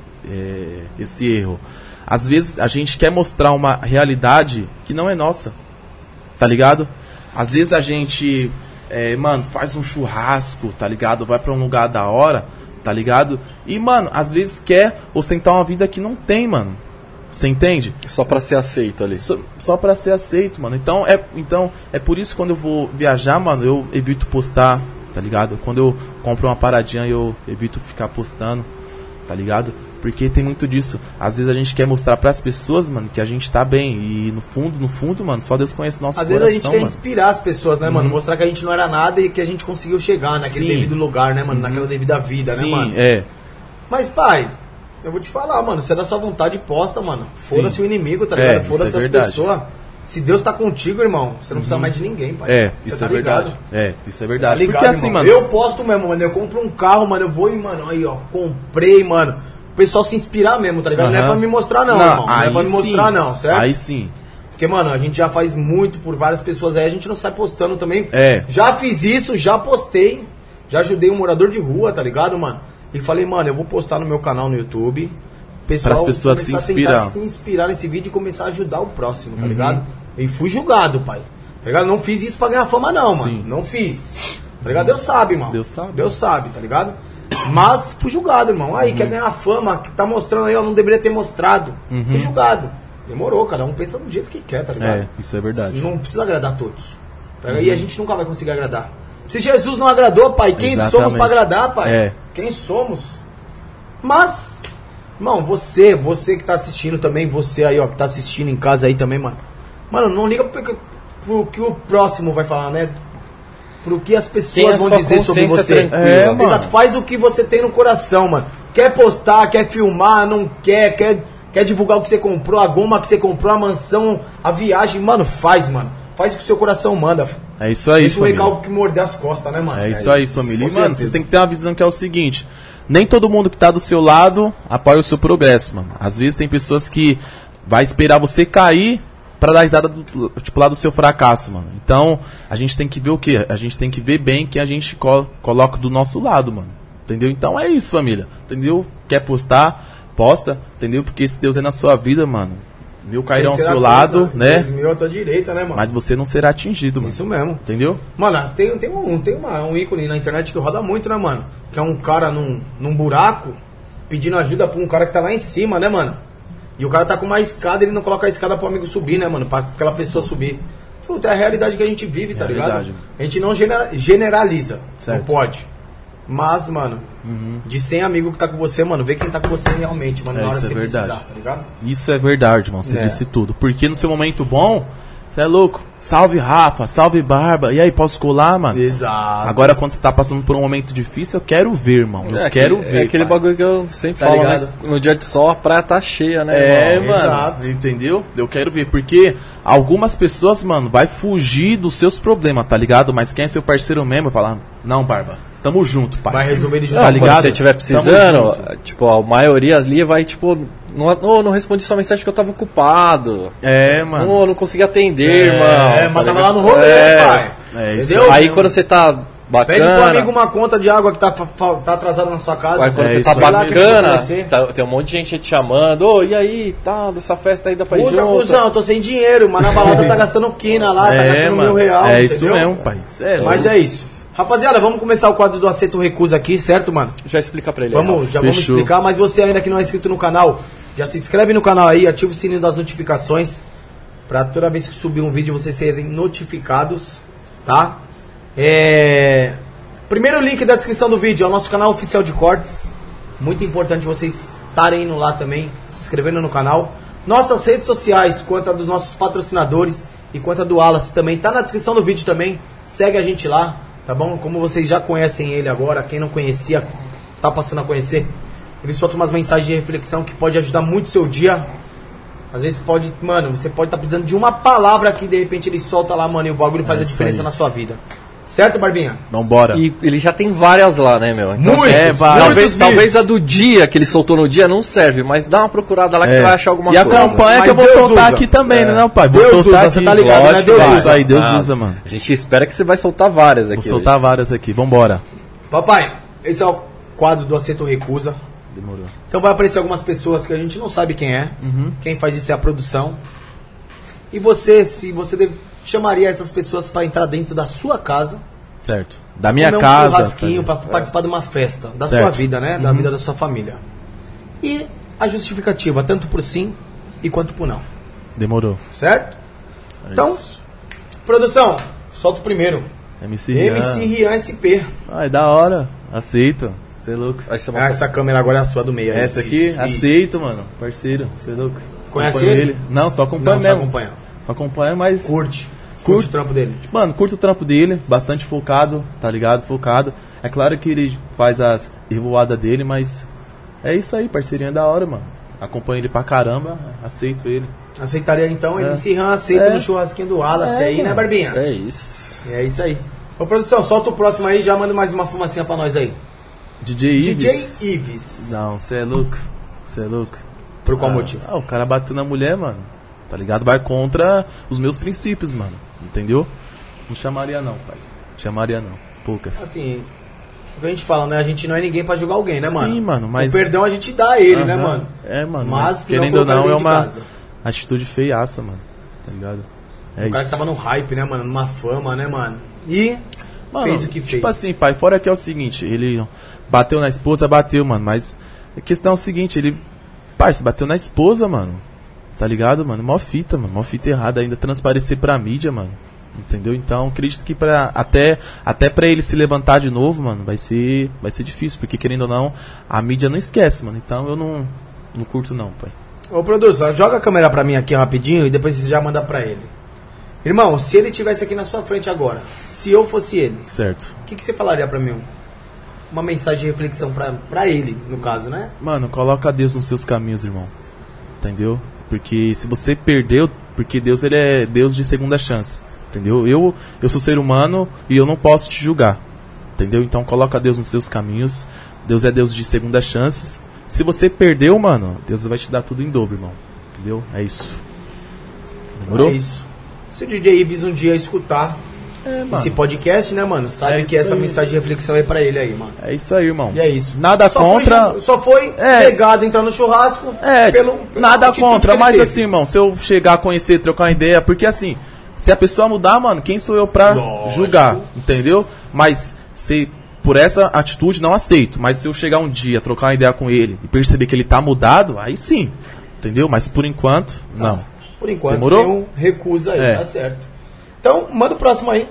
erro. Às vezes a gente quer mostrar uma realidade que não é nossa, tá ligado? Às vezes a gente, mano, faz um churrasco, tá ligado? Vai pra um lugar da hora, tá ligado? E, mano, às vezes quer ostentar uma vida que não tem, mano. Você entende? Só pra ser aceito ali. Só pra ser aceito, mano. Então é por isso que quando eu vou viajar, mano, eu evito postar, tá ligado? Quando eu compro uma paradinha, eu evito ficar postando, tá ligado? Porque tem muito disso. Às vezes a gente quer mostrar pras pessoas, mano, que a gente tá bem. E no fundo, mano, só Deus conhece o nosso coração, Às vezes a gente quer mano. inspirar as pessoas, né, mano? Mostrar que a gente não era nada e que a gente conseguiu chegar naquele Sim. devido lugar, né, mano? Naquela devida vida, né, Sim, mano? é. Mas, pai, eu vou te falar, mano, se é da sua vontade, posta, mano. Foda-se Sim. o inimigo, tá É, ligado? isso Foda-se é as verdade. pessoas. Se Deus tá contigo, irmão, você não precisa mais de ninguém, pai. É, Você isso tá é verdade. ligado? É, isso é Tá verdade. ligado, Porque assim, irmão? mano. Eu posto mesmo, mano. Eu compro um carro, mano. Eu vou e, mano, aí, ó, comprei, mano. O pessoal se inspirar mesmo, tá ligado? Não é Aham. pra me mostrar, não, irmão. Não é aí pra me mostrar, sim. não, certo? Aí sim. Porque, mano, a gente já faz muito por várias pessoas aí, a gente não sai postando também. É. Já fiz isso, já postei, já ajudei um morador de rua, tá ligado, mano? E falei, mano, eu vou postar no meu canal no YouTube. O pessoal Pras pessoas se começar a inspirar. tentar se inspirar nesse vídeo e começar a ajudar o próximo, tá ligado? E fui julgado, pai. Tá ligado? Não fiz isso pra ganhar fama, não, mano. Sim. Não fiz. Tá ligado? Deus sabe, mano. Deus sabe. Deus sabe, tá ligado? Mas fui julgado, irmão. Aí, quer ganhar fama, que tá mostrando aí, ó, não deveria ter mostrado. Fui julgado. Demorou, cada um pensa do jeito que quer, tá ligado? É, isso é verdade. Não precisa agradar a todos. Tá ligado? E a gente nunca vai conseguir agradar. Se Jesus não agradou, pai, quem Exatamente. somos pra agradar, pai? É. Quem somos? Mas, irmão, você que tá assistindo também, você aí, ó, que tá assistindo em casa aí também, mano. Mano, não liga pro que o próximo vai falar, né? Pro que as Tenha pessoas vão sua dizer sobre consciência você. tranquila. É, mano. Exato, faz o que você tem no coração, mano. Quer postar, quer filmar, não quer divulgar o que você comprou, a goma que você comprou, a mansão, a viagem, mano, faz, mano. Faz o que o seu coração manda. É isso aí, Deixa o família. recalque que morder as costas, né, mano? É isso aí, família. E, Com mano, certeza. vocês têm que ter uma visão que é o seguinte: nem todo mundo que tá do seu lado apoia o seu progresso, mano. Às vezes tem pessoas que vai esperar você cair pra dar risada tipo, lá do seu fracasso, mano. Então, a gente tem que ver o quê? A gente tem que ver bem quem a gente coloca do nosso lado, mano. Entendeu? Então é isso, família. Entendeu? Quer postar? Posta. Entendeu? Porque se Deus é na sua vida, mano, mil cairão ao seu lado, né? 10 mil à tua direita, né, mano? Mas você não será atingido, mano. Isso mesmo. Entendeu? Mano, tem um ícone na internet que roda muito, né, mano? Que é um cara num buraco pedindo ajuda pra um cara que tá lá em cima, né, mano? E o cara tá com uma escada e ele não coloca a escada pro amigo subir, né, mano? Pra aquela pessoa subir. Puta, é a realidade que a gente vive, tá Realidade. ligado? A gente não generaliza. Certo. Não pode. Mas, mano, de 100 amigos que tá com você, mano, vê quem tá com você realmente, mano, na hora isso que é você verdade. precisar, tá ligado? Isso é verdade, mano. Você É. disse tudo. Porque no seu momento bom, você é louco. Salve Rafa, salve Barba. E aí, posso colar, mano? Exato. Agora, quando você tá passando por um momento difícil, eu quero ver, irmão. Eu quero ver. É aquele pai. bagulho que eu sempre Tá falo, ligado? né? No dia de sol a praia tá cheia, né? É, irmão? mano. Exato. Entendeu? Eu quero ver. Porque algumas pessoas, mano, vai fugir dos seus problemas, tá ligado? Mas quem é seu parceiro mesmo vai falar: não, Barba, tamo junto, pai. Vai resolver de Não, Tá junto. ligado? se você estiver Tamo precisando, junto. tipo, a maioria ali vai, tipo, não respondi sua mensagem porque eu tava ocupado. É, mano. Não consegui atender, irmão. É, mas tava lá no rolê, pai. É isso Entendeu? Aí quando você tá Pede pro amigo bacana, uma conta de água que tá atrasada na sua casa. aí quando É você isso tá aí. Vai lá que você vai bacana, conhecer. tem um monte de gente te chamando, ô, e aí, tá, dessa festa aí dá pra ir Puta, junto. cuzão, eu tô sem dinheiro, mas na balada tá gastando quina lá, tá gastando mano. R$1.000. É isso entendeu? mesmo, pai. Sério. Mas é isso. Rapaziada, vamos começar o quadro do Aceito Recusa aqui, certo, mano? Já explica pra ele. Vamos Fechou. explicar, mas você ainda que não é inscrito no canal, já se inscreve no canal aí, ativa o sininho das notificações, pra toda vez que subir um vídeo vocês serem notificados, tá? Primeiro link da descrição do vídeo é o nosso canal oficial de cortes. Muito importante vocês estarem indo lá também, se inscrevendo no canal. Nossas redes sociais, quanto a dos nossos patrocinadores e quanto a do Wallace, também tá na descrição do vídeo também. Segue a gente lá, tá bom? Como vocês já conhecem ele agora, quem não conhecia, tá passando a conhecer. Ele solta umas mensagens de reflexão que pode ajudar muito o seu dia. Às vezes pode, mano, você pode estar precisando de uma palavra que de repente ele solta lá, mano, e o bagulho faz a isso diferença aí. na sua vida. Certo, Barbinha? Vambora. E ele já tem várias lá, né, meu? Então, Muitos, assim, talvez, muitos talvez a do dia que ele soltou no dia não serve, mas dá uma procurada lá que você vai achar alguma E a coisa. campanha que Mas eu vou Deus soltar usa. aqui também, né, não, pai? Vou Deus soltar usa, aqui. você tá ligado, né? Lógico, Deus vai. usa. Isso aí, Deus Ah, usa, mano. A gente espera que você vai soltar várias aqui. Vou soltar várias aqui. Vambora. Papai, esse é o quadro do Aceito Recusa. Demorou. Então vai aparecer algumas pessoas que a gente não sabe quem é. Quem faz isso é a produção. E você, se você chamaria essas pessoas para entrar dentro da sua casa, Certo. Da minha comer um casa. churrasquinho tá para participar de uma festa da Certo. sua vida, né? Da vida da sua família. E a justificativa, tanto por sim e quanto por não. Demorou. Certo? É Então, isso. produção, solta o primeiro. MC Rian. MC Rian SP. Ai, da hora. Aceito. Você é louco. Aí você Essa câmera agora é a sua do meio. aí. Essa aqui, Isso. aceito, mano. Parceiro, você é louco. Conhece Acompanho ele? Não, só acompanho Não, só mesmo. acompanha. Acompanho, mas... Curte Curto. o trampo dele. Mano, curto o trampo dele, bastante focado, tá ligado? Focado. É claro que ele faz as revoadas dele, mas é isso aí, parceirinho é da hora, mano. Acompanho ele pra caramba, aceito ele. Aceitaria então, ele É. se aceita É. no churrasquinho do Wallace É, aí, né, mano. Barbinha? É isso. É isso aí. Ô, produção, solta o próximo aí, já manda mais uma fumacinha pra nós aí. DJ Ives. DJ Ives. Não, você é louco. Você é louco. Por qual motivo? O cara bateu na mulher, mano. Tá ligado? Vai contra os meus princípios, mano. Entendeu? Não chamaria não, pai. Chamaria não. Poucas. Assim, o que a gente fala, né? A gente não é ninguém pra julgar alguém, né, mano? Sim, mano, mas... O perdão a gente dá a ele, né, Aham. mano? É, mano, Mas mas querendo ou colocar não, ele é de uma casa. atitude feiaça, mano. Tá ligado? É O cara isso. que tava no hype, né, mano? Numa fama, né, mano? E Mano, fez o que fez. tipo assim, pai, fora que é o seguinte, ele bateu na esposa, bateu, mano, mas a questão é o seguinte, ele, parça, bateu na esposa, mano, tá ligado, mano, mó fita errada, ainda transparecer pra mídia, mano, entendeu? Então, acredito que até pra ele se levantar de novo, mano, vai ser difícil, porque querendo ou não, a mídia não esquece, mano, então eu não curto não, pai. Ô, produção, joga a câmera pra mim aqui rapidinho e depois você já manda pra ele. Irmão, se ele tivesse aqui na sua frente agora, se eu fosse ele, Certo. o que você falaria pra mim? Uma mensagem de reflexão pra ele, no caso, né? Mano, coloca Deus nos seus caminhos, irmão. Entendeu? Porque se você perdeu, porque Deus, ele é Deus de segunda chance. Entendeu? Eu sou ser humano e eu não posso te julgar. Entendeu? Então coloca Deus nos seus caminhos. Deus é Deus de segunda chances. Se você perdeu, mano, Deus vai te dar tudo em dobro, irmão. Entendeu? É isso. Demorou? É isso. Se o DJ Ives um dia escutar esse podcast, né, mano? Sabe É que isso essa aí. mensagem de reflexão é pra ele aí, mano. É isso aí, irmão. E é isso. Nada contra. Só foi legado entrar no churrasco. pela Nada atitude contra, que ele mas teve. assim, irmão, se eu chegar a conhecer, trocar uma ideia, porque assim, se a pessoa mudar, mano, quem sou eu pra Lógico. julgar, entendeu? Mas se por essa atitude não aceito, mas se eu chegar um dia, trocar uma ideia com ele e perceber que ele tá mudado, aí sim, entendeu? Mas por enquanto, não. Por enquanto, Demorou? tem um recusa aí, É. tá certo. Então, manda o próximo aí.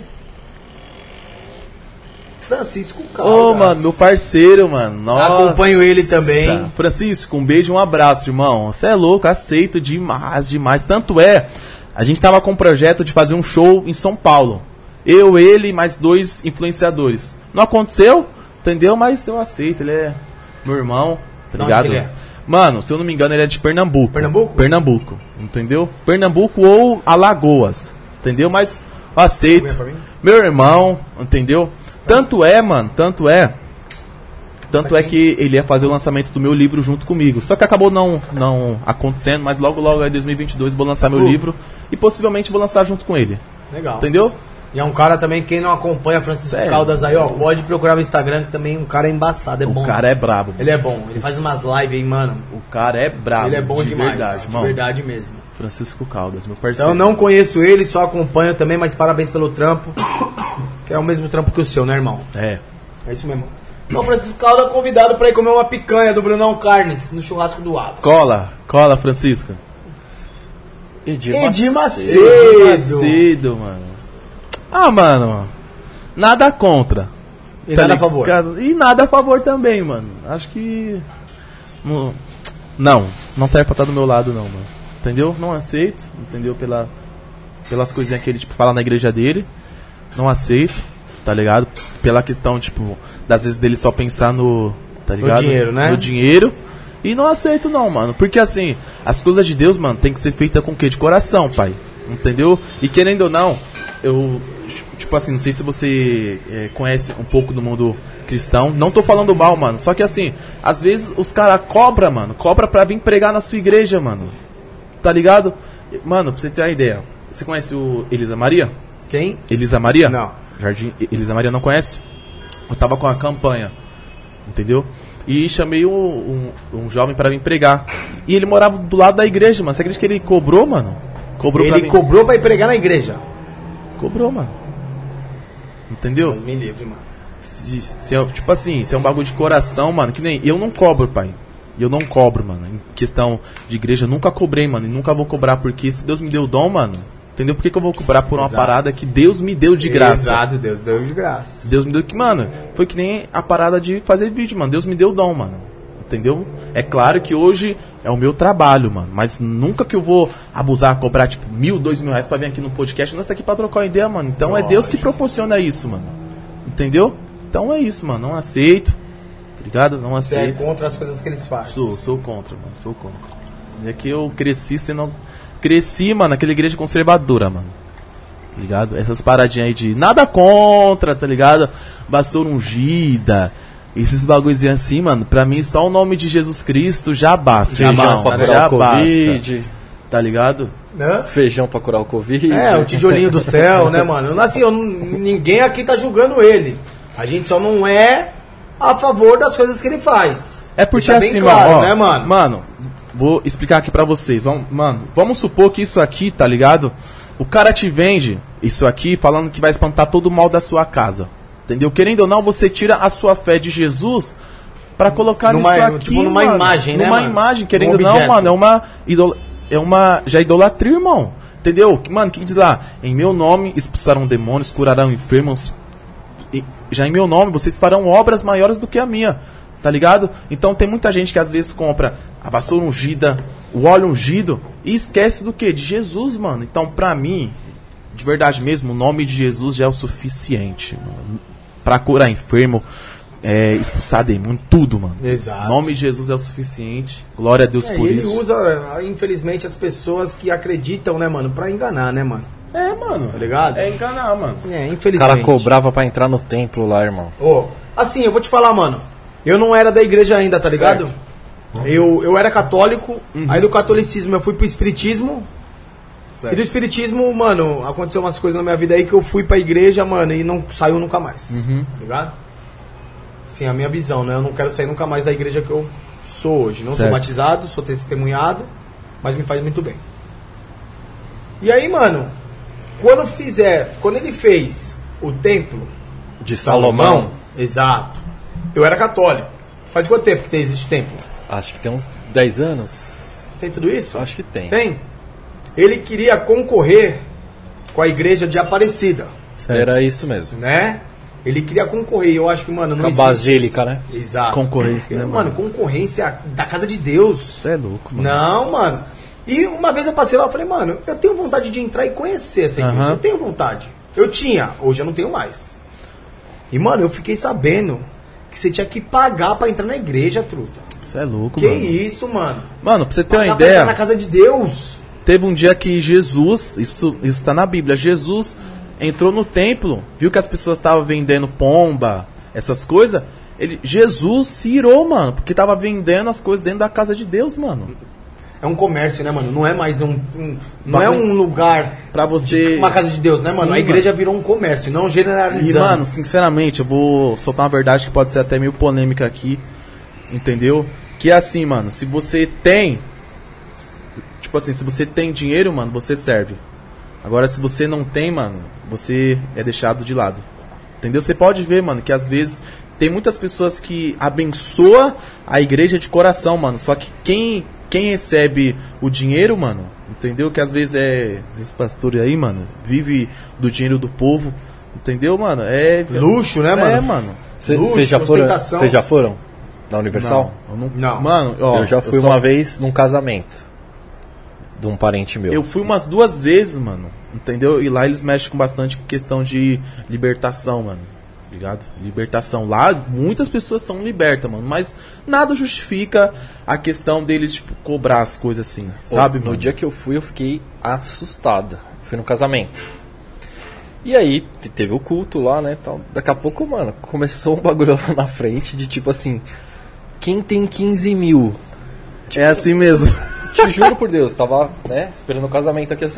Francisco Caldas. Ô, mano, meu parceiro, mano. Nossa. Acompanho ele também. Francisco, um beijo e um abraço, irmão. Você é louco, aceito demais, demais. Tanto é, a gente tava com um projeto de fazer um show em São Paulo. Eu, ele e mais 2 influenciadores. Não aconteceu, entendeu? Mas eu aceito, ele é meu irmão, tá De onde ligado? que ele é? Mano, se eu não me engano, ele é de Pernambuco. Pernambuco? Pernambuco, entendeu? Pernambuco ou Alagoas, entendeu? Mas eu aceito. Pra mim? Meu irmão, entendeu? Tanto é, mano, tanto é que ele ia fazer o lançamento do meu livro junto comigo. Só que acabou não acontecendo, mas logo aí em 2022 vou lançar meu livro e possivelmente vou lançar junto com ele. Legal. Entendeu? E é um cara também, quem não acompanha Francisco Sério? Caldas aí, ó, pode procurar no Instagram, que também um cara é embaçado, é bom. O cara é brabo. Ele é bom, ele faz umas lives aí, mano. O cara é brabo. Ele é bom de demais, verdade, de irmão. verdade mesmo. Francisco Caldas, meu parceiro. Então não conheço ele, só acompanho também, mas parabéns pelo trampo. Que é o mesmo trampo que o seu, né, irmão? É. É isso mesmo. Então, Francisco Caldas é convidado pra ir comer uma picanha do Brunão Carnes no churrasco do Wallace. Cola, Francisco. Edir Macedo. Macedo, mano. Ah, mano. Nada contra. E nada a favor. ligado? E nada a favor também, mano. Acho que... Não serve pra estar do meu lado, não, mano. Entendeu? Não aceito, entendeu? Pelas coisinhas que ele, tipo, fala na igreja dele. Não aceito, tá ligado? Pela questão, tipo, das vezes dele só pensar no... Tá ligado? dinheiro, né? No dinheiro. E não aceito não, mano. Porque assim, as coisas de Deus, mano, tem que ser feita com o quê? De coração, pai. Entendeu? E querendo ou não, eu... Tipo assim, não sei se você conhece um pouco do mundo cristão. Não tô falando mal, mano. Só que assim, às vezes os caras cobram, mano. Cobra pra vir pregar na sua igreja, mano. Tá ligado? Mano, pra você ter uma ideia. Você conhece o Elisa Maria? Quem? Elisa Maria? Não. Jardim Elisa Maria não conhece? Eu tava com a campanha, entendeu? E chamei um jovem pra vir pregar. E ele morava do lado da igreja, mano. Você acredita que ele cobrou, mano? Ele cobrou pra ir pregar na igreja. Cobrou, mano. Entendeu? Deus me livre, mano. Tipo assim, se é um bagulho de coração, mano, que nem eu não cobro, pai. Eu não cobro, mano. Em questão de igreja, eu nunca cobrei, mano. E nunca vou cobrar, porque se Deus me deu o dom, mano, Entendeu? Por que eu vou cobrar por uma Exato. parada que Deus me deu de graça? Exato, Deus deu de graça. Deus me deu que, mano, foi que nem a parada de fazer vídeo, mano. Deus me deu o dom, mano. Entendeu? É claro que hoje é o meu trabalho, mano. Mas nunca que eu vou abusar, cobrar, tipo, 1.000, 2.000 reais pra vir aqui no podcast. Nós tá aqui pra trocar uma ideia, mano. Então é Deus que proporciona isso, mano. Entendeu? Então é isso, mano. Não aceito. Tá ligado? Não Você é aceito. contra as coisas que eles fazem. Sou contra, mano. Sou contra. É que eu cresci sendo... Cresci, mano, naquela igreja conservadora, mano. Tá ligado? Essas paradinhas aí de nada contra, tá ligado? Vassoura ungida. Esses bagulhozinhos assim, mano. Pra mim, só o nome de Jesus Cristo já basta. Feijão Feijão, pra curar já o Covid. basta. Tá ligado? Né? Feijão pra curar o Covid. É, o tijolinho do céu, né, mano? Assim, ninguém aqui tá julgando ele. A gente só não é a favor das coisas que ele faz. É porque Deixa bem assim, claro, mano, ó, né, mano? Mano, vou explicar aqui pra vocês. Vamos supor que isso aqui, tá ligado? O cara te vende isso aqui falando que vai espantar todo o mal da sua casa. Entendeu? Querendo ou não, você tira a sua fé de Jesus pra colocar Numa- isso aqui, tipo, numa mano. imagem, né, Numa mano? imagem, querendo Num ou não, objeto. mano, é uma já idolatria, irmão. Entendeu? Mano, o que diz lá? Em meu nome expulsarão demônios, curarão enfermos. Já em meu nome vocês farão obras maiores do que a minha. Tá ligado? Então tem muita gente que às vezes compra a vassoura ungida, o óleo ungido e esquece do que? De Jesus, mano. Então pra mim, de verdade mesmo, o nome de Jesus já é o suficiente, mano. Pra curar enfermo, expulsar demônio, tudo, mano. Exato. O nome de Jesus é o suficiente. Glória a Deus por ele isso. usa, infelizmente, as pessoas que acreditam, né, mano, pra enganar, né, mano? Mano. Tá ligado? É enganar, mano. É, O infelizmente. cara cobrava pra entrar no templo lá, irmão. Ô, assim, eu vou te falar, mano. Eu não era da igreja ainda, tá ligado? Eu era católico, aí do catolicismo eu fui pro espiritismo. E do espiritismo, mano, aconteceu umas coisas na minha vida aí que eu fui pra igreja, mano, e não saiu nunca mais. Tá ligado? Sim, a minha visão, né? Eu não quero sair nunca mais da igreja que eu sou hoje. Não sou Certo. batizado, sou testemunhado, mas me faz muito bem. E aí, mano, quando ele fez o templo De Salomão. Exato. Eu era católico. Faz quanto tempo que existe templo? Acho que tem uns 10 anos. Tem tudo isso? Acho que tem. Tem. Ele queria concorrer com a igreja de Aparecida, Era isso mesmo. né? Ele queria concorrer. Eu acho que, mano, não Com a existe basílica, isso. né? Exato. Concorrência, né, Mano, concorrência da casa de Deus. Você é louco, mano. Não, mano. E uma vez eu passei lá e falei, mano, eu tenho vontade de entrar e conhecer essa igreja. Aham. Eu tenho vontade. Eu tinha, hoje eu não tenho mais. E, mano, eu fiquei sabendo que você tinha que pagar pra entrar na igreja, truta. Você é louco, Que mano. isso, mano? Mano, pra você ter uma Pagar pra entrar ideia, na casa de Deus. teve um dia que Jesus, isso tá na Bíblia, Jesus entrou no templo, viu que as pessoas estavam vendendo pomba, essas coisas, Jesus se irou, mano, porque tava vendendo as coisas dentro da casa de Deus, mano. É um comércio, né, mano? Não é mais não é um lugar Pra você... uma casa de Deus, né, mano? Sim, A igreja virou um comércio, não E, generalizando. mano, sinceramente, eu vou soltar uma verdade que pode ser até meio polêmica aqui, entendeu? Que é assim, mano, se você tem... Tipo assim, se você tem dinheiro, mano, você serve. Agora, se você não tem, mano, você é deixado de lado. Entendeu? Você pode ver, mano, que às vezes tem muitas pessoas que abençoam a igreja de coração, mano. Só que quem recebe o dinheiro, mano, entendeu? Que às vezes esse pastor aí, mano, vive do dinheiro do povo. Entendeu, mano? Luxo, né, mano? É, mano. Luxo, Vocês já foram? ostentação. Vocês já foram na Universal? Eu não. Não. Mano, ó, Eu já fui só- uma vez num casamento de um parente meu. Eu fui umas 2 vezes, mano. Entendeu? E lá eles mexem com bastante questão de libertação, mano. Ligado? Libertação. Lá muitas pessoas são libertas, mano. Mas nada justifica a questão deles, tipo, cobrar as coisas assim, sabe, No mano? dia que eu fui, eu fiquei assustado. Fui no casamento. E aí, teve o culto lá, né, tal. Daqui a pouco, mano, começou um bagulho lá na frente de tipo assim... Quem tem 15 mil? É assim mesmo. Te juro por Deus, tava, né, esperando o casamento aqui assim...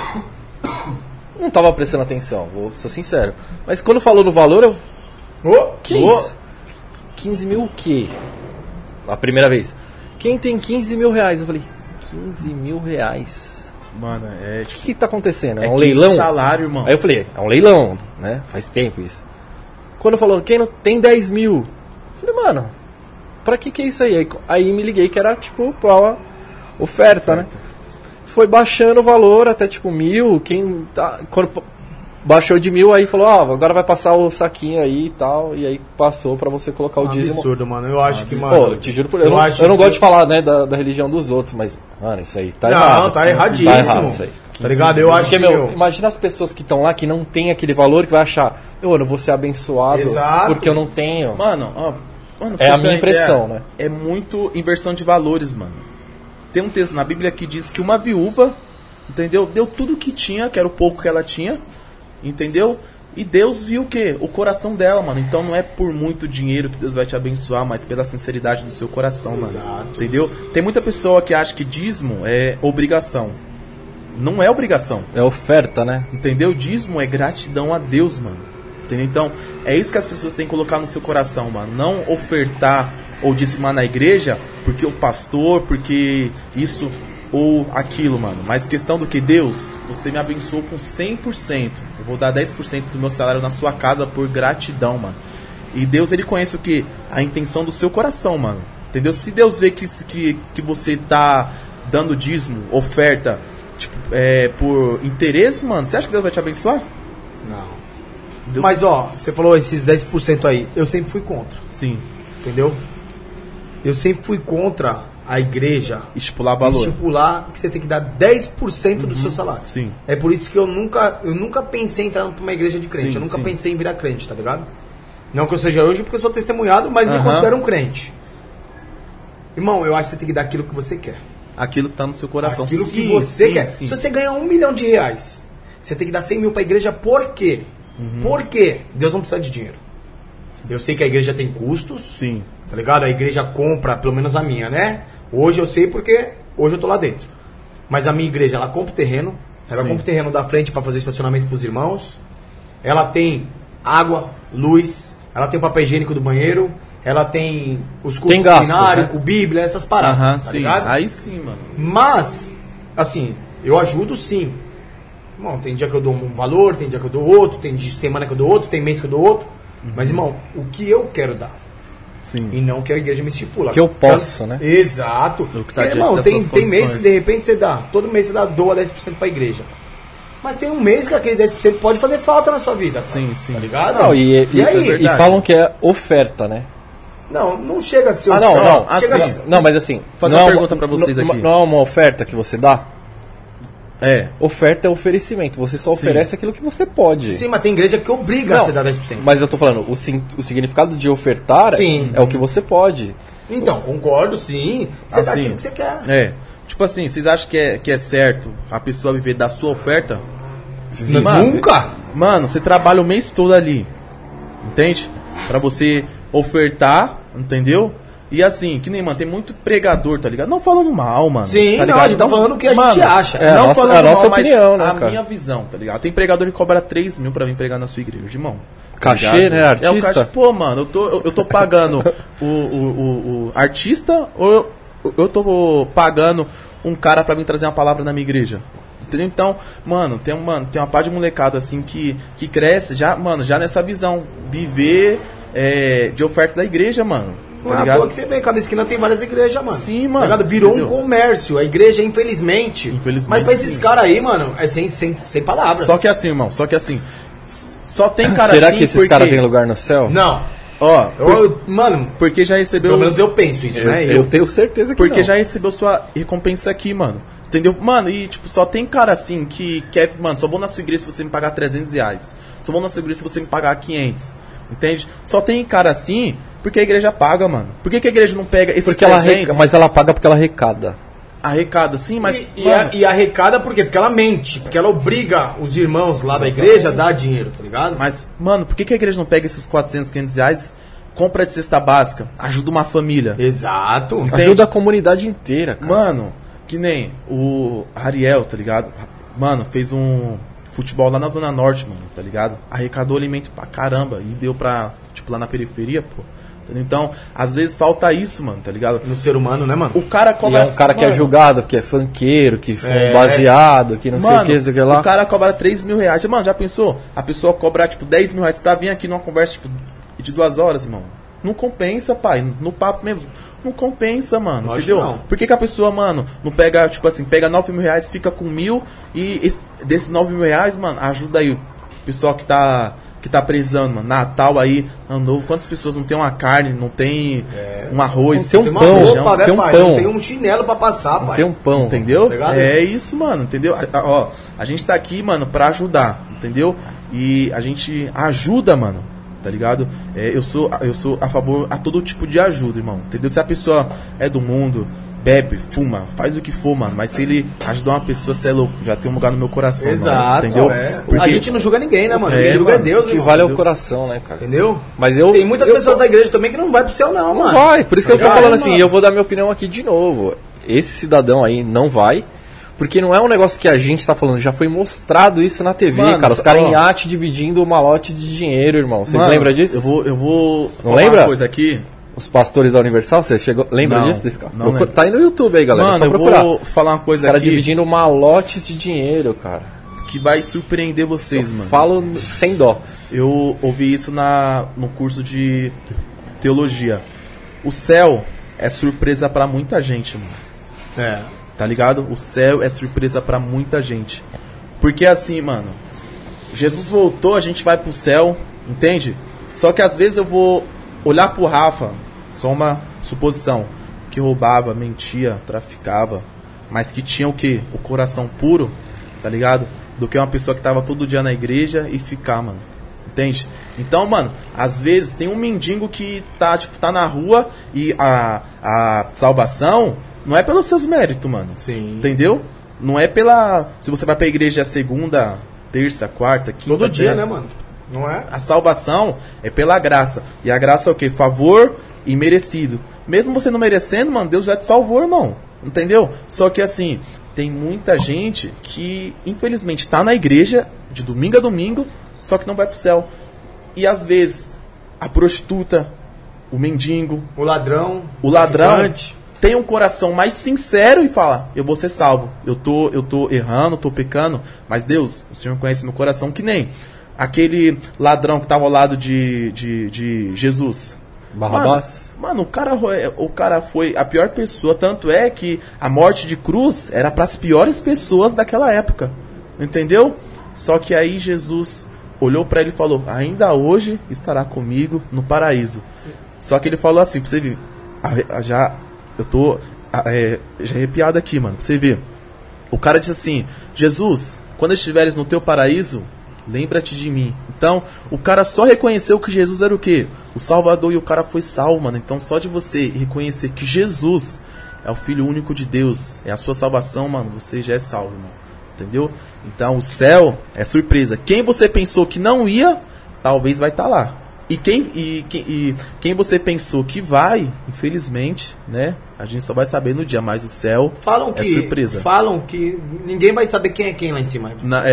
Não tava prestando atenção, sou sincero. Mas quando falou no valor, eu... Que isso? 15 mil o quê? A primeira vez. Quem tem 15 mil reais? Eu falei, 15 mil reais? Mano, O que tá acontecendo? É um 15 leilão? salário, irmão. Aí eu falei, é um leilão, né? Faz tempo isso. Quando falou, quem não tem 10 mil? Eu falei, mano, pra que é isso aí? Aí me liguei que era tipo pra oferta, né? foi baixando o valor até tipo 1.000. Quando baixou de 1.000, aí falou, agora vai passar o saquinho aí e tal. E aí passou pra você colocar o dízimo. Absurdo, mano. Eu acho que, Pô, mano... eu te juro por Deus. Eu não gosto de falar, né, da religião dos outros, mas, mano, isso aí tá errado. Não, tá erradíssimo. Tá errado isso aí. Tá ligado? Eu acho que, imagina as pessoas que estão lá, que não tem aquele valor, que vai achar, eu não vou ser abençoado porque eu não tenho. Mano, é a minha impressão, né? É muito inversão de valores, mano. Tem um texto na Bíblia que diz que uma viúva, entendeu? Deu tudo que tinha, que era o pouco que ela tinha, entendeu? E Deus viu o quê? O coração dela, mano. Então não é por muito dinheiro que Deus vai te abençoar, mas pela sinceridade do seu coração, mano. Exato. Entendeu? Tem muita pessoa que acha que dízimo é obrigação. Não é obrigação. É oferta, né? Entendeu? Dízimo é gratidão a Deus, mano. Entendeu? Então, é isso que as pessoas têm que colocar no seu coração, mano. Não ofertar ou dizimar na igreja porque o pastor, porque isso ou aquilo, mano. Mas questão do que Deus, você me abençoou com 100%. Eu vou dar 10% do meu salário na sua casa por gratidão, mano. E Deus, ele conhece o que? A intenção do seu coração, mano. Entendeu? Se Deus vê que você tá dando dízimo, oferta, tipo, por interesse, mano, você acha que Deus vai te abençoar? Não. Deus... Mas, você falou esses 10% aí. Eu sempre fui contra. Sim. Entendeu? Eu sempre fui contra a igreja estipular valor. Estipular que você tem que dar 10% do seu salário. Sim. É por isso que eu nunca pensei em entrar numa igreja de crente. Eu nunca pensei em virar crente, tá ligado? Não que eu seja hoje, porque eu sou testemunhado, mas me considero um crente. Irmão, eu acho que você tem que dar aquilo que você quer. Aquilo que tá no seu coração. Aquilo que você quer. Se você ganhar R$1 milhão, você tem que dar 100 mil pra igreja. Por quê? Por quê? Deus não precisa de dinheiro. Eu sei que a igreja tem custos. Sim. Tá ligado? A igreja compra, pelo menos a minha, né? Hoje eu sei porque hoje eu tô lá dentro. Mas a minha igreja, ela compra o terreno. Ela compra o terreno da frente pra fazer estacionamento pros irmãos. Ela tem água, luz. Ela tem o papel higiênico do banheiro. Ela tem os cursos culinários, né? Bíblia, essas paradas, tá ligado? Aí sim, mano. Mas, assim, eu ajudo sim. Irmão, tem dia que eu dou um valor, tem dia que eu dou outro, tem semana que eu dou outro, tem mês que eu dou outro. Mas, irmão, o que eu quero dar. Sim. E não que a igreja me estipula. Que eu posso, né? Exato. O que tá irmão, tem mês que de repente você dá. Todo mês você doa 10% pra igreja. Mas tem um mês que aquele 10% pode fazer falta na sua vida. Cara. Sim. Tá ligado? Não, e aí? E falam que é oferta, né? Não chega a ser Não, mas assim... Fazer uma pergunta pra vocês aqui. Não é uma oferta que você dá? É. Oferta é oferecimento. Você só oferece aquilo que você pode. Sim, mas tem igreja que obriga a você dar 10%. Mas eu tô falando, o significado de ofertar é o que você pode. Então, concordo, sim. Você dá aquilo que você quer. É. Tipo assim, vocês acham que é certo a pessoa viver da sua oferta? Nunca! Mano, você trabalha o mês todo ali. Entende? Pra você ofertar, entendeu? E assim, que nem, mano, tem muito pregador, tá ligado? Não falando mal, mano. Sim, tá não, a gente tá falando o que a gente acha. É, não a nossa opinião, né, a cara? minha visão, tá ligado? Tem pregador que cobra 3 mil pra vir pregar na sua igreja, irmão. Cachê, né, artista? É o cachê, pô, mano, eu tô pagando o artista ou eu tô pagando um cara pra vir trazer uma palavra na minha igreja? Entendeu? Então, mano, tem uma parte de molecada assim que cresce já nessa visão. Viver de oferta da igreja, mano. Tá ligado? Que você vê, cada esquina tem várias igrejas, mano. Sim, mano. Tá ligado? Virou um comércio. A igreja, infelizmente. Mas pra esses caras aí, mano, é sem palavras. Só que assim, irmão, só tem cara Será assim. que esses caras têm lugar no céu? Não. Ó, mano, porque já recebeu. Pelo menos eu penso isso, né? Eu tenho certeza que porque não. já recebeu sua recompensa aqui, mano. Entendeu? Mano, e tipo, só tem cara assim que quer. Mano, só vou na sua igreja se você me pagar R$300. Só vou na sua igreja se você me pagar 500. Entende? Só tem cara assim porque a igreja paga, mano. Por que a igreja não pega esses porque 300? Mas ela paga porque ela arrecada. Arrecada, sim, mas... E arrecada por quê? Porque ela mente. Porque ela obriga os irmãos lá da igreja a dar dinheiro, tá ligado? Mas, mano, por que a igreja não pega esses 400, 500 reais, compra de cesta básica, ajuda uma família? Exato. Entende? Ajuda a comunidade inteira, cara. Mano, que nem o Ariel, tá ligado? Mano, fez um futebol lá na Zona Norte, mano, tá ligado? Arrecadou alimento pra caramba e deu pra, tipo, lá na periferia, pô. Então, às vezes falta isso, mano, tá ligado? No ser humano, né, mano? O cara cobra... E é um cara que é julgado, que é funkeiro, que foi baseado, que não sei o que, sei o que lá. O cara cobra R$3 mil. Mano, já pensou? A pessoa cobrar, tipo, R$10 mil pra vir aqui numa conversa, tipo, de 2 horas, irmão. Não compensa, pai. No papo mesmo. Não compensa, mano. Lógico Entendeu? não. Por que a pessoa, mano, não pega, tipo assim, pega 9 mil reais, fica com 1.000 e desses 9 mil reais, mano, ajuda aí o pessoal que tá precisando, mano. Natal aí, ano novo. Quantas pessoas não tem uma carne, não tem um arroz, Não tem um Uma pão, roupa, né, tem um pai? pão. Não tem um chinelo pra passar, pai. Tem um pão. Entendeu? Ligado? É isso, mano, entendeu? Ó, a gente tá aqui, mano, pra ajudar, entendeu? E a gente ajuda, mano, tá ligado? Eu sou a favor a todo tipo de ajuda, irmão, entendeu? Se a pessoa é do mundo, bebe, fuma, faz o que for, mano, mas se ele ajudar uma pessoa, você é louco, já tem um lugar no meu coração, Exato, mano, entendeu? é. Porque A gente não julga ninguém, né, mano? Quem É, julga é mano, Deus, O que irmão. vale é o Entendeu? coração, né, cara? Entendeu? Mas eu... Tem muitas pessoas da igreja também que não vai pro céu, não, mano. Vai, por isso que eu tô Vai, falando mano. assim, eu vou dar minha opinião aqui de novo. Esse cidadão aí não vai, porque não é um negócio que a gente tá falando, já foi mostrado isso na TV, Mano, cara. Os caras ó. em iate dividindo malotes de dinheiro, irmão. Vocês mano, lembram disso? Eu vou Não falar lembra? uma coisa aqui. Os pastores da Universal, você chegou... Lembra Não, disso? Desse cara? não lembro. Tá aí no YouTube aí, galera. é Mano, só eu procurar. vou falar uma Os coisa caras aqui dividindo malotes de dinheiro, cara. que vai surpreender vocês, mano. Falo sem dó. Eu ouvi isso no curso de teologia. O céu é surpresa pra muita gente, mano. É. Tá ligado? O céu é surpresa pra muita gente. Porque assim, mano, Jesus voltou, a gente vai pro céu, entende? Só que às vezes eu vou olhar pro Rafa, só uma suposição, que roubava, mentia, traficava, mas que tinha o quê? O coração puro, tá ligado? Do que uma pessoa que tava todo dia na igreja e ficar, mano. Entende? Então, mano, às vezes tem um mendigo que tá na rua e a salvação não é pelos seus méritos, mano. Sim. Entendeu? Não é pela... Se você vai pra igreja segunda, terça, quarta, quinta... Todo dia, até- né, mano? Não é? A salvação é pela graça. E a graça é o quê? Favor e merecido. Mesmo você não merecendo, mano, Deus já te salvou, irmão. Entendeu? Só que assim, tem muita gente que, infelizmente, tá na igreja de domingo a domingo, só que não vai pro céu. E às vezes, a prostituta, o mendigo, O ladrão. o ladrão traficante. tem um coração mais sincero e fala: eu vou ser salvo. Eu tô errando, tô pecando, mas Deus, o Senhor conhece meu coração, que nem aquele ladrão que tava ao lado de Jesus. Barrabás? Mano, o cara foi a pior pessoa, tanto é que a morte de cruz era para as piores pessoas daquela época. Entendeu? Só que aí Jesus olhou para ele e falou: ainda hoje estará comigo no paraíso. Só que ele falou assim, pra você ver, eu tô já arrepiado aqui, mano, pra você ver. O cara disse assim: Jesus, quando estiveres no teu paraíso, lembra-te de mim. Então, o cara só reconheceu que Jesus era o quê? O Salvador, e o cara foi salvo, mano. Então, só de você reconhecer que Jesus é o Filho único de Deus, é a sua salvação, mano, você já é salvo, mano. Entendeu? Então, o céu é surpresa. Quem você pensou que não ia, talvez vai estar lá. E quem você pensou que vai, infelizmente, né? A gente só vai saber no dia, mas o céu é surpresa. Falam que ninguém vai saber quem é quem lá em cima.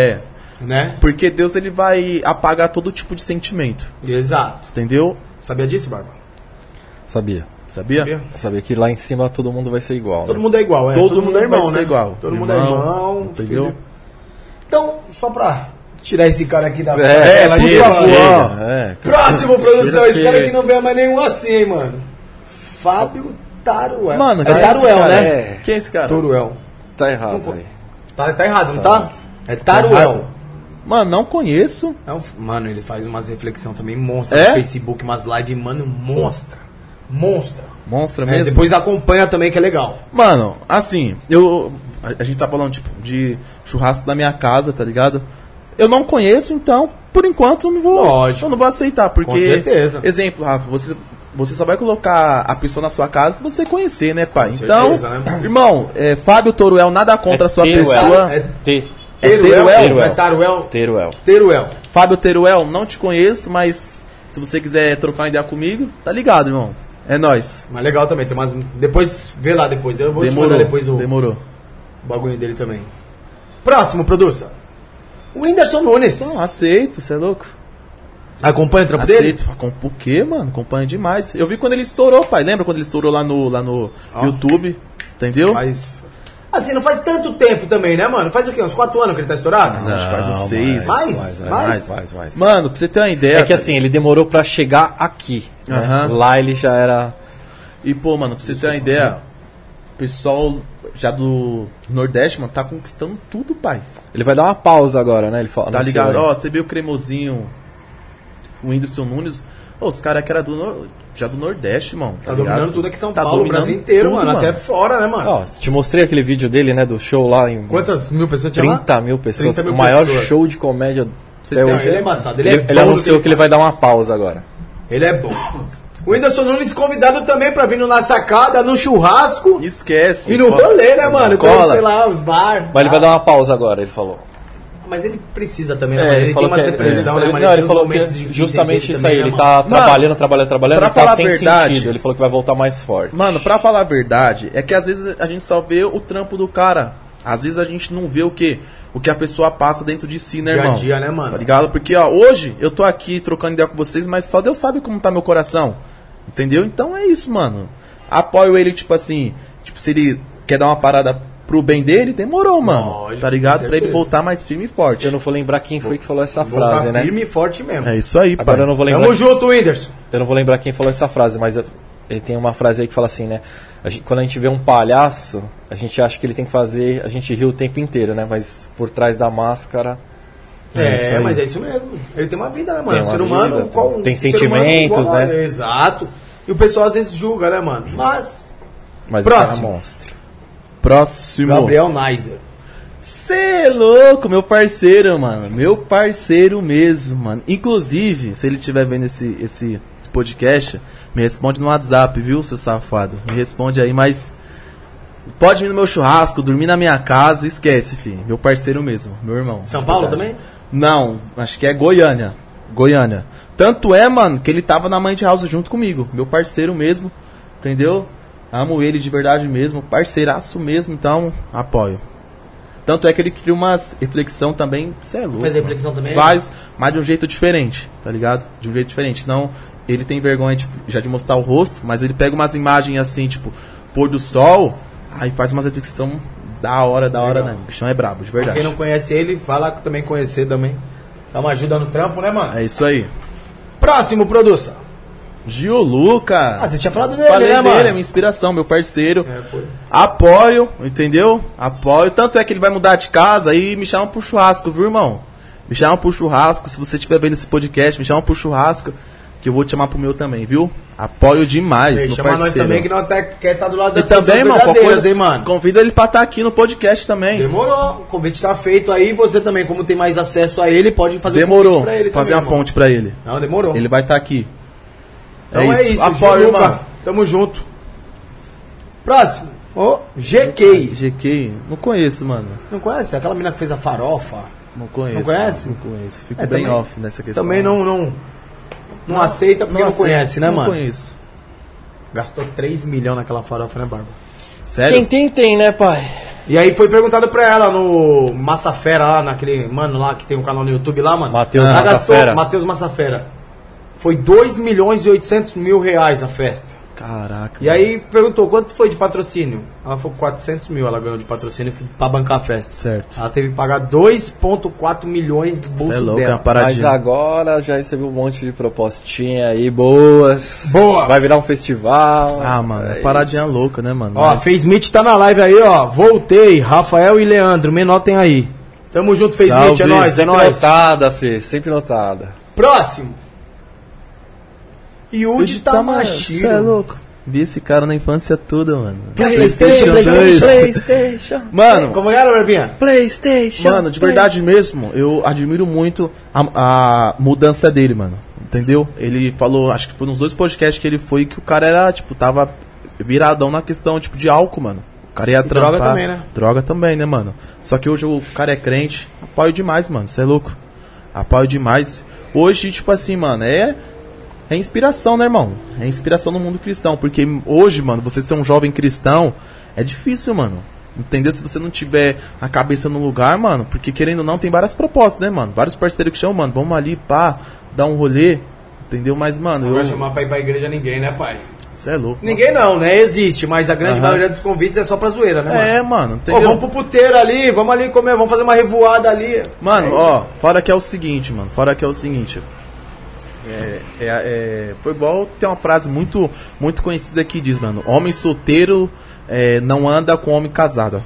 Né? Porque Deus, ele vai apagar todo tipo de sentimento. Exato. Entendeu? Sabia disso, Barba? Sabia. Sabia? Sabia? Sabia que lá em cima todo mundo vai ser igual. Todo né? mundo é igual, é. Todo mundo é irmão, vai ser né? igual. Todo mundo é irmão, entendeu? filho. Então, só pra tirar esse cara aqui da É, tela, por chega, favor. chega. É, Próximo, produção. Chega Espero que- que não venha mais nenhum assim, hein, mano. Fábio Taruel. Mano, é quem Taruel, esse cara? né? É. Quem é esse cara? Taruel. Tá errado aí. Tá errado, não tá? É Taruel. Mano, não conheço. Mano, ele faz umas reflexões também monstra É? no Facebook, umas lives, mano, monstra. Monstra. Monstro É, mesmo. depois acompanha também, que é legal. Mano, assim, a gente tá falando, tipo, de churrasco da minha casa, tá ligado? Eu não conheço, então, por enquanto, eu não vou. Lógico. Eu não vou aceitar, porque. Com certeza. Exemplo, Rafa, você só vai colocar a pessoa na sua casa se você conhecer, né, pai? Com Então, certeza, né? irmão, Fábio Toruel, nada contra a sua Teruel. pessoa. É T. Teruel? Teruel? É Taruel? Teruel. Teruel. Fábio Teruel, não te conheço, mas se você quiser trocar uma ideia comigo, tá ligado, irmão? É nóis. Mas legal também, tem umas... Depois, vê lá depois. Eu vou te Demorou. mandar depois o Demorou. bagulho dele também. Próximo, produção. O Whindersson Nunes. Não, aceito, você é louco? Acompanha o trampo dele? Aceito. O quê, mano? Acompanha demais. Eu vi quando ele estourou, pai. Lembra quando ele estourou lá no YouTube? Entendeu? Mas... Assim, não faz tanto tempo também, né, mano? Faz o quê? Uns 4 anos que ele tá estourado? Não, acho que faz uns 6. Mais? Mano, pra você ter uma ideia... É que assim, ele demorou pra chegar aqui. Né? Aham. Lá ele já era... E, pô, mano, pra você ter uma ideia, o pessoal já do Nordeste, mano, tá conquistando tudo, pai. Ele vai dar uma pausa agora, né? Ele fala, Tá não sei, ligado? né? Ó, você viu o Cremosinho, o Whindersson Nunes, ó, os caras que eram já do Nordeste, mano. Tá ligado? dominando tudo aqui em São Tá Paulo, o dominando Brasil inteiro, tudo, mano. Até fora, né, mano? Ó, te mostrei aquele vídeo dele, né? Do show lá em... Quantas mil pessoas tinha lá? 30 mil pessoas. 30 mil o maior pessoas. show de comédia Você até tem- hoje. Ele é embaçado. Ele bom anunciou no que ele vai dar uma pausa agora. Ele é bom. O Whindersson Nunes convidado também pra vir na sacada, no churrasco Esquece. e no rolê, né, mano? Cola. Conhecer lá os bar. Mas ele vai dar uma pausa agora, ele falou. Mas ele precisa também, né, mano? Ele tem falou umas que depressão, né, mano? Não, ele tem uns falou que momentos difíceis justamente dele isso também, aí. né, Ele mano? tá Mano, trabalhando pra e tá falar a sem verdade- sentido. Ele falou que vai voltar mais forte. Mano, pra falar a verdade, é que às vezes a gente só vê o trampo do cara. Às vezes a gente não vê o que a pessoa passa dentro de si, né, Dia a irmão? dia, né, mano? Tá ligado? Porque, ó, hoje eu tô aqui trocando ideia com vocês, mas só Deus sabe como tá meu coração. Entendeu? Então é isso, mano. Apoio ele, tipo assim, tipo, se ele quer dar uma parada pro bem dele, demorou, mano. Lógico, tá ligado? com Pra ele certeza. voltar mais firme e forte. Eu não vou lembrar quem foi que falou essa Voltar frase, né? firme e forte mesmo. É isso aí, Agora pai. eu não vou lembrar. Tamo junto, Whindersson. Eu não vou lembrar quem falou essa frase, mas ele tem uma frase aí que fala assim, né? Quando a gente vê um palhaço, a gente acha que ele tem que fazer, a gente ri o tempo inteiro, né? Mas por trás da máscara. isso aí. Mas é isso mesmo. Ele tem uma vida, né, mano? Tem O uma ser humano, vida, qual, tem o ser sentimentos, humano igual, né? Exato. E o pessoal às vezes julga, né, mano? Mas. Mas Próximo. o cara é monstro. Próximo. Gabriel Neiser. Cê é louco, meu parceiro, mano. Meu parceiro mesmo, mano. Inclusive, se ele estiver vendo esse podcast, me responde no WhatsApp, viu, seu safado? Me responde aí, mas pode vir no meu churrasco, dormir na minha casa, esquece, filho. Meu parceiro mesmo, meu irmão. São Paulo Verdade. também? Não, acho que é Goiânia. Goiânia. Tanto é, mano, que ele tava na Mind House junto comigo. Meu parceiro mesmo, entendeu? Amo ele de verdade mesmo, parceiraço mesmo, então apoio. Tanto é que ele cria uma reflexão também, cê é louco. Faz reflexão também? Faz, mas de um jeito diferente, tá ligado? De um jeito diferente. Não, ele tem vergonha tipo, já de mostrar o rosto, mas ele pega umas imagens assim, tipo, pôr do sol, aí faz umas reflexão da hora, né? O bichão é brabo, de verdade. Quem não conhece ele, vai lá também conhecer também. Dá uma ajuda no trampo, né, mano? É isso aí. Próximo, produção. Gioluca. Ah, você tinha falado dele, Falei né, dele, mano? é minha inspiração, meu parceiro. Foi. Apoio, entendeu? Apoio. Tanto é que ele vai mudar de casa e me chama pro churrasco, viu, irmão? Me chama pro churrasco. Se você estiver vendo esse podcast, me chama pro churrasco, que eu vou te chamar pro meu também, viu? Apoio demais, Ei, meu chama parceiro. nós também, que nós até quer estar do lado E das também, pessoas irmão, qualquer verdadeiras, coisa, hein, mano? convida ele pra estar aqui no podcast também. Demorou. O convite tá feito aí. Você também, como tem mais acesso a ele, pode fazer Demorou. um convite pra ele Fazer também, uma irmão. ponte pra ele. Não, demorou. Ele vai estar aqui. Então é isso. Apoio, Giluca. irmão. Tamo junto. Próximo. Ô, GK. GK, não conheço, mano. Não conhece? Aquela menina que fez a farofa. Não conheço. Não conhece? Não conheço. Fico É, bem também- off nessa questão. Também não aceita porque não aceito, conhece, né, não mano? conheço. Gastou 3 milhões naquela farofa, né, Barba? Sério? Quem tem, né, pai? E aí foi perguntado pra ela no Massafera lá, naquele mano lá que tem um canal no YouTube lá, mano. Matheus Ela Massafera. gastou, Matheus Massafera. Foi 2.800.000 a festa. Caraca. E aí perguntou quanto foi de patrocínio. Ela falou 400 mil, ela ganhou de patrocínio pra bancar a festa. Certo. Ela teve que pagar 2,4 milhões do bolso Cê é louco, é dela. uma paradinha. Mas agora já recebeu um monte de propostinha aí, boas. Boa. Vai virar um festival. Ah, mano, é isso. paradinha louca, né, mano? Ó, Fez Meet tá na live aí, ó. Voltei, Rafael e Leandro, me notem aí. Tamo junto, Fez Salve. Meet, é nóis, é Sempre nóis. notada, Fê, sempre notada. Próximo. Yudi Cê é Tamashiro. louco. Vi esse cara na infância toda, mano. PlayStation 2. PlayStation. Mano, Como era, Barbinha? PlayStation. mano, de verdade mesmo, eu admiro muito a mudança dele, mano. Entendeu? Ele falou, acho que foi nos 2 podcasts que ele foi, que o cara era, tipo, tava viradão na questão, tipo, de álcool, mano. O cara ia trampar. droga também, né? Droga também, né, mano? Só que hoje o cara é crente. Apoio demais, mano. Você é louco. Apoio demais. Hoje, tipo assim, mano, é inspiração, né, irmão? É inspiração no mundo cristão. Porque hoje, mano, você ser um jovem cristão é difícil, mano. Entendeu? Se você não tiver a cabeça no lugar, mano. Porque querendo ou não, tem várias propostas, né, mano? Vários parceiros que chamam, mano, vamos ali, pá, dar um rolê. Entendeu? Mas, mano, Não vai chamar pra ir pra igreja ninguém, né, pai? Você é louco. Ninguém não, né? Existe, mas a grande maioria dos convites é só pra zoeira, né, mano? É, mano, Ô, entendeu? vamos pro puteiro ali, vamos ali comer, vamos fazer uma revoada ali. Mano, É isso. ó, fora que é o seguinte, mano. Fora que é o seguinte. Foi igual, tem uma frase muito, muito conhecida que diz, mano. Homem solteiro não anda com homem casado.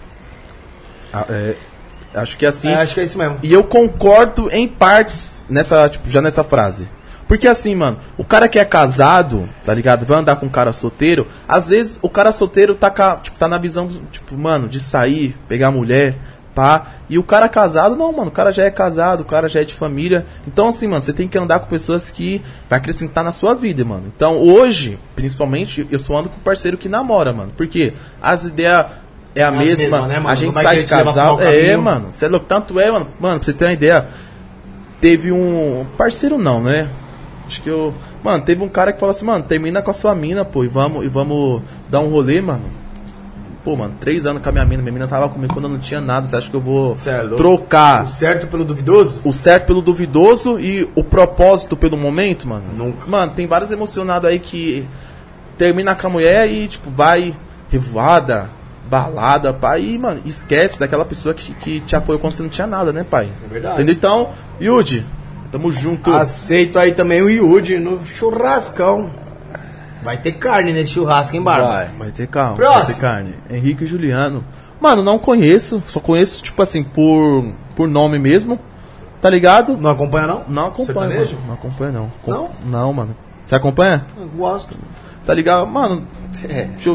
Acho que é assim. Acho que é isso mesmo. E eu concordo em partes já nessa frase. Porque assim, mano, o cara que é casado, tá ligado? Vai andar com um cara solteiro. Às vezes o cara solteiro tá na visão, tipo, mano, de sair, pegar mulher, pá. E o cara casado, não, mano, o cara já é casado, o cara já é de família. Então, assim, mano, você tem que andar com pessoas que vai acrescentar na sua vida, mano. Então, hoje, principalmente, eu só ando com parceiro que namora, mano. Porque as ideias é a mesma, né, mano? a gente Não vai sai querer de te levar pro casal. mau caminho. Mano, você é louco. Tanto é, mano, pra você ter uma ideia, teve um parceiro não, né? Acho que mano, teve um cara que falou assim, mano, termina com a sua mina, pô, e vamos dar um rolê, mano. Pô, mano, 3 anos com a minha mina tava comigo quando eu não tinha nada, você acha que eu vou trocar O certo pelo duvidoso? o certo pelo duvidoso e o propósito pelo momento, mano? Nunca. Mano, tem vários emocionados aí que termina com a mulher e, tipo, vai revoada, balada, pai, e, mano, esquece daquela pessoa que te apoiou quando você não tinha nada, né, pai? É verdade. Entendeu? Então, Yudi, tamo junto. Aceito aí também o Yudi no churrascão. Vai ter carne nesse churrasco, hein, Barba? Vai ter calma, Próximo. vai ter carne. Henrique e Juliano. Mano, não conheço, só conheço, tipo assim, por nome mesmo, tá ligado? Não acompanha, não? Não acompanho, Sertanejo? mano. Não acompanho, não. Não? Não, mano. Você acompanha? Eu gosto. Tá ligado? Mano, deixa eu...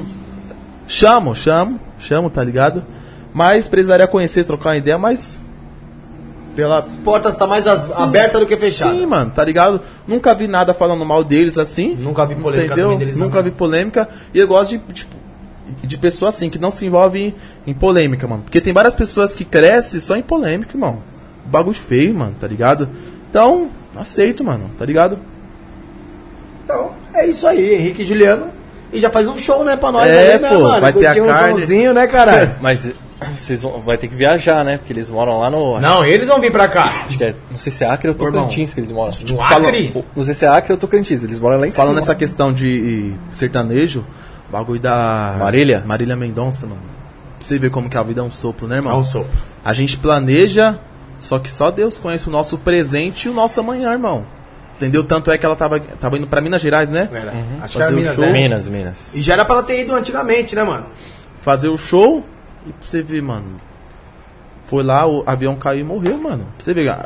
Chamo, tá ligado? Mas precisaria conhecer, trocar uma ideia, mas... As portas tá mais abertas do que fechadas. Sim, mano, tá ligado? Nunca vi nada falando mal deles assim. Nunca vi polêmica entendeu? também deles, não. Nunca vi polêmica. E eu gosto de pessoas assim, que não se envolvem em polêmica, mano. Porque tem várias pessoas que crescem só em polêmica, irmão. Bagulho feio, mano, tá ligado? Então, aceito, mano, tá ligado? Então, é isso aí, Henrique e Juliano. E já faz um show, né, pra nós É, aí, né, pô, mano? vai ter a Curtir um carne. somzinho, né, caralho? Mas vocês vai ter que viajar, né? Porque eles moram lá no... Não, eles vão vir pra cá. Acho que é... Não sei se é Acre ou Tocantins que eles moram. No Acre? Não sei se é Acre ou Tocantins. Eles moram lá em Falando cima. nessa questão de sertanejo, bagulho da... Marília Mendonça, mano. Pra você ver como que a vida é um sopro, né, irmão? É um sopro. A gente planeja, só que só Deus conhece o nosso presente e o nosso amanhã, irmão. Entendeu? Tanto é que ela tava indo pra Minas Gerais, né? Acho que era Fazer o Minas, show. né? Minas. E já era pra ela ter ido antigamente, né, mano? Fazer o show e pra você ver, mano. Foi lá, o avião caiu e morreu, mano. Pra você ver,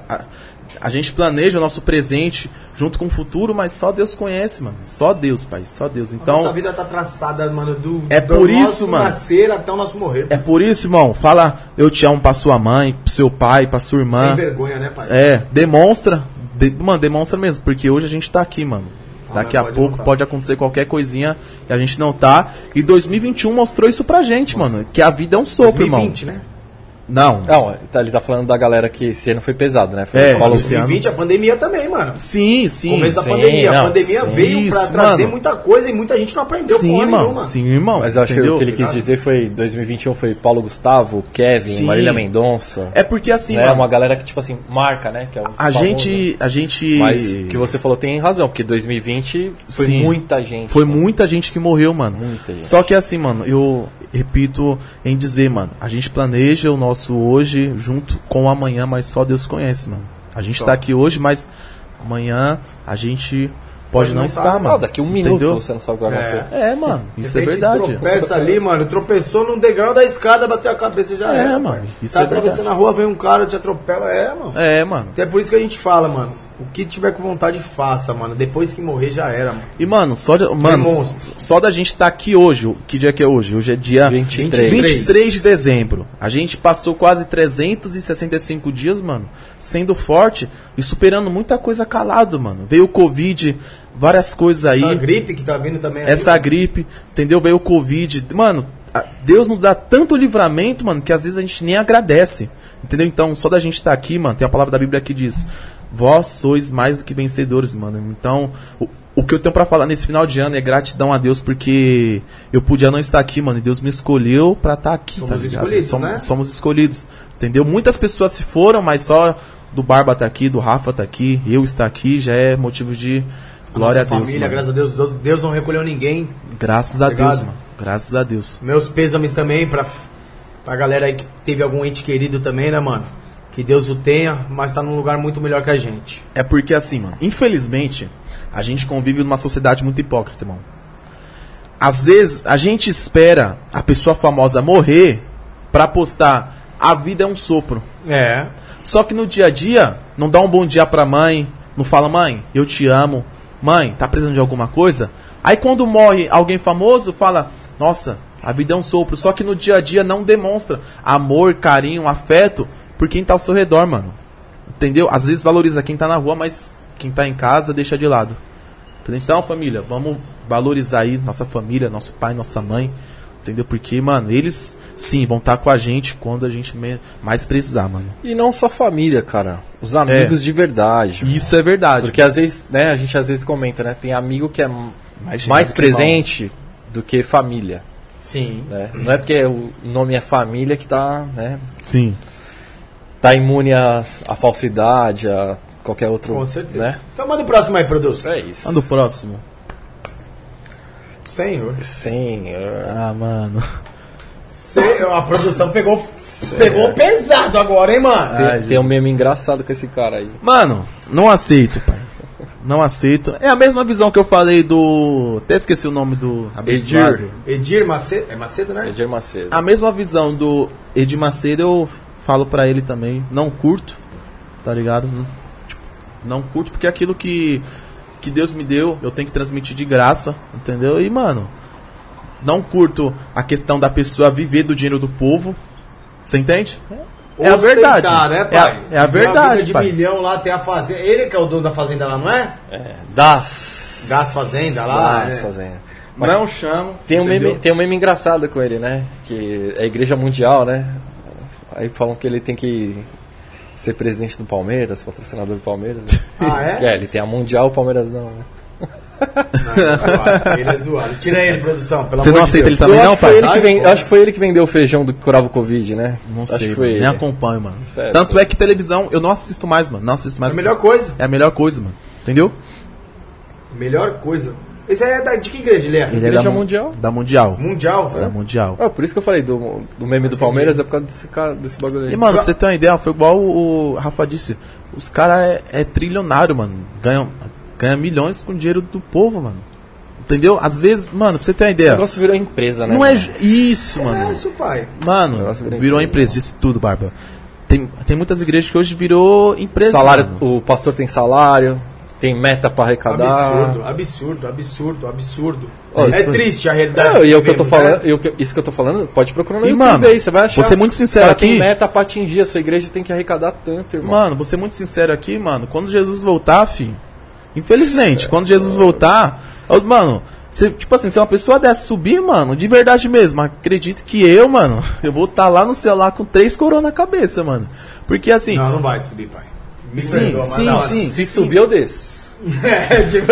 a gente planeja o nosso presente junto com o futuro, mas só Deus conhece, mano. Só Deus, pai. Só Deus. Então, Nossa vida tá traçada, mano, do por isso, nosso mano. nascer até o nosso morrer. é por isso, irmão. Fala eu te amo pra sua mãe, pro seu pai, pra sua irmã. Sem vergonha, né, pai? Demonstra. Mano, demonstra mesmo, porque hoje a gente tá aqui, mano. Daqui a pode pouco voltar. pode acontecer qualquer coisinha e a gente não tá. E 2021 mostrou isso pra gente, mano. Que a vida é um sopro, 2020, irmão. né? Não. Não, ele tá falando da galera que esse ano foi pesado, né? Foi É, o Paulo esse ano. 2020, a pandemia também, mano. Sim, sim. Começo da sim, pandemia. não, A pandemia sim. veio pra Isso, trazer mano. muita coisa e muita gente não aprendeu Sim, porra mano. nenhuma. Sim, irmão. Mas eu acho que entendeu? o que ele quis dizer foi 2021 foi Paulo Gustavo, Kevin, Sim. Marília Mendonça. É porque assim, né? mano. Uma galera que, tipo assim, marca, né? Que é o A famoso. gente. Mas o que você falou tem razão, porque 2020 foi Sim. muita gente. Foi mano. muita gente que morreu, mano. Muita gente. Só que assim, mano, eu repito em dizer, mano, a gente planeja o nosso hoje junto com o amanhã, mas só Deus conhece, mano. A gente tá aqui hoje, mas amanhã a gente pode não estar, mano. Não, daqui um minuto Entendeu? você não sabe o que vai acontecer. É, mano, isso é De repente, verdade. tropeça ali, mano, tropeçou num degrau da escada, bateu a cabeça e já É, era, mano, pai. isso Tá é atravessando verdade. a rua, vem um cara, te atropela, mano. É, mano. Até por isso que a gente fala, mano, o que tiver com vontade, faça, mano. Depois que morrer, já era, mano. E, mano, Demonstre. só da gente estar aqui hoje, que dia que é hoje? Hoje é dia 23 de dezembro. A gente passou quase 365 dias, mano, sendo forte e superando muita coisa calado, mano. Veio o Covid, várias coisas aí. Essa gripe que tá vindo também. Essa aí, gripe, entendeu? Veio o Covid. Mano, Deus nos dá tanto livramento, mano, que às vezes a gente nem agradece. Entendeu? Então, só da gente estar aqui, mano, tem a palavra da Bíblia que diz: vós sois mais do que vencedores, mano. Então, o que eu tenho pra falar nesse final de ano é gratidão a Deus, porque eu podia não estar aqui, mano, e Deus me escolheu pra estar aqui, Somos tá ligado? escolhidos, né? Somos escolhidos, entendeu? Muitas pessoas se foram, mas só do Barba tá aqui, do Rafa tá aqui, eu estar aqui, já é motivo de Glória a nossa Deus, família, mano. graças a Deus. Deus não recolheu ninguém. Graças a Obrigado. Deus, mano. Graças a Deus. Meus pêsames também pra galera aí que teve algum ente querido também, né, mano? Que Deus o tenha, mas tá num lugar muito melhor que a gente. É porque assim, mano, infelizmente, a gente convive numa sociedade muito hipócrita, irmão. Às vezes, a gente espera a pessoa famosa morrer pra postar a vida é um sopro. É. Só que no dia a dia, não dá um bom dia pra mãe, não fala, mãe, eu te amo. Mãe, tá precisando de alguma coisa? Aí quando morre alguém famoso, fala, nossa, a vida é um sopro. Só que no dia a dia não demonstra amor, carinho, afeto por quem tá ao seu redor, mano. Entendeu? Às vezes valoriza quem tá na rua, mas quem tá em casa deixa de lado. Entendeu? Então, família, vamos valorizar aí nossa família, nosso pai, nossa mãe. Entendeu? Porque, mano, eles sim vão estar com a gente quando a gente mais precisar, mano. E não só família, cara. Os amigos de verdade. Isso é verdade. Porque às vezes, né, a gente às vezes comenta, né? Tem amigo que é mais presente do que família. Sim. Né? Não é porque o nome é família que tá, né? Sim. Tá imune à falsidade, a qualquer outro. Com certeza. Né? Então manda o próximo aí, produção. É isso. Manda o próximo. Senhor. Sim. Ah, mano. A produção pegou pesado agora, hein, mano? Tem um meme engraçado com esse cara aí. Mano, não aceito, pai. Não aceito. É a mesma visão que eu falei do... Até esqueci o nome do... abençoado. Edir Macedo. É Macedo, né? Edir Macedo. A mesma visão do Edir Macedo eu falo pra ele também. Não curto, tá ligado? Tipo, não curto porque é aquilo que Deus me deu, eu tenho que transmitir de graça, entendeu? E, mano, não curto a questão da pessoa viver do dinheiro do povo. Você entende? É a verdade. Né, pai? É a verdade, de pai. milhão lá, tem a fazenda. Ele que é o dono da fazenda lá, não é? Das Fazenda lá. Das é. Fazenda. Não chamo. Tem um entendeu? meme engraçado com ele, né? Que é a Igreja Mundial, né? Aí falam que ele tem que ser presidente do Palmeiras, patrocinador do Palmeiras. Né? Ah, é? Ele tem a Mundial, o Palmeiras não, né? Não, ele é zoado. Tira ele, produção, pelo Você amor não de aceita Deus. ele também, eu não, acho que foi pai? ele que eu acho que foi ele que vendeu o feijão que curava o Covid, né? Não Acho sei, que foi mano. ele. Nem acompanho, mano. Sério, Tanto pô. é que televisão eu não assisto mais, mano. Não assisto mais. É a melhor coisa. É a melhor coisa, mano. Entendeu? Melhor coisa. Esse aí é de que igreja ele é? Ele Igreja da Mundial. Da Mundial. Mundial. Da Mundial. Ah, por isso que eu falei do meme do Palmeiras, é por causa desse bagulho aí. E, mano, pra você ter uma ideia, foi igual o Rafa disse. Os caras é trilionário, mano. Ganha milhões com dinheiro do povo, mano. Entendeu? Às vezes, mano, pra você ter uma O ideia. negócio virou empresa, né? Não é mano? isso, mano. É isso, pai. Mano, negócio virou virou uma empresa, disse tudo, Barba. Tem muitas igrejas que hoje virou empresa. Salário, mano. o pastor tem salário, tem meta pra arrecadar. Absurdo. Ó, É isso- triste a realidade. Não, e é o que eu tô vivemos, falando, né? isso que eu tô falando, pode procurar no E, YouTube mano, aí, você vai achar. vou ser muito sincero Cara, aqui. tem meta pra atingir, a sua igreja tem que arrecadar tanto, irmão. Mano, vou ser muito sincero aqui, mano. Quando Jesus voltar, filho. Infelizmente, quando Jesus voltar. Mano, tipo assim, se uma pessoa dessa subir, mano, de verdade mesmo, acredito que mano, eu vou estar lá no céu lá com 3 coroas na cabeça, mano. Porque assim. Não vai subir, pai. Me Sim, perdoa, mas sim, não. sim. Se subir, eu desço. É, tipo,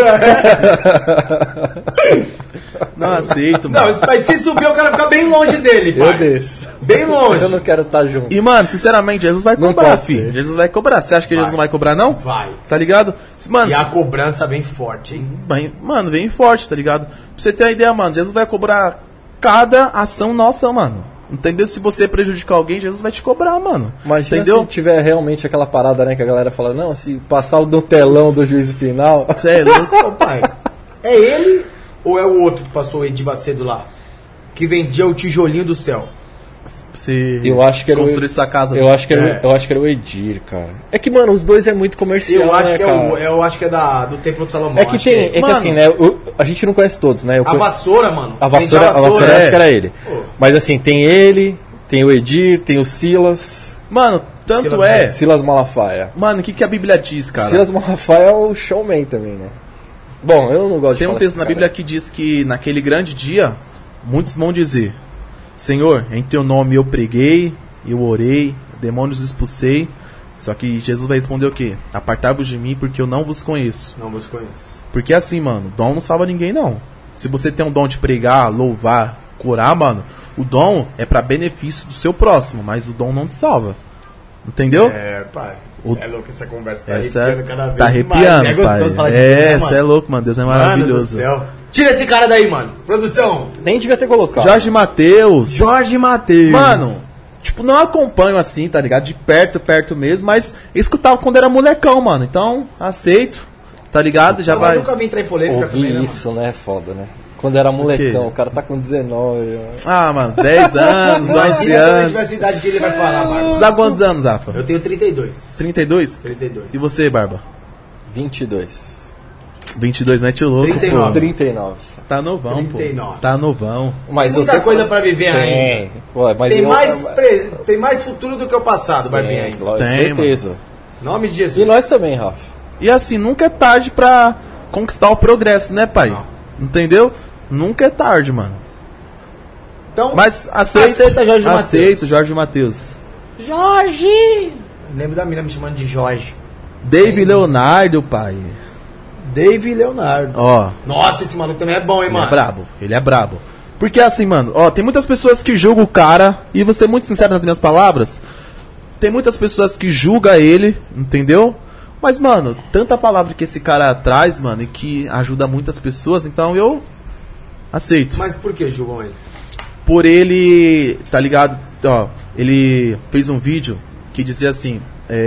Não aceito, não, mano. mas se subir, eu quero ficar bem longe dele, pai. Eu desço. Bem longe. Eu não quero estar junto. E, mano, sinceramente, Jesus vai Não cobrar, pode filho. ser. Jesus vai cobrar. Você acha que Jesus não vai cobrar, não? Vai. Tá ligado? Mano, E a cobrança vem forte, hein? mano, vem forte, tá ligado? Pra você ter uma ideia, mano, Jesus vai cobrar cada ação nossa, mano. Entendeu? Se você prejudicar alguém, Jesus vai te cobrar, mano. Imagina entendeu? se tiver realmente aquela parada, né, que a galera fala, não, se passar o do telão do juízo final... Você é louco? Ô, pai, é ele ou é o outro que passou o Edir Macedo lá? Que vendia o tijolinho do céu. Você Eu acho que era construir sua casa. Eu acho que era o Edir, cara. É que, mano, os dois é muito comercial, Eu acho né, que cara? eu acho que é do Templo de Salomão. É que acho tem, é. é que Mano, assim, né, a gente não conhece todos, né? A vassoura, mano. A vassoura, Vendia eu é. acho que era ele. Pô. Mas assim, tem ele, tem o Edir, tem o Silas. Mano, tanto Silas é. Silas Malafaia. Mano, o que a Bíblia diz, cara? Silas Malafaia é o showman também, né? Bom, eu não gosto de Tem um falar texto desse na cara. Bíblia que diz que naquele grande dia, muitos vão dizer: Senhor, em teu nome eu preguei, eu orei, demônios expulsei. Só que Jesus vai responder o quê? Apartai-vos de mim porque eu não vos conheço. Não vos conheço. Porque assim, mano, dom não salva ninguém, não. Se você tem um dom de pregar, louvar, curar, mano, o dom é pra benefício do seu próximo, mas o dom não te salva. Entendeu? É, pai. Você é louco, essa conversa tá Essa arrepiando cada vez tá arrepiando, mais. É gostoso pai. falar de Deus, né, Você é louco, mano. Deus é Mano maravilhoso. do céu. Tira esse cara daí, mano. Produção. Nem devia ter colocado. Jorge Mateus. Jorge Mateus. Mano, tipo, não acompanho assim, tá ligado? De perto mesmo, mas escutava quando era molecão, mano. Então, aceito, tá ligado? Já Não, vai. Eu nunca vi entrar em polêmica Ouvi também, isso, né? Foda, né? Quando era molecão, o cara tá com 19. Ah, mano, 10 anos, 11 Quando anos. tiver a idade que ele vai falar, Marcos. Você dá quantos anos, Rafa? Eu tenho 32. 32? 32. E você, Barba? 22. 22, mete o louco, 39. pô. 39. Tá novão, 39. pô. Tá novão. Mas Tem muita você coisa pra viver ainda. Tem. Pô, mas Tem mais futuro do que o passado, vai vir aí. Tem, Tem, certeza. Nome de Jesus. E nós também, Rafa. E assim, nunca é tarde pra conquistar o progresso, né, pai? Não. Entendeu? Nunca é tarde, mano. Então, Mas aceita Jorge Mateus. Aceito, Jorge Mateus. Jorge! Lembro da mina me chamando de Jorge. Dave Leonardo, pai. Dave Leonardo. Ó, Nossa, esse maluco também é bom, hein, ele mano? é brabo. Ele é brabo. Porque assim, mano, ó, tem muitas pessoas que julgam o cara, e vou ser muito sincero nas minhas palavras, tem muitas pessoas que julgam ele, entendeu? Mas, mano, tanta palavra que esse cara traz, mano, e que ajuda muitas pessoas, então eu aceito. Mas por que julgam ele? Por ele, tá ligado? Ó, ele fez um vídeo que dizia assim,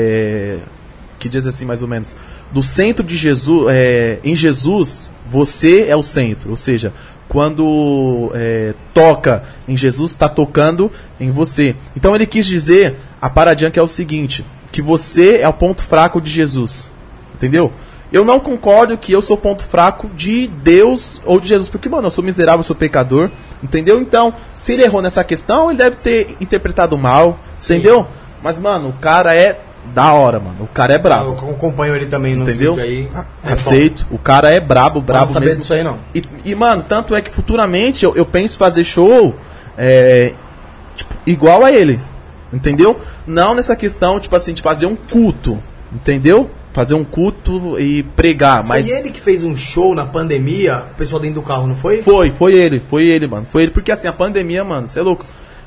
mais ou menos, do centro de Jesus, em Jesus, você é o centro, ou seja, quando toca em Jesus, está tocando em você. Então ele quis dizer, a paradinha que é o seguinte, que você é o ponto fraco de Jesus, entendeu? Eu não concordo que eu sou ponto fraco de Deus ou de Jesus, porque, mano, eu sou miserável, eu sou pecador, entendeu? Então, se ele errou nessa questão, ele deve ter interpretado mal, entendeu? Mas, mano, o cara é da hora, mano, o cara é brabo. Eu acompanho ele também no Entendeu? vídeo aí. É Aceito, o cara é brabo Não saber mesmo. disso aí, não. E, mano, tanto é que futuramente eu penso fazer show tipo, igual a ele, entendeu? Não nessa questão, tipo assim, de fazer um culto, entendeu? Fazer um culto e pregar, mas... Foi ele que fez um show na pandemia, o pessoal dentro do carro, não foi? Foi ele, mano. Foi ele, porque assim, a pandemia, mano, você é louco,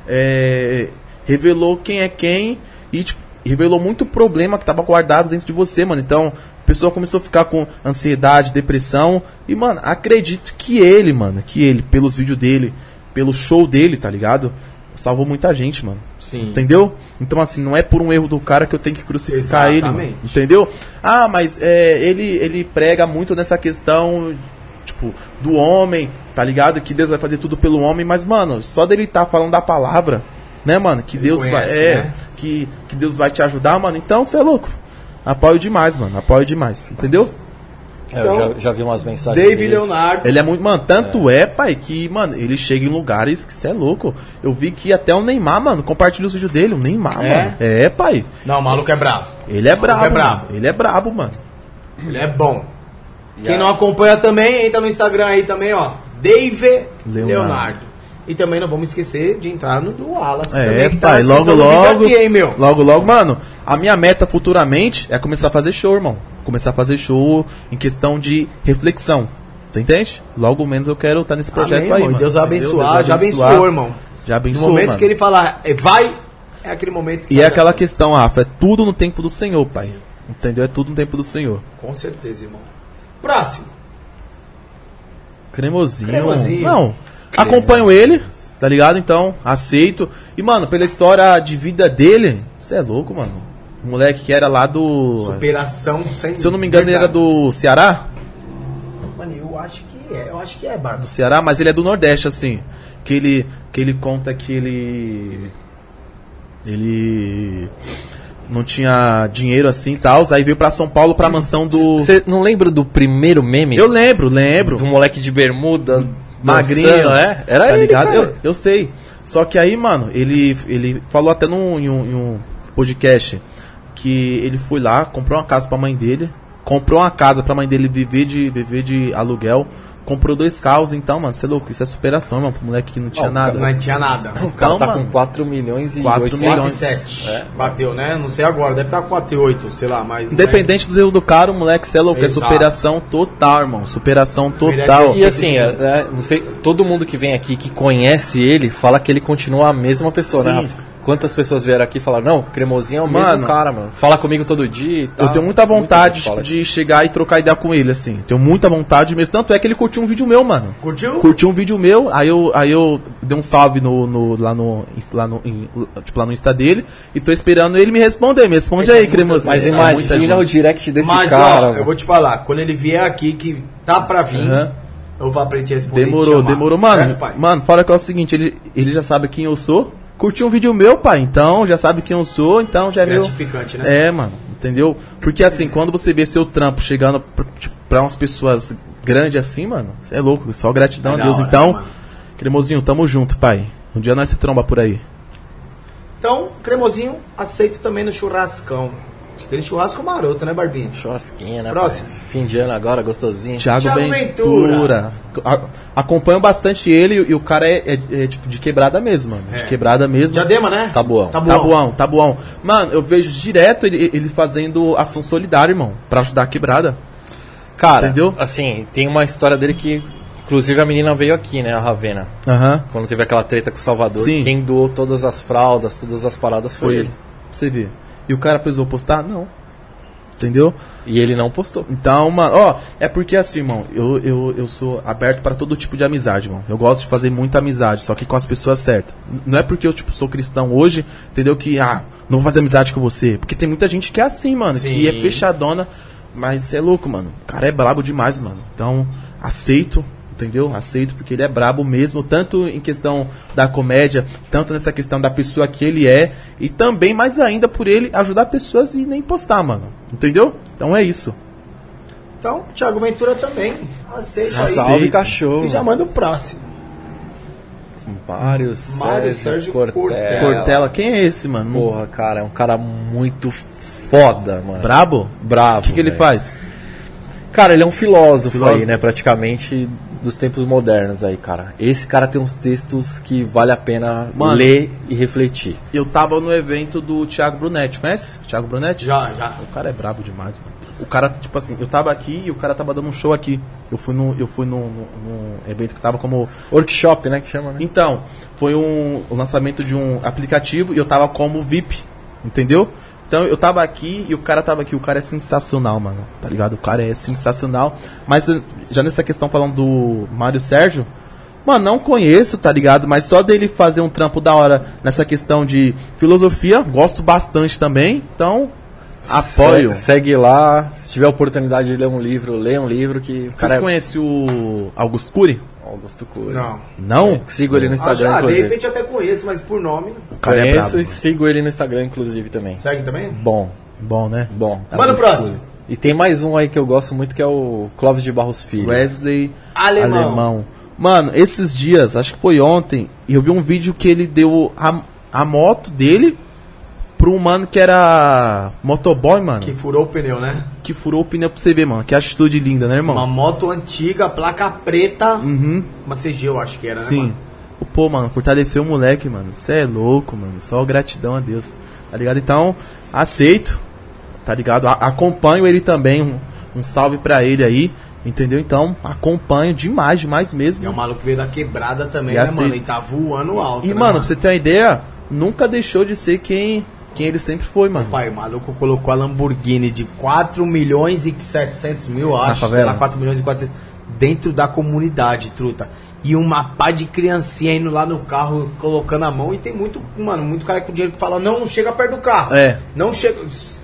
revelou quem é quem e, tipo, revelou muito problema que tava guardado dentro de você, mano. Então, a pessoa começou a ficar com ansiedade, depressão. E, mano, acredito que ele, pelos vídeos dele, pelo show dele, tá ligado? Salvou muita gente, mano. Sim. Entendeu? Então, assim, não é por um erro do cara que eu tenho que crucificar ele, mano. Entendeu? Ah, mas ele prega muito nessa questão, tipo, do homem, tá ligado? Que Deus vai fazer tudo pelo homem. Mas, mano, só dele tá falando da palavra, né, mano? Que Deus conhece, vai... né? Que Deus vai te ajudar, mano. Então, você é louco. Apoio demais, mano. Apoio demais. Entendeu? Então, eu já vi umas mensagens Dave dele. Leonardo. Ele é muito... Mano, tanto pai, que, mano, ele chega em lugares que você é louco. Eu vi que até o Neymar, mano, compartilha os vídeos dele. O Neymar, mano. Pai. Não, o maluco é bravo. Ele é brabo, brabo. mano. Ele é brabo, mano. Ele é bom. Quem não acompanha também, entra no Instagram aí também, ó. Dave Leonardo. E também não vamos esquecer de entrar no do Wallace também, que tá pai, na descrição do vídeo aqui, hein, meu? Logo, mano, a minha meta futuramente é começar a fazer show, irmão. Começar a fazer show em questão de reflexão. Você entende? Logo menos eu quero estar nesse projeto. Amém, aí, irmão. mano. Deus vai Entendeu? abençoar, Deus vai já abençoou, irmão. Já abençoou, No momento mano. que ele falar vai, é aquele momento que E vai é dar aquela certo. questão, Rafa, é tudo no tempo do Senhor, pai. Entendeu? É tudo no tempo do Senhor. Com certeza, irmão. Próximo. Cremosinho. Cremosinho. Não, acompanho ele, tá ligado? Então, aceito. E, mano, pela história de vida dele, você é louco, mano. O moleque que era lá do... Superação sem... Se eu não me engano, ele era do Ceará? Mano, eu acho que é, Barba. Do Ceará, mas ele é do Nordeste, assim. Que ele conta que ele não tinha dinheiro assim e tal. Aí veio pra São Paulo pra mansão do... Você não lembra do primeiro meme? Eu lembro. Do moleque de bermuda, Magrinho, dançando, né? Era tá ele, ligado? cara. Eu sei. Só que aí, mano, ele falou até em um podcast que ele foi lá, comprou uma casa pra mãe dele, comprou uma casa pra mãe dele viver de aluguel, comprou 2 carros. Então, mano, você é louco, isso é superação, mano, pro moleque que não tinha nada. Não tinha nada. O cara Então, tá mano, com 4 milhões e 4 800. milhões. 7. Bateu, né? Não sei agora, deve estar com 4,8, sei lá, mas... Independente dos erros do cara, o moleque, você é louco, Exato. é superação total, irmão, superação Merece total. esse E assim, não sei, todo mundo que vem aqui que conhece ele fala que ele continua a mesma pessoa, né, Sim, Rafa? Quantas pessoas vieram aqui e falaram, não, Cremosinho é o Mano, mesmo cara, mano. Fala comigo todo dia e tal. Eu tenho muita vontade Muita gente de chegar e trocar ideia com ele, assim. Tenho muita vontade mesmo. Tanto é que ele curtiu um vídeo meu, mano. Curtiu? Curtiu um vídeo meu, aí eu dei um salve lá no Insta dele e tô esperando ele me responder. Me responde aí, Cremosinho. Mas É muita imagina gente. o direct desse Mas, cara, ó, mano. eu vou te falar, quando ele vier aqui, que tá pra vir, eu vou aprender a responder. Demorou. Mano, fala que é o seguinte, ele já sabe quem eu sou. Curtiu um vídeo meu, pai, então já sabe quem eu sou, então já é meu... Gratificante, né? É, mano, entendeu? Porque assim, quando você vê seu trampo chegando pra umas pessoas grandes assim, mano, você é louco, só gratidão a Deus. Hora, Então, né, Cremosinho, tamo junto, pai. Um dia nós se tromba por aí. Então, Cremosinho, aceito também no churrascão. Aquele churrasco maroto, né, Barbinho? Churrasquinha, né? Próximo. pai? Fim de ano agora, gostosinho. Thiago Thiago Ventura. Acompanho bastante ele e o cara é tipo de quebrada mesmo, mano. De quebrada mesmo. Diadema, né? Tabuão. Tabuão. Mano, eu vejo direto ele fazendo ação solidária, irmão, pra ajudar a quebrada. Cara, Entendeu? assim, tem uma história dele que, inclusive, a menina veio aqui, né, a Ravena. Aham. Quando teve aquela treta com o Salvador, Sim. quem doou todas as fraldas, todas as paradas foi ele. Pra você ver. E o cara precisou postar? Não. Entendeu? E ele não postou. Então, mano, ó, é porque assim, irmão, eu sou aberto pra todo tipo de amizade, irmão. Eu gosto de fazer muita amizade, só que com as pessoas certas. Não é porque eu, tipo, sou cristão hoje, entendeu? Que, não vou fazer amizade com você. Porque tem muita gente que é assim, mano, Sim. que é fechadona. Mas você é louco, mano. O cara é brabo demais, mano. Então, aceito, entendeu? Aceito, porque ele é brabo mesmo, tanto em questão da comédia, tanto nessa questão da pessoa que ele é, e também, mais ainda, por ele ajudar pessoas e nem postar, mano. Entendeu? Então é isso. Então, Thiago Ventura também. Aceito aí. Salve, cachorro. E já manda o próximo. Mário Sérgio Cortella. Cortella, quem é esse, mano? Porra, cara, é um cara muito foda, mano. Brabo? Bravo. O que ele velho. faz? Cara, ele é um filósofo Filósofo. aí, né? Praticamente dos tempos modernos aí, cara. Esse cara tem uns textos que vale a pena Mano, ler e refletir. Eu tava no evento do Thiago Brunetti, conhece? Thiago Brunetti? Já. O cara é brabo demais, mano. O cara, tipo assim, eu tava aqui e o cara tava dando um show aqui. Eu fui num evento que tava como... Workshop, né? Que chama, né? Então, foi o lançamento de um aplicativo e eu tava como VIP, entendeu? Então eu tava aqui e o cara tava aqui. O cara é sensacional, mano, tá ligado? O cara é sensacional. Mas já nessa questão falando do Mário Sérgio, mano, não conheço, tá ligado? Mas só dele fazer um trampo da hora nessa questão de filosofia, gosto bastante também. Então, apoio. Segue lá. Se tiver oportunidade de ler um livro, lê um livro que... o Vocês cara conhecem o Augusto Cury? Augusto Cury. Não. Não? Sigo ele no Instagram, De inclusive. repente eu até conheço, mas por nome. O cara é Conheço brabo. e sigo ele no Instagram, inclusive, também. Segue também? Bom, Bom, né? bom. Manda o próximo. E tem mais um aí que eu gosto muito, que é o Clóvis de Barros Filho. Wesley Alemão. Mano, esses dias, acho que foi ontem, eu vi um vídeo que ele deu a moto dele pro um mano que era motoboy, mano. Que furou o pneu, né? Que furou o pneu pra você ver, mano. Que atitude linda, né, irmão? Uma moto antiga, placa preta. Uhum. Uma CG, eu acho que era, né, Sim. mano? Pô, mano, fortaleceu o moleque, mano. Você é louco, mano. Só gratidão a Deus. Tá ligado? Então, aceito. Tá ligado? Acompanho ele também. Um salve pra ele aí. Entendeu? Então, acompanho demais mesmo. E é um maluco que veio da quebrada também, E né, aceito. mano? E tá voando alto, E, né, mano, pra você ter uma ideia, nunca deixou de ser quem ele sempre foi, mano. Pai, o maluco colocou a Lamborghini de 4 milhões e 700 mil, acho, sei favela? lá, 4 milhões e 400, dentro da comunidade, truta. E uma pá de criancinha indo lá no carro, colocando a mão. E tem muito, mano, muito cara com dinheiro que fala, não chega perto do carro. É. Não chega...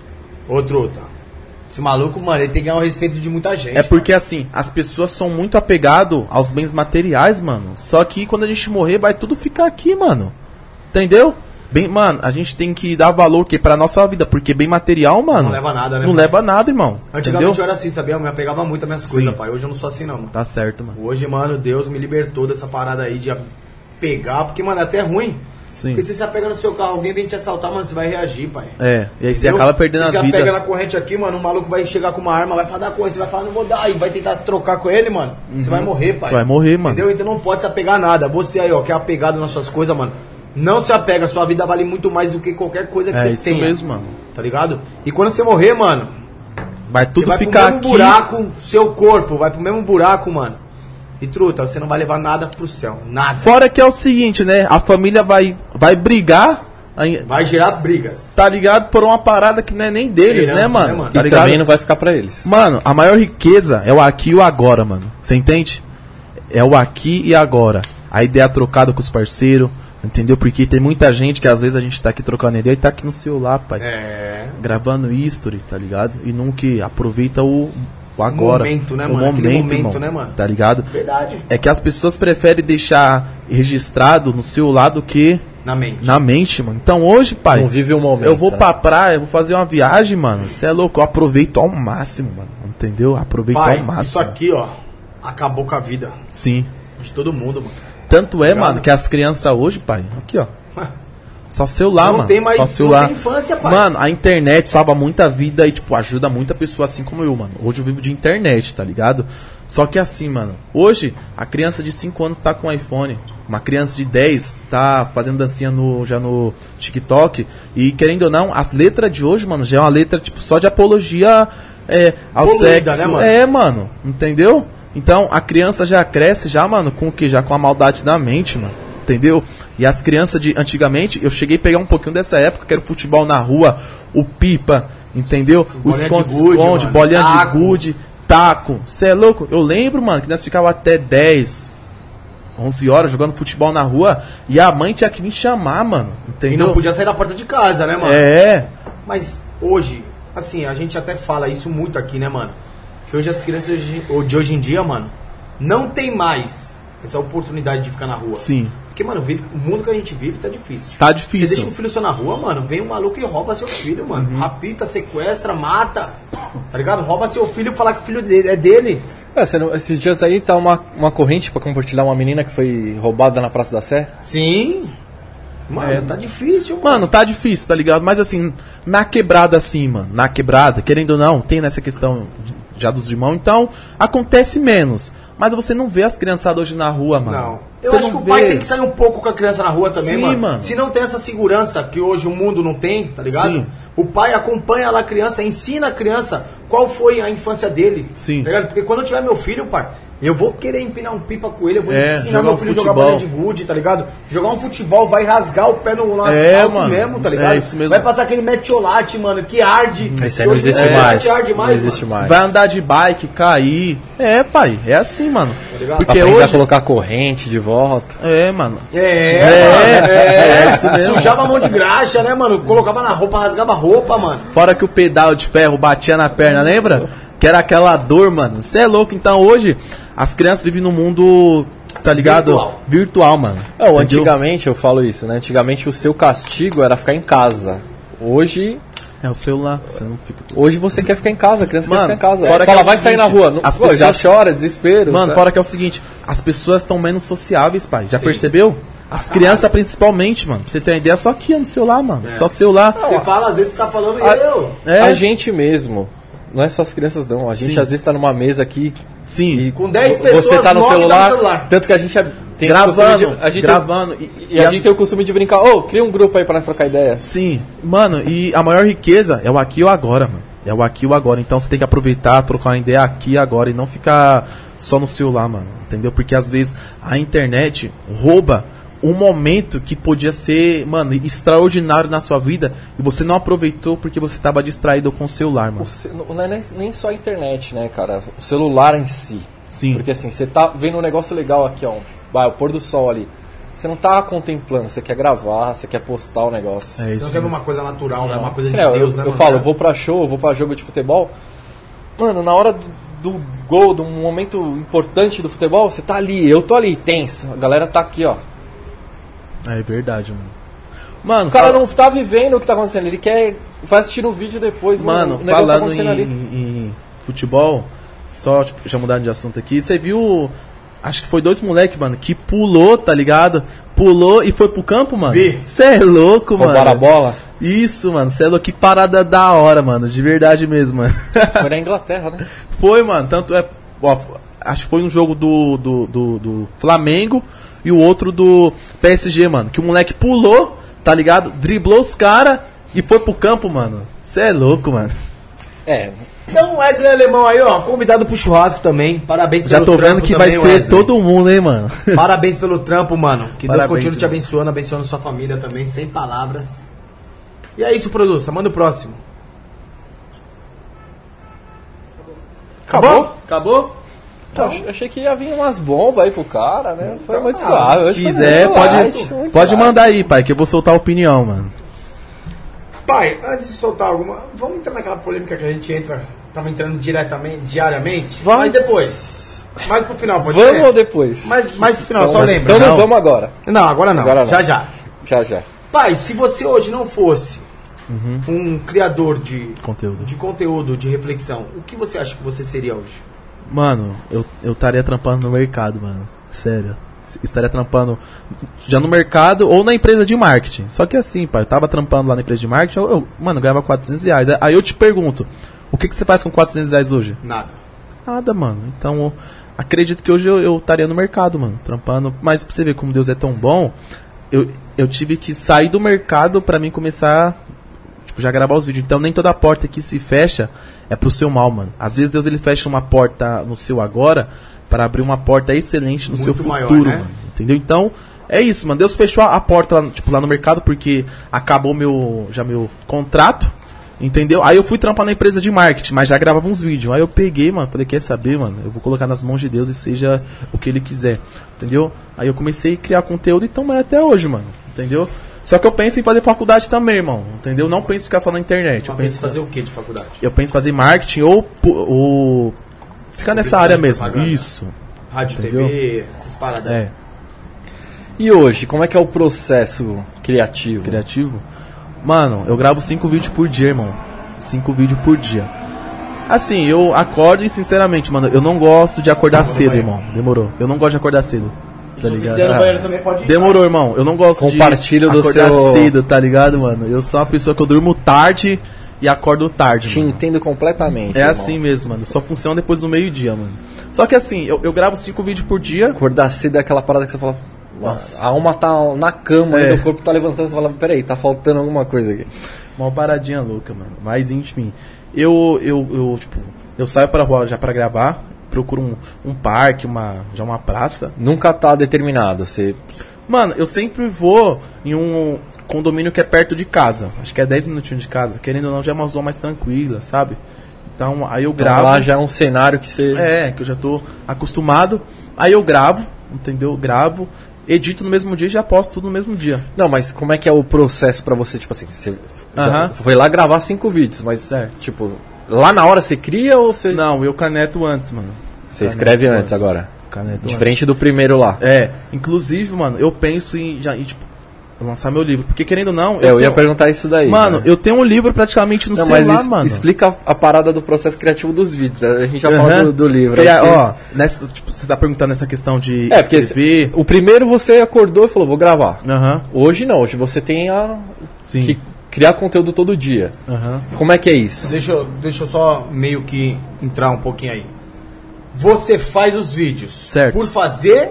Ô, truta, esse maluco, mano, ele tem que ganhar o respeito de muita gente. É porque, assim, as pessoas são muito apegadas aos bens materiais, mano. Só que quando a gente morrer, vai tudo ficar aqui, mano. Entendeu? Mano, a gente tem que dar valor pra nossa vida, porque bem material, mano... Não leva nada, né, Não mano? leva nada, irmão. Antigamente Entendeu? eu era assim, sabia? Eu me apegava muito às minhas coisas, pai. Hoje eu não sou assim, não, mano. Tá certo, mano. Hoje, mano, Deus me libertou dessa parada aí de pegar, porque, mano, é até ruim. Sim. Porque se você apega no seu carro, alguém vem te assaltar, mano, você vai reagir, pai. É, e aí você Entendeu? acaba perdendo Se a você vida. apega na corrente aqui, mano, o maluco vai chegar com uma arma, vai falar da corrente, você vai falar, não vou dar, e vai tentar trocar com ele, mano. Você vai morrer, pai. Você vai morrer, mano. Entendeu? Então não pode se apegar a nada. Você aí, ó, que é apegado nas suas coisas, mano, não se apega, sua vida vale muito mais do que qualquer coisa que É você isso tenha. mesmo, mano. Tá ligado? E quando você morrer, mano, Vai você tudo vai ficar pro mesmo aqui. buraco, seu corpo vai pro mesmo buraco, mano. E truta, você não vai levar nada pro céu. Nada. Fora que é o seguinte, né? A família vai brigar, Vai gerar brigas. Tá ligado? Por uma parada que não é nem deles, Herança, né, mano? né, mano? Tá E ligado? também não vai ficar pra eles. Mano, a maior riqueza é o aqui e o agora, mano. Você entende? É o aqui e agora. A ideia trocada com os parceiros, entendeu? Porque tem muita gente que às vezes a gente tá aqui trocando ideia e tá aqui no celular, pai. Gravando history, tá ligado? E nunca aproveita o agora. Momento, né, o mano? Aquele momento, momento, irmão, né, mano? Tá ligado? Verdade. É que as pessoas preferem deixar registrado no celular do que Na mente, mano. Então hoje, pai, Não vive o momento. eu vou né? pra praia, eu vou fazer uma viagem, mano. Você é louco, eu aproveito ao máximo, mano. Entendeu? Aproveito Pai, ao máximo. isso aqui, ó, acabou com a vida Sim. de todo mundo, mano. Tanto é, Ligado? mano, que as crianças hoje, pai, aqui, ó. Só celular, Não mano. tem mais- Só não celular. tem infância, pai. Mano, a internet salva muita vida e, tipo, ajuda muita pessoa assim como eu, mano. Hoje eu vivo de internet, tá ligado? Só que assim, mano, hoje a criança de 5 anos tá com iPhone. Uma criança de 10 tá fazendo dancinha já no TikTok. E querendo ou não, as letras de hoje, mano, já é uma letra, tipo, só de apologia ao Poluída, sexo. né, mano? É, mano, entendeu? Então a criança já cresce já, mano, com o que? Já com a maldade na mente, mano. Entendeu? E as crianças de antigamente, eu cheguei a pegar um pouquinho dessa época, que era o futebol na rua, o pipa, entendeu? O Bolinha de gude, esconde-esconde, mano. bolinha Taco. de gude, taco. Cê é louco? Eu lembro, mano, que nós ficávamos até 10, 11 horas jogando futebol na rua e a mãe tinha que vir chamar, mano. E Entendeu? não podia sair da porta de casa, né, mano? É. Mas hoje, assim, a gente até fala isso muito aqui, né, mano? Que hoje as crianças de hoje em dia, mano, não tem mais essa oportunidade de ficar na rua. Sim. Porque, mano, o mundo que a gente vive tá difícil. Tá difícil. Você deixa um filho seu na rua, mano, vem um maluco e rouba seu filho, mano. Uhum. Rapita, sequestra, mata. Tá ligado? Rouba seu filho e falar que o filho dele é dele. Esses dias aí tá uma corrente pra compartilhar uma menina que foi roubada na Praça da Sé. Sim. Mano, tá difícil, mano. Mano, tá difícil, tá ligado? Mas assim, na quebrada assim, mano, na quebrada, querendo ou não, tem nessa questão já dos irmãos, então acontece menos. Mas você não vê as criançadas hoje na rua, mano. Não. Eu Você acho que não o pai vê. tem que sair um pouco com a criança na rua também, Sim, mano. mano. Se não tem essa segurança que hoje o mundo não tem, tá ligado? Sim. O pai acompanha lá a criança, ensina a criança qual foi a infância dele. Sim. Tá ligado? Porque quando eu tiver meu filho, pai, eu vou querer empinar um pipa com ele, eu vou ensinar jogar meu um filho a jogar futebol. bola de gude, tá ligado? Jogar um futebol, vai rasgar o pé no asfalto mano. mesmo, tá ligado? É isso mesmo. Vai passar aquele metiolate, mano, que arde. Esse aí não Hoje existe o mais. metiolate arde Não existe mano. mais. Vai andar de bike, cair. É, pai, é assim, mano. ligado? Porque Aprender a hoje. colocar corrente de volta. É, mano. É isso mesmo. Sujava a mão de graxa, né, mano? Colocava na roupa, rasgava a roupa, mano. Fora que o pedal de ferro batia na perna, lembra? Que era aquela dor, mano. Você é louco. Então hoje, as crianças vivem num mundo, tá ligado? Virtual, mano. Não, Entendeu? antigamente eu falo isso, né? Antigamente o seu castigo era ficar em casa. Hoje É o celular. Você não fica. você quer ficar em casa, a criança Mano, quer ficar em casa. fora que Fala, é o vai sair na seguinte, rua. Não, as pô, já pessoas- chora, desespero. Mano, sabe? fora que é o seguinte, as pessoas estão menos sociáveis, pai. Já percebeu? As crianças principalmente, mano. Pra você ter uma ideia, só aqui no celular, mano. Só celular. Você fala, às vezes você tá falando A- eu. É. A gente mesmo, não é só as crianças não, a gente Sim. às vezes tá numa mesa aqui Sim. e Com 10 você pessoas, tá no 9 celular, tá no celular. tanto que a gente tem esse Gravando, costume de, a gente gravando. e a gente tem o costume de brincar, cria um grupo aí pra nós trocar ideia. Sim, mano, e a maior riqueza é o aqui e o agora, mano. É o aqui e o agora. Então você tem que aproveitar, trocar uma ideia aqui e agora e não ficar só no celular, mano. Entendeu? Porque às vezes a internet rouba um momento que podia ser, mano, extraordinário na sua vida e você não aproveitou porque você estava distraído com o celular, mano. Não é nem só a internet, né, cara? O celular em si. Sim. Porque assim, você tá vendo um negócio legal aqui, ó. Vai, o pôr do sol ali. Você não tá contemplando, você quer gravar, você quer postar o negócio. É Você isso não quer ver mesmo. uma coisa natural, né? Uma coisa de É, Deus, eu né, mano? falo, eu vou pra show, eu vou pra jogo de futebol. Mano, na hora do gol, de um momento importante do futebol, você tá ali, eu tô ali, tenso. A galera tá aqui, ó. É verdade, mano. Mano, O cara não tá vivendo o que tá acontecendo, ele vai assistir o vídeo depois, Mano, o negócio tá falando acontecendo ali. em futebol, só tipo, já mudando de assunto aqui, você viu, acho que foi 2 moleques, mano, que pulou, tá ligado? Pulou e foi pro campo, mano. Vi. Você é louco, mano. Roubaram a bola. Isso, mano, você é louco, que parada da hora, mano, de verdade mesmo, mano. Foi na Inglaterra, né? Foi, mano, tanto é, ó, acho que foi um jogo do Flamengo e o outro do PSG, mano, que o moleque pulou, tá ligado? Driblou os caras e foi pro campo, mano. Você é louco, mano. É, Então, Wesley Alemão aí, ó, convidado pro churrasco também. Parabéns pelo Já tô trampo vendo que também, vai ser Wesley. todo mundo, hein, mano. Parabéns pelo trampo, mano. Que Deus Parabéns, continue te mano. abençoando, abençoando sua família também, sem palavras. E é isso, produção. Manda o próximo. Acabou? Acabou? Eu achei que ia vir umas bombas aí pro cara, né? Foi muito suave. Hoje Se foi quiser, muito light, muito pode light. mandar aí, pai, que eu vou soltar a opinião, mano. Pai, antes de soltar alguma... Vamos entrar naquela polêmica que a gente entra... Tava entrando diariamente? Vamos. Mas depois. Mais pro final, pode Vamos ser? ou depois? Mais pro final, Então, só lembra. Então não vamos agora. Não, agora não. Agora não. Já, já. Já. Pai, se você hoje não fosse um criador de Conteúdo. de reflexão, o que você acha que você seria hoje? Mano, eu estaria trampando no mercado, mano. Sério. Estaria trampando já no mercado ou na empresa de marketing. Só que assim, pai, eu tava trampando lá na empresa de marketing, mano, eu ganhava R$400. Aí eu te pergunto, o que você faz com R$400 hoje? Nada. Nada, mano. Então, acredito que hoje eu estaria no mercado, mano, trampando. Mas pra você ver como Deus é tão bom, eu tive que sair do mercado pra mim começar, tipo, já gravar os vídeos. Então, nem toda porta que se fecha é pro seu mal, mano. Às vezes Deus ele fecha uma porta no seu agora para abrir uma porta excelente no Muito seu futuro, maior, né? mano. Entendeu? Então, é isso, mano. Deus fechou a porta lá, tipo, lá no mercado porque acabou meu contrato. Entendeu? Aí eu fui trampar na empresa de marketing, mas já gravava uns vídeos. Aí eu peguei, mano, falei, quer saber, mano? Eu vou colocar nas mãos de Deus e seja o que ele quiser. Entendeu? Aí eu comecei a criar conteúdo e tamo aí até hoje, mano. Entendeu? Só que eu penso em fazer faculdade também, irmão. Entendeu? Não penso em ficar só na internet. Eu penso em fazer o que de faculdade? Eu penso em fazer marketing ou ficar nessa área mesmo. Propaganda. Isso. Rádio, Entendeu? TV, essas paradas. É. E hoje, como é que é o processo criativo? Criativo? Mano, eu gravo 5 vídeos por dia, irmão. 5 vídeos por dia. Assim, eu acordo e, sinceramente, mano, eu não gosto de acordar cedo, irmão. Demorou. Eu não gosto de acordar cedo. E Tá se você ligado? quiser no banheiro também pode ir. Demorou, irmão. Eu não gosto Compartilho de do acordar seu- cedo, tá ligado, mano? Eu sou uma pessoa que eu durmo tarde e acordo tarde, Te mano. entendo completamente. É irmão. assim mesmo, mano. Só funciona depois do meio-dia, mano. Só que assim, eu gravo 5 vídeos por dia. Acordar cedo é aquela parada que você fala, Nossa. a alma tá na cama, É. ainda o corpo tá levantando, você fala, peraí, tá faltando alguma coisa aqui. Uma paradinha louca, mano. Mas enfim, eu saio pra rua já pra gravar, procuro um parque, uma praça. Nunca tá determinado, você... Mano, eu sempre vou em um condomínio que é perto de casa. Acho que é 10 minutinhos de casa. Querendo ou não, já é uma zona mais tranquila, sabe? Então, aí eu Então, gravo. lá já é um cenário que você... É, que eu já tô acostumado. Aí eu gravo, entendeu? Gravo, edito no mesmo dia e já posto tudo no mesmo dia. Não, mas como é que é o processo pra você, tipo assim, você já Aham. foi lá gravar 5 vídeos, mas, Certo. tipo, lá na hora você cria ou você... Não, eu caneto antes, mano. Você escreve antes agora? Caneto Diferente do primeiro lá. É, inclusive, mano, eu penso em tipo, lançar meu livro. Porque querendo ou não. Eu ia tenho- perguntar isso daí. Mano, né? eu tenho um livro praticamente no Não, celular, mas mano. explica a parada do processo criativo dos vídeos. A gente já Aham. falou do livro. Porque, aí, ó, tipo, você tá perguntando essa questão de porque escrever. o primeiro você acordou e falou, vou gravar. Aham, Hoje não, hoje você tem sim. que criar conteúdo todo dia. Aham. Como é que é isso? Deixa eu só meio que entrar um pouquinho aí. Você faz os vídeos Certo. por fazer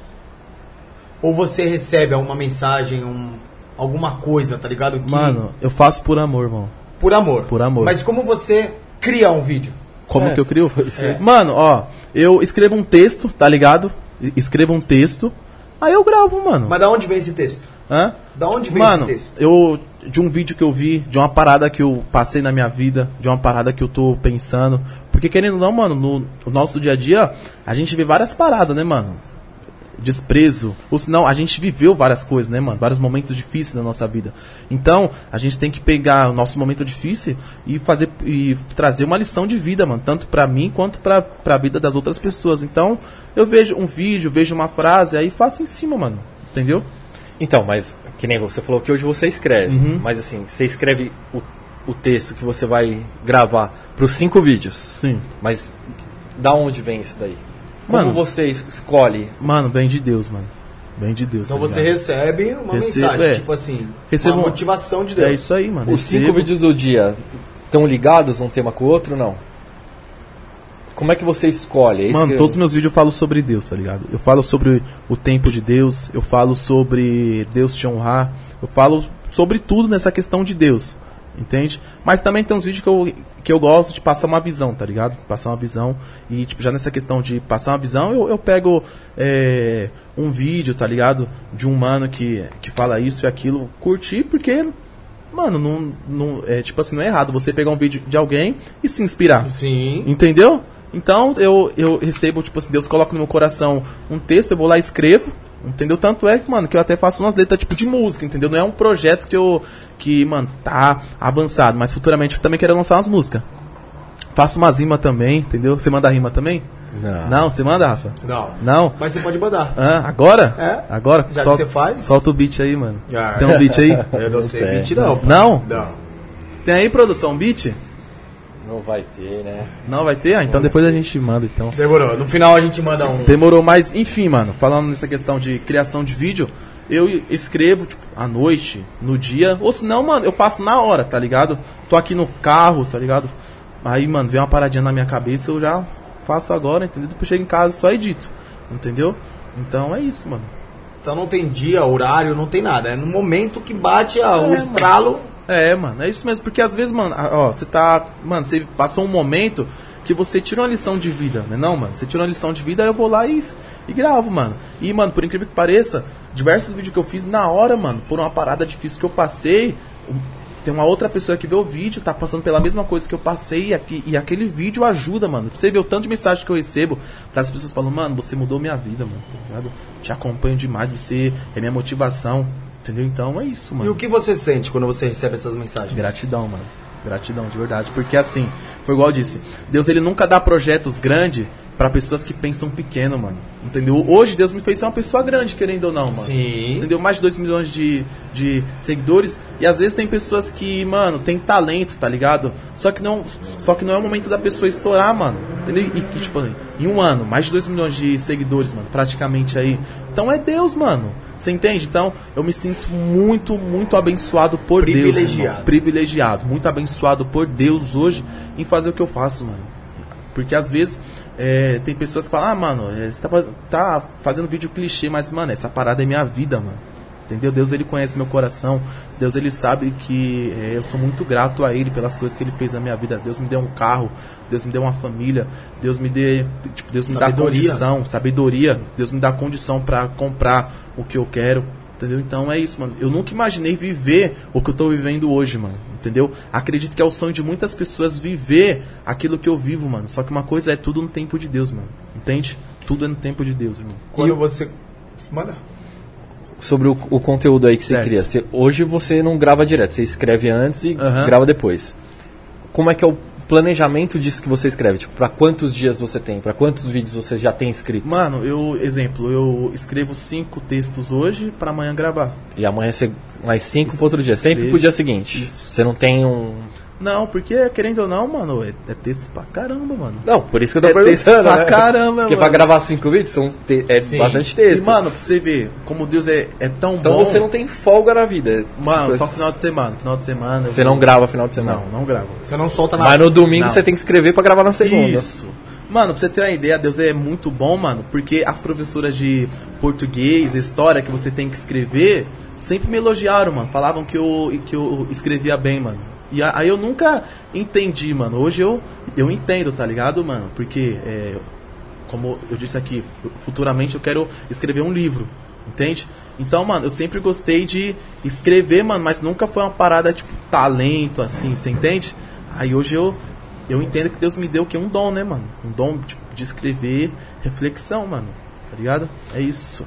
ou você recebe alguma mensagem, alguma coisa, tá ligado? Que, Mano, eu faço por amor, irmão. por amor. por amor. Mas como você cria um vídeo? Como É, que eu crio? é. Mano, ó, eu escrevo um texto, tá ligado? Escrevo um texto, aí eu gravo, mano. Mas da onde vem esse texto? Hã? Da onde vem Mano, esse texto? de um vídeo que eu vi, de uma parada que eu passei na minha vida, de uma parada que eu tô pensando. Porque querendo ou não, mano, no nosso dia a dia, a gente vê várias paradas, né, mano? Desprezo. Ou senão, a gente viveu várias coisas, né, mano? Vários momentos difíceis na nossa vida. Então, a gente tem que pegar o nosso momento difícil e trazer uma lição de vida, mano. Tanto pra mim quanto pra vida das outras pessoas. Então, eu vejo um vídeo, vejo uma frase, aí faço em cima, mano. Entendeu? Então, mas que nem você falou que hoje você escreve. Uhum. Mas assim, você escreve o texto que você vai gravar para os 5 vídeos. Sim. Mas da onde vem isso daí? Como Mano, você escolhe? Mano, bem de Deus, mano. Bem de Deus. Então tá você ligado? recebe uma Recebo, mensagem, é. tipo assim, Recebo uma uma- motivação de Deus. É isso aí, mano. Os 5 Recebo. vídeos do dia estão ligados um tema com o outro, não? Como é que você escolhe? É isso Mano, que- todos os meus vídeos eu falo sobre Deus, tá ligado? Eu falo sobre o tempo de Deus, eu falo sobre Deus te honrar, eu falo sobre tudo nessa questão de Deus. entende? Mas também tem uns vídeos que eu gosto de passar uma visão, tá ligado? Passar uma visão e, tipo, já nessa questão de passar uma visão, eu pego um vídeo, tá ligado? De um mano que fala isso e aquilo, curtir, porque, mano, tipo assim, não é errado você pegar um vídeo de alguém e se inspirar. Sim. Entendeu? Então, eu recebo, tipo assim, Deus coloca no meu coração um texto, eu vou lá e escrevo, entendeu? Tanto é que, mano, que eu até faço umas letras, tipo, de música, entendeu? Não é um projeto que, mano, tá avançado, mas futuramente eu também quero lançar umas músicas. Faço umas rimas também, entendeu? Você manda rima também? Não, você manda, Rafa? Não? Mas você pode mandar. Agora? É? Agora? Já que você faz? Solta o beat aí, mano. Tem um beat aí? Eu não sei beat não. Não? Tem aí, produção, um beat? Não vai ter, né? Não vai ter? Então depois a gente manda, então. Demorou. No final a gente manda um... Demorou, mas enfim, mano, falando nessa questão de criação de vídeo, eu escrevo, tipo, à noite, no dia, ou se não, mano, eu faço na hora, tá ligado? Tô aqui no carro, tá ligado? Aí, mano, vem uma paradinha na minha cabeça, eu já faço agora, entendeu? Depois chego em casa só edito, entendeu? Então é isso, mano. Então não tem dia, horário, não tem nada. É no momento que bate o estralo... Mano, é isso mesmo, porque às vezes, mano, ó, você passou um momento que você tira uma lição de vida, né não, mano? Você tira uma lição de vida, aí eu vou lá e gravo, mano. E, mano, por incrível que pareça, diversos vídeos que eu fiz na hora, mano, por uma parada difícil que eu passei, tem uma outra pessoa que vê o vídeo, tá passando pela mesma coisa que eu passei, e aquele vídeo ajuda, mano. Pra você ver o tanto de mensagem que eu recebo, das pessoas falando, mano, você mudou minha vida, mano, tá ligado? Te acompanho demais, você é minha motivação. Entendeu? Então é isso, mano. E o que você sente quando você recebe essas mensagens? Gratidão, mano. Gratidão, de verdade. Porque assim, foi igual eu disse, Deus, ele nunca dá projetos grandes pra pessoas que pensam pequeno, mano. Entendeu? Hoje Deus me fez ser uma pessoa grande, querendo ou não, mano. Sim. Entendeu? Mais de 2 milhões de seguidores. E às vezes tem pessoas que, mano, tem talento, tá ligado? Só que não é o momento da pessoa estourar, mano. Entendeu? E tipo, em um ano, mais de 2 milhões de seguidores, mano, praticamente aí. Então é Deus, mano. Você entende? Então, eu me sinto muito, muito abençoado por Deus. Privilegiado. Muito abençoado por Deus hoje em fazer o que eu faço, mano. Porque às vezes tem pessoas que falam, mano, você tá fazendo vídeo clichê, mas, mano, essa parada é minha vida, mano. Entendeu? Deus, ele conhece meu coração. Deus, ele sabe que eu sou muito grato a ele pelas coisas que ele fez na minha vida. Deus me deu um carro, Deus me deu uma família, Deus me dá condição, sabedoria. Deus me dá condição pra comprar o que eu quero. Entendeu? Então é isso, mano. Eu nunca imaginei viver o que eu tô vivendo hoje, mano. Entendeu? Acredito que é o sonho de muitas pessoas viver aquilo que eu vivo, mano. Só que uma coisa é tudo no tempo de Deus, mano. Entende? Tudo é no tempo de Deus, irmão. Quando você... Manda. Sobre o conteúdo aí que você cria. Hoje você não grava direto, você escreve antes e grava depois. Como é que é o planejamento disso que você escreve? Tipo, pra quantos dias você tem? Pra quantos vídeos você já tem escrito? Mano, eu escrevo 5 textos hoje pra amanhã gravar. E amanhã você mais 5 pro outro dia, sempre pro dia seguinte. Isso. Você não tem um... Não, porque, querendo ou não, mano, é texto pra caramba, mano. Não, por isso que eu tô perguntando, texto pra caramba, porque mano. Pra gravar 5 vídeos bastante texto. E, mano, pra você ver como Deus é tão então bom... Então você não tem folga na vida. Mano, tipo, só final de semana. Final de semana... Você não grava final de semana? Não gravo. Você não solta nada. Mas no domingo você tem que escrever pra gravar na segunda. Isso. Mano, pra você ter uma ideia, Deus é muito bom, mano, porque as professoras de português, história que você tem que escrever, sempre me elogiaram, mano. Falavam que eu escrevia bem, mano. E aí eu nunca entendi, mano. Hoje eu entendo, tá ligado, mano? Porque, como eu disse aqui, futuramente eu quero escrever um livro, entende? Então, mano, eu sempre gostei de escrever, mano, mas nunca foi uma parada, tipo, talento, assim, você entende? Aí hoje eu entendo que Deus me deu que um dom, né, mano? Um dom, tipo, de escrever reflexão, mano, tá ligado? É isso.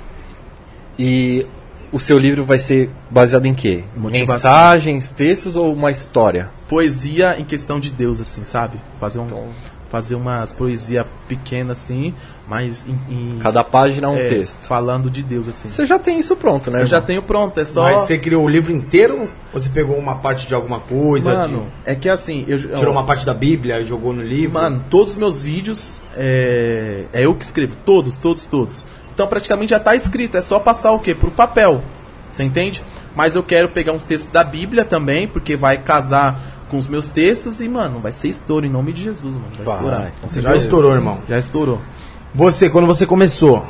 E... o seu livro vai ser baseado em quê? Motivação. Mensagens, textos ou uma história? Poesia em questão de Deus, assim, sabe? Fazer umas poesias pequenas, assim, mas em... Cada página é um texto. Falando de Deus, assim. Você já tem isso pronto, né? Eu já tenho pronto, é só... Mas você criou o livro inteiro? Ou você pegou uma parte de alguma coisa? Mano, é que assim... Tirou uma parte da Bíblia e jogou no livro? Mano, todos os meus vídeos é eu que escrevo. Todos. Então praticamente já tá escrito, é só passar o quê? Pro papel, você entende? Mas eu quero pegar uns textos da Bíblia também, porque vai casar com os meus textos e, mano, vai ser estouro em nome de Jesus, mano. Vai estourar. Você já estourou, irmão. Já estourou. Quando você começou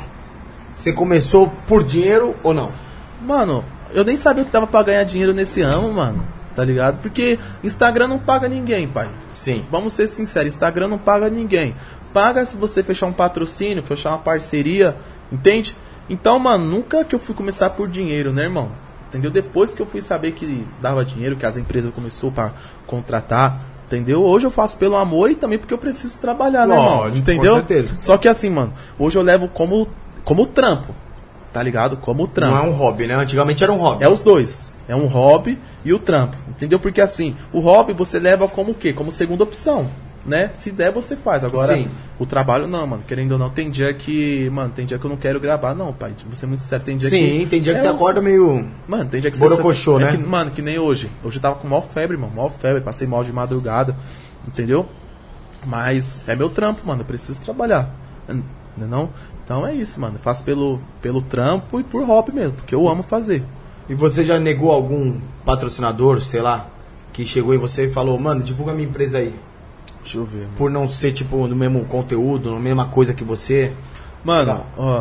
por dinheiro ou não? Mano, eu nem sabia que dava pra ganhar dinheiro nesse ano, mano. tá ligado? Porque Instagram não paga ninguém, pai. Sim. Vamos ser sinceros, Instagram não paga ninguém. Paga se você fechar um patrocínio, fechar uma parceria, entende? Então, mano, nunca que eu fui começar por dinheiro, né, irmão? Entendeu? Depois que eu fui saber que dava dinheiro, que as empresas começaram pra contratar, entendeu? Hoje eu faço pelo amor e também porque eu preciso trabalhar, né, irmão? Lógico, Entendeu? com certeza. Só que assim, mano, hoje eu levo como trampo, tá ligado? Como trampo. Não é um hobby, né? Antigamente era um hobby. É os dois. É um hobby e o trampo. Entendeu? Porque assim, o hobby você leva como o quê? Como segunda opção. Né? Se der, você faz. Agora, Sim. o trabalho, não, mano. Querendo ou não, tem dia que... Mano, tem dia que eu não quero gravar, não, pai. Vou ser muito sério. Tem dia Sim, que... tem dia que você uns- acorda meio... Mano, tem dia que Borocochô, você... né? que, mano, que nem hoje. Hoje eu tava com maior febre, mano. Maior febre. Passei mal de madrugada. Entendeu? Mas é meu trampo, mano. Eu preciso trabalhar. Não? Então é isso, mano. Eu faço pelo trampo e por hobby mesmo. Porque eu amo fazer. E você já negou algum patrocinador, sei lá, que chegou em você e falou, mano, divulga minha empresa aí. Deixa eu ver, mano. Por não ser, tipo, no mesmo conteúdo, na mesma coisa que você. Mano, ó,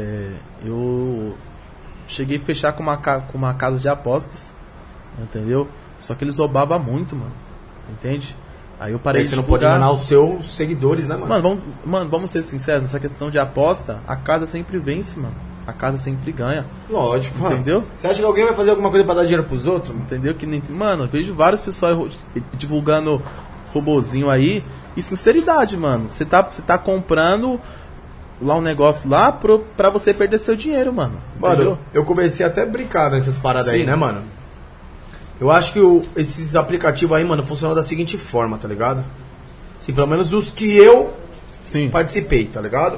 eu cheguei a fechar com uma casa de apostas, entendeu? Só que eles roubavam muito, mano, entende? Aí eu parei Aí de você não pode divulgar. enganar os seus seguidores, né, mano? Mano, vamos ser sinceros, nessa questão de aposta, a casa sempre vence, mano. A casa sempre ganha, Lógico, mano. entendeu? Você acha que alguém vai fazer alguma coisa pra dar dinheiro pros outros? Entendeu? Que nem, mano, eu vejo vários pessoal divulgando robozinho aí. E sinceridade, mano. Você tá comprando lá um negócio lá pra você perder seu dinheiro, mano. Mano, Entendeu? eu comecei até a brincar nessas paradas aí, Sim. né, mano? Eu acho que esses aplicativos aí, mano, funcionam da seguinte forma, tá ligado? Assim, pelo menos os que eu Sim. participei, tá ligado?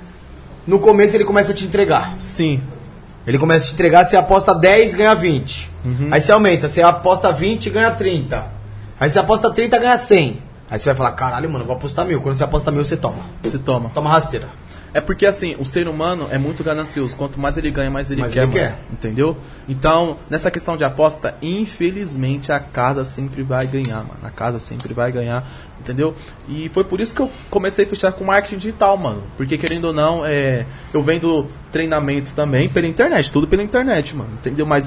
No começo ele começa a te entregar. Sim. Ele começa a te entregar, você aposta 10, ganha 20. Aí você aumenta, você aposta 20, ganha 30. Aí você aposta 30, ganha 100. Aí você vai falar, caralho, mano, eu vou apostar 1000. Quando você aposta 1000, você toma. Você toma. Toma rasteira. É porque assim, o ser humano é muito ganancioso. Quanto mais ele ganha, mais ele Mais quer, ele mano. quer. Entendeu? Então, nessa questão de aposta, infelizmente a casa sempre vai ganhar, mano. A casa sempre vai ganhar, entendeu? E foi por isso que eu comecei a fechar com marketing digital, mano. Porque querendo ou não, eu vendo treinamento também pela internet, tudo pela internet, mano. Entendeu? Mas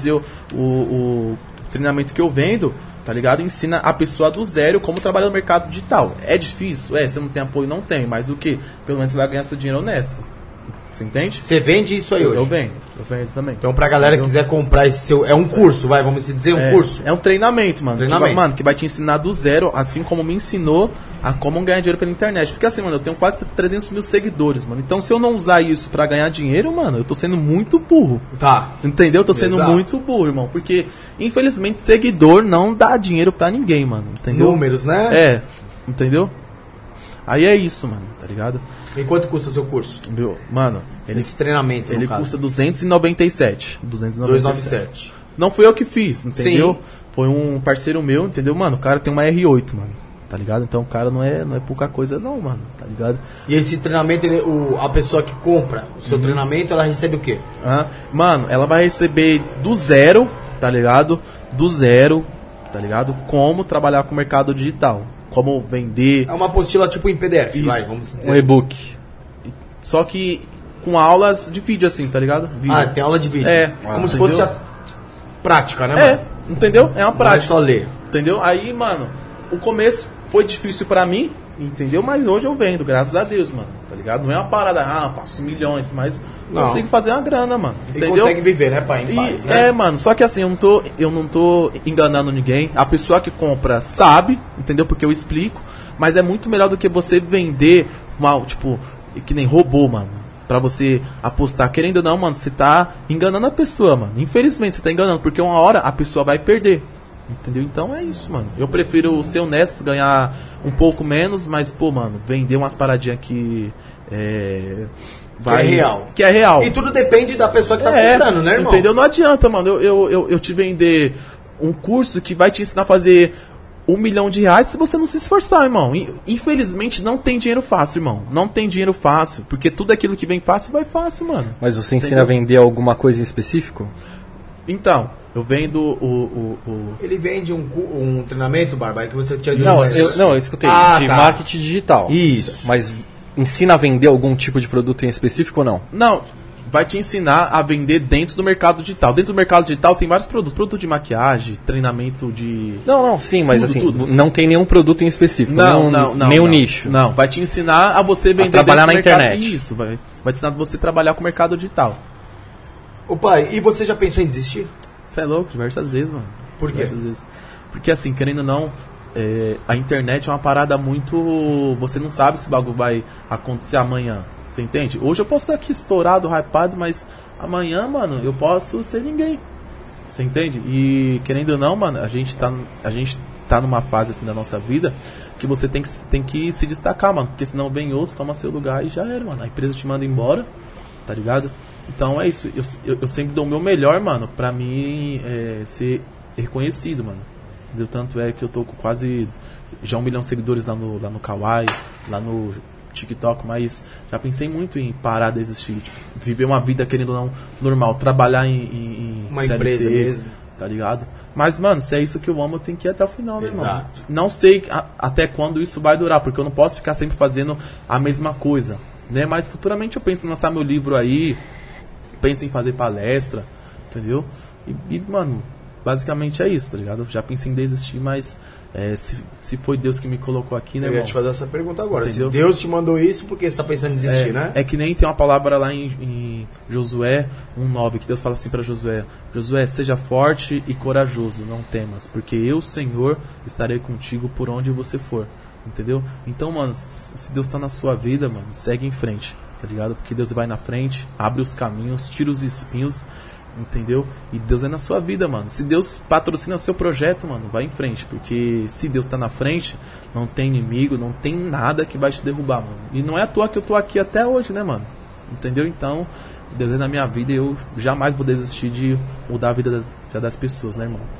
o treinamento que eu vendo, tá ligado? Ensina a pessoa do zero como trabalhar no mercado digital. É difícil? Você não tem apoio? Não tem. Mas o que? Pelo menos você vai ganhar seu dinheiro honesto. Você entende? Você vende isso aí hoje? Eu vendo também. Então pra galera que quiser comprar esse seu... É um curso, vai, vamos dizer, um curso. É um treinamento, mano. Treinamento. Que vai te ensinar do zero, assim como me ensinou a como ganhar dinheiro pela internet. Porque assim, mano, eu tenho quase 300 mil seguidores, mano. Então se eu não usar isso pra ganhar dinheiro, mano, eu tô sendo muito burro. Tá. Entendeu? Eu tô sendo Exato. muito burro, irmão. Porque, infelizmente, seguidor não dá dinheiro pra ninguém, mano. Entendeu? Números, né? Entendeu? Aí é isso, mano, tá ligado? E quanto custa o seu curso? Mano, Esse treinamento, ele no caso. custa 297. 297. Não fui eu que fiz, entendeu? Sim. Foi um parceiro meu, entendeu? Mano, o cara tem uma R8, mano. Tá ligado? Então o cara não é pouca coisa não, mano. Tá ligado? E esse treinamento, a pessoa que compra o seu treinamento, ela recebe o quê? Mano, ela vai receber do zero, tá ligado? Do zero, tá ligado? Como trabalhar com o mercado digital. Como vender. É uma apostila tipo em PDF, Isso. vai, vamos dizer. Um e-book. Só que com aulas de vídeo assim, tá ligado? Vídeo. Ah, tem aula de vídeo. É. Como se Entendeu? fosse a prática, né, É, mano? entendeu? É uma Não é prática. só ler. Entendeu? Aí, mano, o começo foi difícil pra mim, entendeu? Mas hoje eu vendo, graças a Deus, mano. Tá ligado? Não é uma parada, faço milhões, mas Não. consigo fazer uma grana, mano. E Entendeu? consegue viver, né, pai? Em paz, né? Mano, só que assim, eu não tô enganando ninguém. A pessoa que compra sabe, entendeu? Porque eu explico. Mas é muito melhor do que você vender mal, tipo, que nem robô, mano. Pra você apostar. Querendo ou não, mano, você tá enganando a pessoa, mano. Infelizmente, você tá enganando. Porque uma hora a pessoa vai perder. Entendeu? Então é isso, mano. Eu prefiro ser honesto, ganhar um pouco menos, mas, pô, mano, vender umas paradinhas que Que é real. Que é real. E tudo depende da pessoa que tá comprando, né, irmão? Entendeu? Não adianta, mano, eu te vender um curso que vai te ensinar a fazer R$1 milhão se você não se esforçar, irmão. Infelizmente não tem dinheiro fácil, irmão. Não tem dinheiro fácil, porque tudo aquilo que vem fácil vai fácil, mano. Mas você ensina a vender alguma coisa em específico? Então, eu vendo Ele vende um treinamento, Barba, que você tinha... Não, eu escutei. Ah, de tá. marketing digital. Isso. Mas ensina a vender algum tipo de produto em específico ou não? Não, vai te ensinar a vender dentro do mercado digital. Dentro do mercado digital tem vários produtos. Produto de maquiagem, treinamento de... Não, sim, mas Tudo, assim, tudo. não tem nenhum produto em específico. Nenhum nicho. Não, vai te ensinar a você vender trabalhar dentro na do mercado. internet. Isso, vai te ensinar a você trabalhar com o mercado digital. Ô pai, e você já pensou em desistir? Você é louco, diversas vezes, mano. Por quê? Diversas vezes. Porque assim, querendo ou não, a internet é uma parada muito... Você não sabe se o bagulho vai acontecer amanhã. Você entende? Hoje eu posso estar aqui estourado, hypado, mas amanhã, mano, eu posso ser ninguém. Você entende? E querendo ou não, mano, a gente tá numa fase assim da nossa vida que você tem que se destacar, mano. Porque senão vem outro, toma seu lugar e já era, mano. A empresa te manda embora, tá ligado? Então é isso. Eu sempre dou o meu melhor, mano, pra mim ser reconhecido, mano. Entendeu? Tanto é que eu tô com quase já 1 milhão de seguidores lá no Kawaii, lá no TikTok, mas já pensei muito em parar de existir, tipo, viver uma vida querendo ou não normal, trabalhar em uma CLT, empresa mesmo, tá ligado? Mas, mano, se é isso que eu amo, eu tenho que ir até o final, né, mano? Exato. Não sei até quando isso vai durar, porque eu não posso ficar sempre fazendo a mesma coisa, né? Mas futuramente eu penso em lançar meu livro aí, penso em fazer palestra, entendeu? E mano, basicamente é isso, tá ligado? Eu já pensei em desistir, mas se foi Deus que me colocou aqui, né, Eu ia irmão? te fazer essa pergunta agora. Entendeu? Se Deus te mandou isso, por que você tá pensando em desistir, né? É que nem tem uma palavra lá em Josué 1:9, que Deus fala assim pra Josué: Josué, seja forte e corajoso, não temas, porque eu, Senhor, estarei contigo por onde você for. Entendeu? Então, mano, se Deus tá na sua vida, mano, segue em frente, tá ligado? Porque Deus vai na frente, abre os caminhos, tira os espinhos, entendeu? E Deus é na sua vida, mano. Se Deus patrocina o seu projeto, mano, vai em frente. Porque se Deus tá na frente, não tem inimigo, não tem nada que vai te derrubar, mano. E não é à toa que eu tô aqui até hoje, né, mano? Entendeu? Então, Deus é na minha vida e eu jamais vou desistir de mudar a vida das pessoas, né, irmão?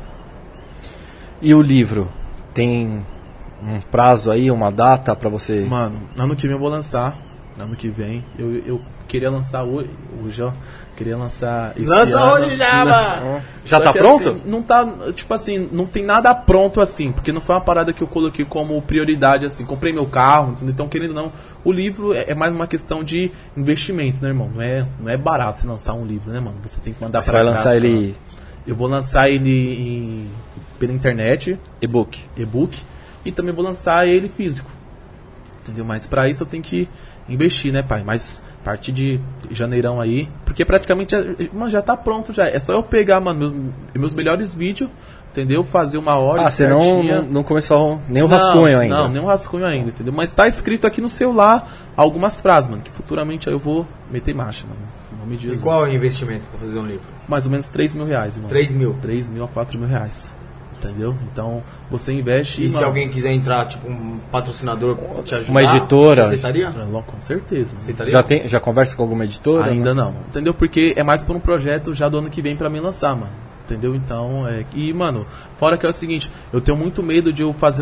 E o livro? Tem um prazo aí, uma data pra você? Mano, ano que vem eu vou lançar. Ano que vem. Eu queria lançar hoje, ó. Queria lançar esse Lança ano. hoje já, mano! Já Só tá que, pronto? Assim, não tá, tipo assim, não tem nada pronto assim, porque não foi uma parada que eu coloquei como prioridade, assim. Comprei meu carro, entendeu? Então, querendo ou não, o livro é mais uma questão de investimento, né, irmão? Não é barato você lançar um livro, né, mano? Você tem que mandar Você pra vai casa, lançar ele Eu vou lançar ele pela internet, e-book. e-book, e também vou lançar ele físico. Entendeu? Mas pra isso eu tenho que investir, né, pai? Mas a partir de janeirão aí, porque praticamente já tá pronto já. É só eu pegar, mano, meus melhores vídeos, entendeu? Fazer uma hora. Ah, você não começou nem o rascunho ainda? Não, nem o rascunho ainda, entendeu? Mas tá escrito aqui no celular algumas frases, mano, que futuramente aí eu vou meter marcha, mano. Em nome de Jesus. E qual é o investimento pra fazer um livro? Mais ou menos 3 mil reais, irmão. 3 mil? 3 mil a 4 mil reais. Entendeu? Então, você investe E se mano, alguém quiser entrar, tipo, um patrocinador te ajudar, uma editora? Você aceitaria? com certeza. Né? Aceitaria? Já conversa com alguma editora? Ainda não. Entendeu? Porque é mais por um projeto já do ano que vem pra mim lançar, mano. Entendeu? Então, e, mano, fora que é o seguinte, eu tenho muito medo de eu fazer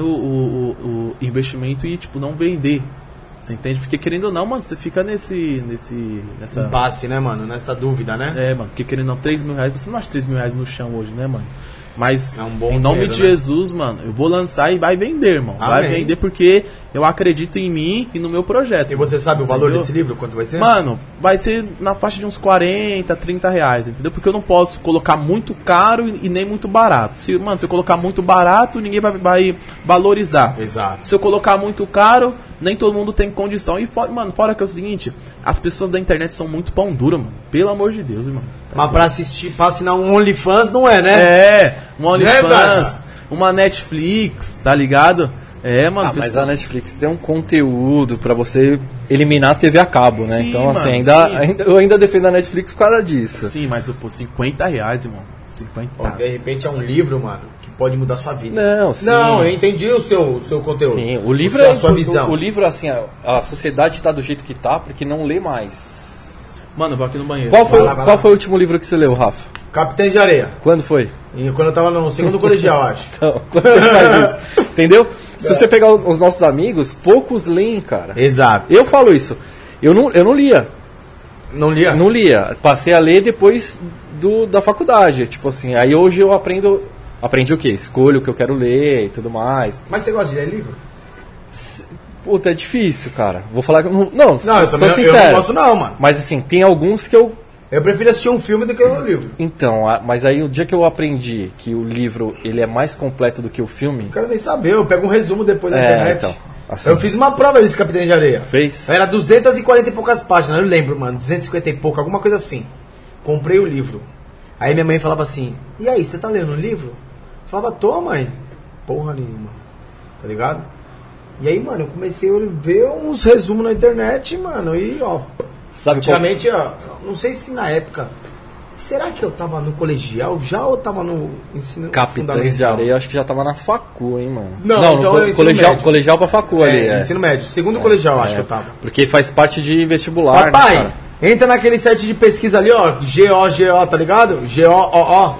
o investimento e, tipo, não vender. Você entende? Porque querendo ou não, mano, você fica nessa... Impasse, né, mano? Nessa dúvida, né? Mano, porque querendo ou não, 3 mil reais, você não acha 3 mil reais no chão hoje, né, mano? Mas, é um bom em nome dinheiro, de né? Jesus, mano, eu vou lançar e vai vender, irmão. Amém. Vai vender porque eu acredito em mim e no meu projeto. E você sabe o valor Entendeu? desse livro? Quanto vai ser? Mano, vai ser na faixa de uns 40, 30 reais, entendeu? Porque eu não posso colocar muito caro e nem muito barato. Se eu colocar muito barato, ninguém vai valorizar. Exato. Se eu colocar muito caro, nem todo mundo tem condição. E, mano, fora que é o seguinte, as pessoas da internet são muito pão duro, mano. Pelo amor de Deus, irmão. Mas pra assistir, pra assinar um OnlyFans não é, né? Um OnlyFans, uma Netflix, tá ligado? Mano. Mas a Netflix tem um conteúdo pra você eliminar a TV a cabo, né? Sim, então, mano, assim, sim. eu ainda defendo a Netflix por causa disso. Sim, mas, pô, 50 reais, irmão. 50. Pô, de repente é um livro, mano, que pode mudar a sua vida. Não, sim. Não, eu entendi o seu conteúdo. Sim, o livro a sua visão. O livro, assim, a sociedade tá do jeito que tá porque não lê mais. Mano, eu vou aqui no banheiro. Qual Vai lá. foi o último livro que você leu, Rafa? Capitães de Areia. Quando foi? E quando eu tava no segundo colegial, acho. Então, quando ele faz isso? Entendeu? Se você pegar os nossos amigos, poucos leem, cara. Exato. Eu falo isso. Eu não lia. Não lia? Não lia. Passei a ler depois da faculdade. Tipo assim, aí hoje eu aprendi o quê? Escolho o que eu quero ler e tudo mais. Mas você gosta de ler livro? Puta, é difícil, cara. Vou falar que... Não, Não, eu sou também sincero. eu não gosto não, mano. Mas assim, tem alguns que eu Eu prefiro assistir um filme do que um livro. Então, mas aí o dia que eu aprendi que o livro ele é mais completo do que o filme... Não quero nem saber, eu pego um resumo depois na internet. Então, assim, eu fiz uma prova desse Capitão de Areia. Fez? Era 240 e poucas páginas, eu lembro, mano. 250 e pouco, alguma coisa assim. Comprei o livro. Aí minha mãe falava assim, e aí, você tá lendo o livro? Eu falava, tô, mãe. Porra nenhuma. Tá ligado? E aí, mano, eu comecei a ver uns resumos na internet, mano, e ó... Sabe Antigamente, ó, não sei se na época... Será que eu tava no colegial já ou tava no ensino Capitães de Areia, acho que já tava na facu, hein, mano? Não, então é colegial pra facu ali. Ensino médio. Segundo colegial, acho que eu tava. Porque faz parte de vestibular, Papai, né, cara? entra naquele site de pesquisa ali, ó, GO, tá ligado? GOO.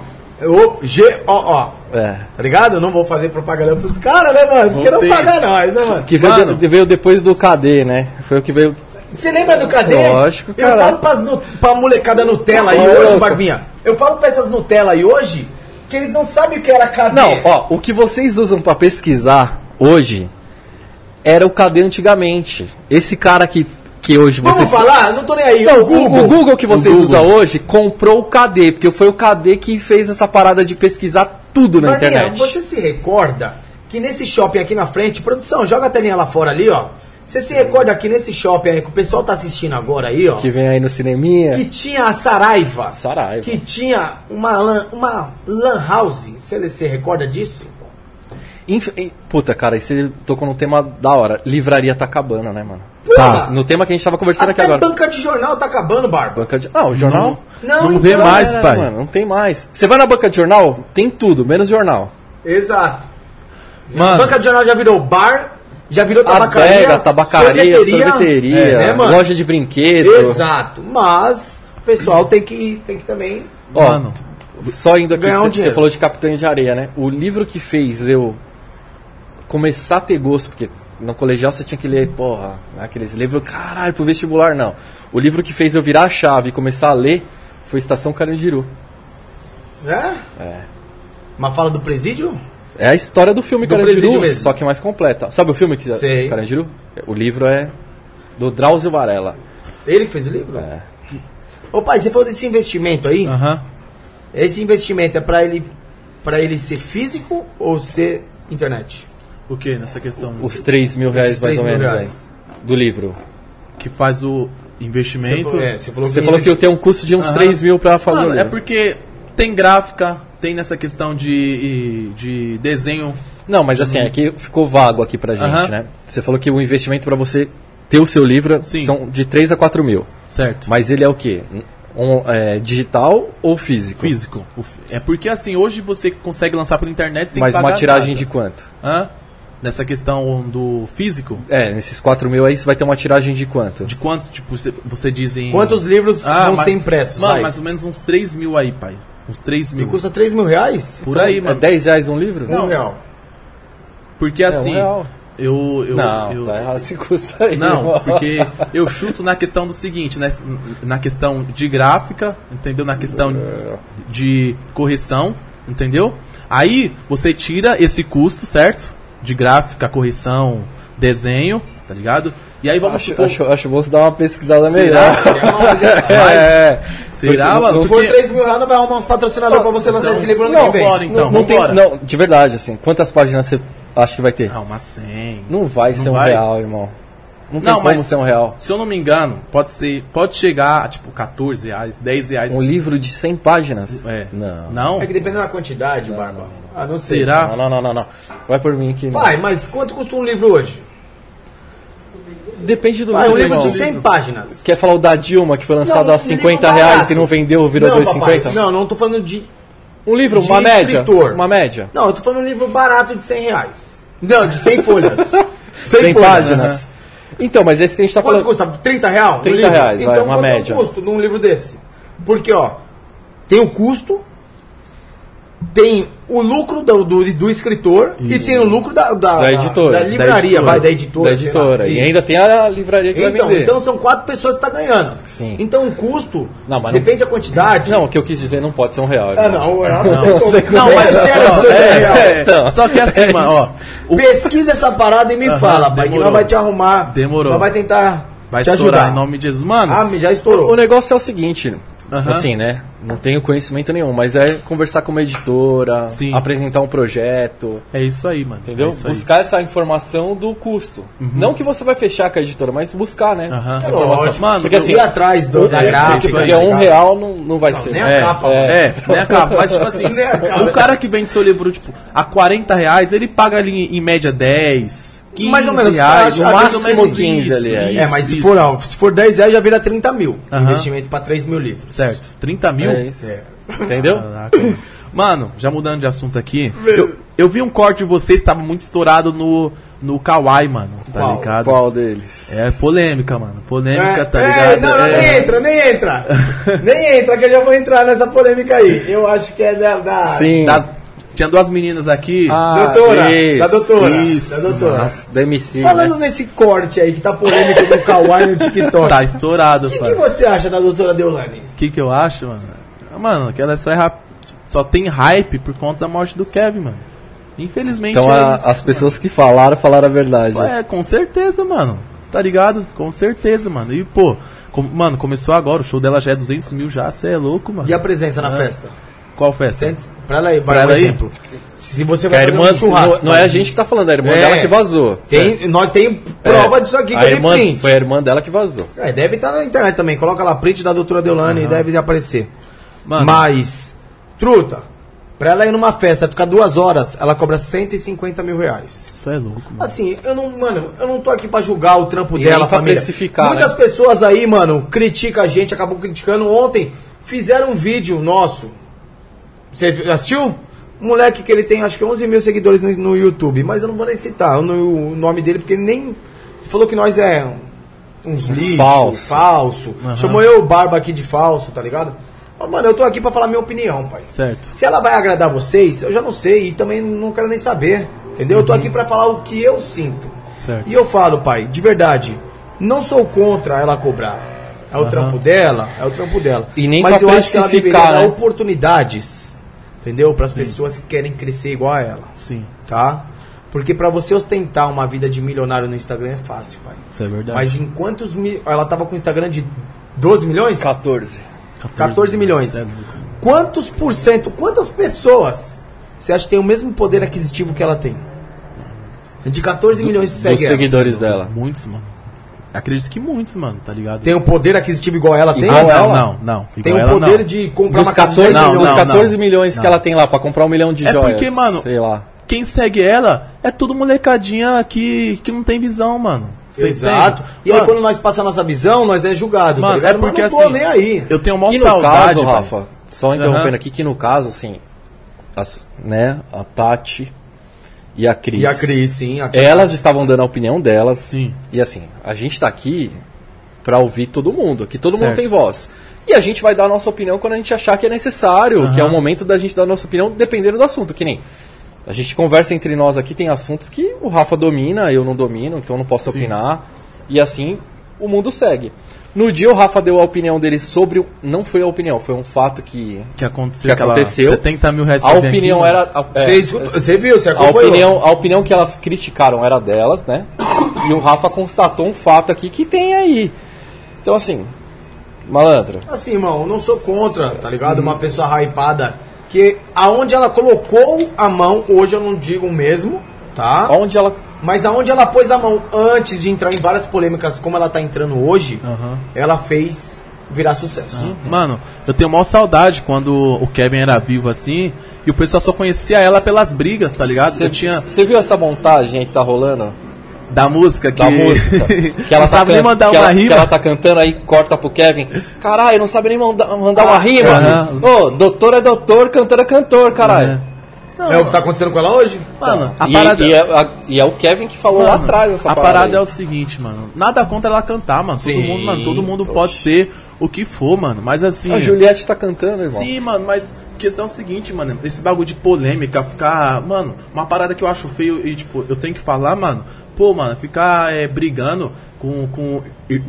GOO. É. Tá ligado? Eu não vou fazer propaganda pros caras, né, mano? Porque não paga nós, né, mano? Que veio depois do KD, né? Foi o que veio... Você lembra do KD? Lógico, eu cara. falo pra molecada Nutella aí hoje, Barbinha. Eu falo pra essas Nutella aí hoje que eles não sabem o que era KD. Não, ó, o que vocês usam pra pesquisar hoje era o KD antigamente. Esse cara que hoje vocês... Vamos falar? Não tô nem aí. Não, o Google. O Google que vocês usam hoje comprou o KD, porque foi o KD que fez essa parada de pesquisar tudo na Barbinha, internet. você se recorda que nesse shopping aqui na frente, produção, joga a telinha lá fora ali, ó. Você se recorda aqui nesse shopping aí que o pessoal tá assistindo agora aí, ó? Que vem aí no cineminha. Que tinha a Saraiva. Saraiva. Que tinha uma lan house. Você recorda disso? Puta, cara, e você tocou num tema da hora. Livraria tá acabando, né, mano? Tá. No tema que a gente tava conversando Até aqui agora. banca de jornal tá acabando, Barba. Não, o jornal... Não vê então, mais, pai. Mano, não tem mais. Você vai na banca de jornal, tem tudo, menos jornal. Exato. Mano. A banca de jornal já virou bar, já virou tabacaria, tabacaria, sorveteria, né, mano? loja de brinquedo. Exato. Mas o pessoal tem que também... Ó, Mano. só indo aqui, Ganhar um você dinheiro. falou de Capitães de Areia, né? O livro que fez eu começar a ter gosto, porque no colegial você tinha que ler, porra, aqueles livros, caralho, pro vestibular, não. O livro que fez eu virar a chave e começar a ler foi Estação Carandiru. É? Mas fala do presídio? É a história do filme Do Carandiru, presídio mesmo. só que mais completa. Sabe o filme que Sei. Carandiru? O livro é do Drauzio Varela. Ele que fez o livro? É. Ô pai, você falou desse investimento aí? Aham. Esse investimento é pra ele ser físico ou ser internet? O que nessa questão? Os 3 mil reais Esses mais 3 ou mil menos reais. aí, do livro. Que faz o investimento. Você falou Você falou que eu tenho um custo de uns 3 mil pra fazer. Mano, o é livro. porque tem gráfica, tem nessa questão de desenho. Não, mas assim, é que ficou vago aqui pra gente, Aham. né? Você falou que o investimento pra você ter o seu livro Sim. são de 3 a 4 mil. Certo. Mas ele é o quê? Digital ou físico? Físico. É porque assim, hoje você consegue lançar pela internet sem Mas pagar uma tiragem nada. de quanto? Hã? Nessa questão do físico, Nesses 4 mil aí você vai ter uma tiragem de quanto? de quantos, tipo, você diz em... Quantos livros vão mas- ser impressos? Mano, vai? mais ou menos uns 3 mil aí, pai. Uns 3 E mil. custa 3 mil reais? Por aí, É mano. 10 reais um livro? Um real. Porque assim, R$1. eu Não, tá errado esse custo aí. Não, irmão. porque eu chuto na questão do seguinte, né? Na questão de gráfica, entendeu? Na questão de correção, entendeu? Aí você tira esse custo, certo? De gráfica, correção, desenho, tá ligado? E aí vamos supor... Acho bom você dar uma pesquisada Será? melhor. Será, Porque mano? Se for 3 mil reais, não vai arrumar uns patrocinadores pra você lançar esse livro ano Não, que vem. bora, então. não, tem, vambora. não, de verdade, assim, quantas páginas você acha que vai ter? Ah, uma 100. Não vai ser um vai? real, irmão. Não tem Não, como mas ser um real. se eu não me engano, pode chegar a tipo 14 reais, 10 reais. Um livro de 100 páginas? É. Não. Não? É que dependendo da quantidade, Barba. Ah, não sei. Será? Não. Vai por mim aqui. Pai, mas quanto custa um livro hoje? Depende do Pai, um livro irmão. de 100 páginas. Quer falar o da Dilma, que foi lançado Não, a 50 livro reais barato. e não vendeu, virou Não, papai, 2,50? não tô falando de... Um livro, de uma média? escritor. Uma média? Não, eu tô falando de um livro barato de 100 reais. Não, de 100 folhas. 100 folhas. páginas? Então, mas é isso que a gente tá Quanto falando. custa? 30 reais? 30 reais, vai, então, uma quanto média. é o custo de um livro desse? Porque, ó, tem o custo, tem o lucro do escritor e tem o lucro da editora. Da livraria, da editora. Da sei editora. lá. E Isso. ainda tem a livraria que vai vender. Então são 4 pessoas que estão ganhando. Sim. Então o custo, Não, mas depende da quantidade. Não, o que eu quis dizer não pode ser um real. Ah, irmão. não, mas Não, só que assim, mano, ó. pesquisa essa parada e me fala, pai, que demorou. nós vai te arrumar. Demorou. Nós vai tentar Vai te estourar ajudar. em nome de Jesus. Mano, Ah, já estourou. O negócio é o seguinte, Aham. Assim, né? Não tenho conhecimento nenhum, mas é conversar com uma editora, Sim. apresentar um projeto, É isso aí, mano. entendeu? É isso aí. Buscar essa informação do custo. Não que você vai fechar com a editora, mas buscar, né? Aham. A informação. Lógico. Mano, porque assim, Ir atrás da gráfica. isso aí, porque tá ligado? R$1 não vai ser. nem a É, capa, nem a capa. Mas, tipo assim, Nem a capa. o cara que vende seu livro, tipo, a R$40, ele paga ali em média 10, 15 Mais ou menos, reais, no mais ou máximo menos 15 ali, É, mas isso. se for 10 reais já vira 30 mil. Aham. Investimento pra 3 mil livros. Certo, 30 mil? É isso. Entendeu? Caraca, mano, já mudando de assunto aqui, eu vi um corte de vocês, tava muito estourado no Kawaii, mano, tá Qual? ligado? Qual deles? É polêmica, mano, polêmica, tá ligado? Não, nem entra. Nem entra, que eu já vou entrar nessa polêmica aí. Eu acho que é da... Sim. Tinha duas meninas aqui. Doutora, isso. da doutora. Isso. Da doutora. Da MC, Falando né? nesse corte aí, que tá polêmico do Kawaii no TikTok. Tá estourado, O que pai. você acha da doutora Deolane? O que eu acho, mano? Mano, que ela só tem hype por conta da morte do Kevin, mano. Infelizmente Então é isso. as pessoas que falaram a verdade. É, com certeza, mano. Tá ligado? Com certeza, mano. E, pô, mano, começou agora. O show dela já é 200 mil já. Cê é louco, mano. E a presença na festa? Qual festa? Sente- Pra ela aí, vai Pra um ela aí? exemplo. Se você Que a vai fazer irmã, um churrasco... não é a gente que tá falando, é a irmã É. dela que vazou. Nós tem prova disso aqui, que a tem irmã, print. foi a irmã dela que vazou. Deve estar na internet também. Coloca lá, print da doutora Deolane e deve aparecer. Mano. Mas, truta, pra ela ir numa festa, ficar 2 horas, ela cobra 150 mil reais. Isso é louco, mano. Assim, eu não tô aqui pra julgar o trampo E dela, nem pra família. precificar, Muitas né? pessoas aí, mano, criticam a gente, acabam criticando. Ontem, fizeram um vídeo nosso. Você assistiu? Um moleque que ele tem, acho que 11 mil seguidores no YouTube. Mas eu não vou nem citar o nome dele, porque ele nem... Falou que nós é uns lixo, falso. Chamou eu, Barba, aqui de falso, tá ligado? Mas, mano, eu tô aqui pra falar minha opinião, pai. Certo. Se ela vai agradar vocês, eu já não sei e também não quero nem saber, entendeu? Eu tô aqui pra falar o que eu sinto. Certo. E eu falo, pai, de verdade, não sou contra ela cobrar. É o trampo dela, é o trampo dela. E nem Mas pra eu acho que ela deveria precificar, dar né? oportunidades, entendeu? Para as pessoas que querem crescer igual a ela, Sim, tá? Porque pra você ostentar uma vida de milionário no Instagram é fácil, pai. isso é verdade. Mas em quantos ela tava com o Instagram de 12 milhões? 14. 14 milhões. Isso é louco. Quantos por cento, quantas pessoas você acha que tem o mesmo poder aquisitivo que ela tem? De 14 milhões de Dos seguidores. seguidores dela. Muitos, mano. Acredito que muitos, mano, tá ligado? Tem um poder aquisitivo igual ela tem? Igual ela? Não. Tem igual um ela, poder não. de comprar Dos uma casa de 10 14, milhões. dos 14 não. milhões que Não. ela tem lá pra comprar 1 milhão de É joias. porque, mano, sei lá. Quem segue ela é tudo molecadinha que não tem visão, mano. Cê Exato. entende? E aí Mano, quando nós passamos a nossa visão, nós é julgado. Mano, tá ligado? é porque Mas não tô assim, nem aí. eu tenho uma Que no saudade, caso, pai. Rafa, só interrompendo Aham. aqui, que no caso, assim, né, a Tati e a Cris. E a Cris, sim. A Cris. Elas estavam dando a opinião delas. Sim. E assim, a gente tá aqui pra ouvir todo mundo, que todo mundo Certo. tem voz. E a gente vai dar a nossa opinião quando a gente achar que é necessário, que é o momento da gente dar a nossa opinião, dependendo do assunto. Que nem a gente conversa entre nós aqui, tem assuntos que o Rafa domina, eu não domino, então eu não posso opinar. E assim, o mundo segue. No dia o Rafa deu a opinião dele sobre... Não foi a opinião, foi um fato que aconteceu. que aconteceu. 70 mil reais A pra vir opinião aqui, mano. era... Você viu, você A acompanhou. opinião que elas criticaram era delas, né? E o Rafa constatou um fato aqui que tem aí. Então, assim, malandro, Assim, irmão, eu não sou contra, tá ligado? Uma pessoa hypada que aonde ela colocou a mão, hoje eu não digo mesmo, tá? onde ela... Mas aonde ela pôs a mão antes de entrar em várias polêmicas como ela tá entrando hoje, ela fez virar sucesso. Mano, eu tenho maior saudade quando o Kevin era vivo assim e o pessoal só conhecia ela pelas brigas, tá ligado? Eu tinha Você viu essa montagem aí que tá rolando? da música que Da música. Que ela não sabe nem mandar uma que rima. ela tá cantando aí, corta pro Kevin. Caralho, não sabe nem mandar uma rima. aham. Ô, doutor é doutor, cantor é cantor, caralho. Não, É o que tá acontecendo com ela hoje? mano, a E, parada e é o Kevin que falou lá Mano, atrás essa a parada é aí. o seguinte, mano. Nada contra ela cantar, mano. Sim. Todo mundo pode ser o que for, mano. Mas assim. A Juliette tá cantando, irmão. Sim, mano, mas a questão é o seguinte, mano. Esse bagulho de polêmica, ficar. Mano, uma parada que eu acho feio e, tipo, eu tenho que falar, mano. Pô, mano, ficar brigando com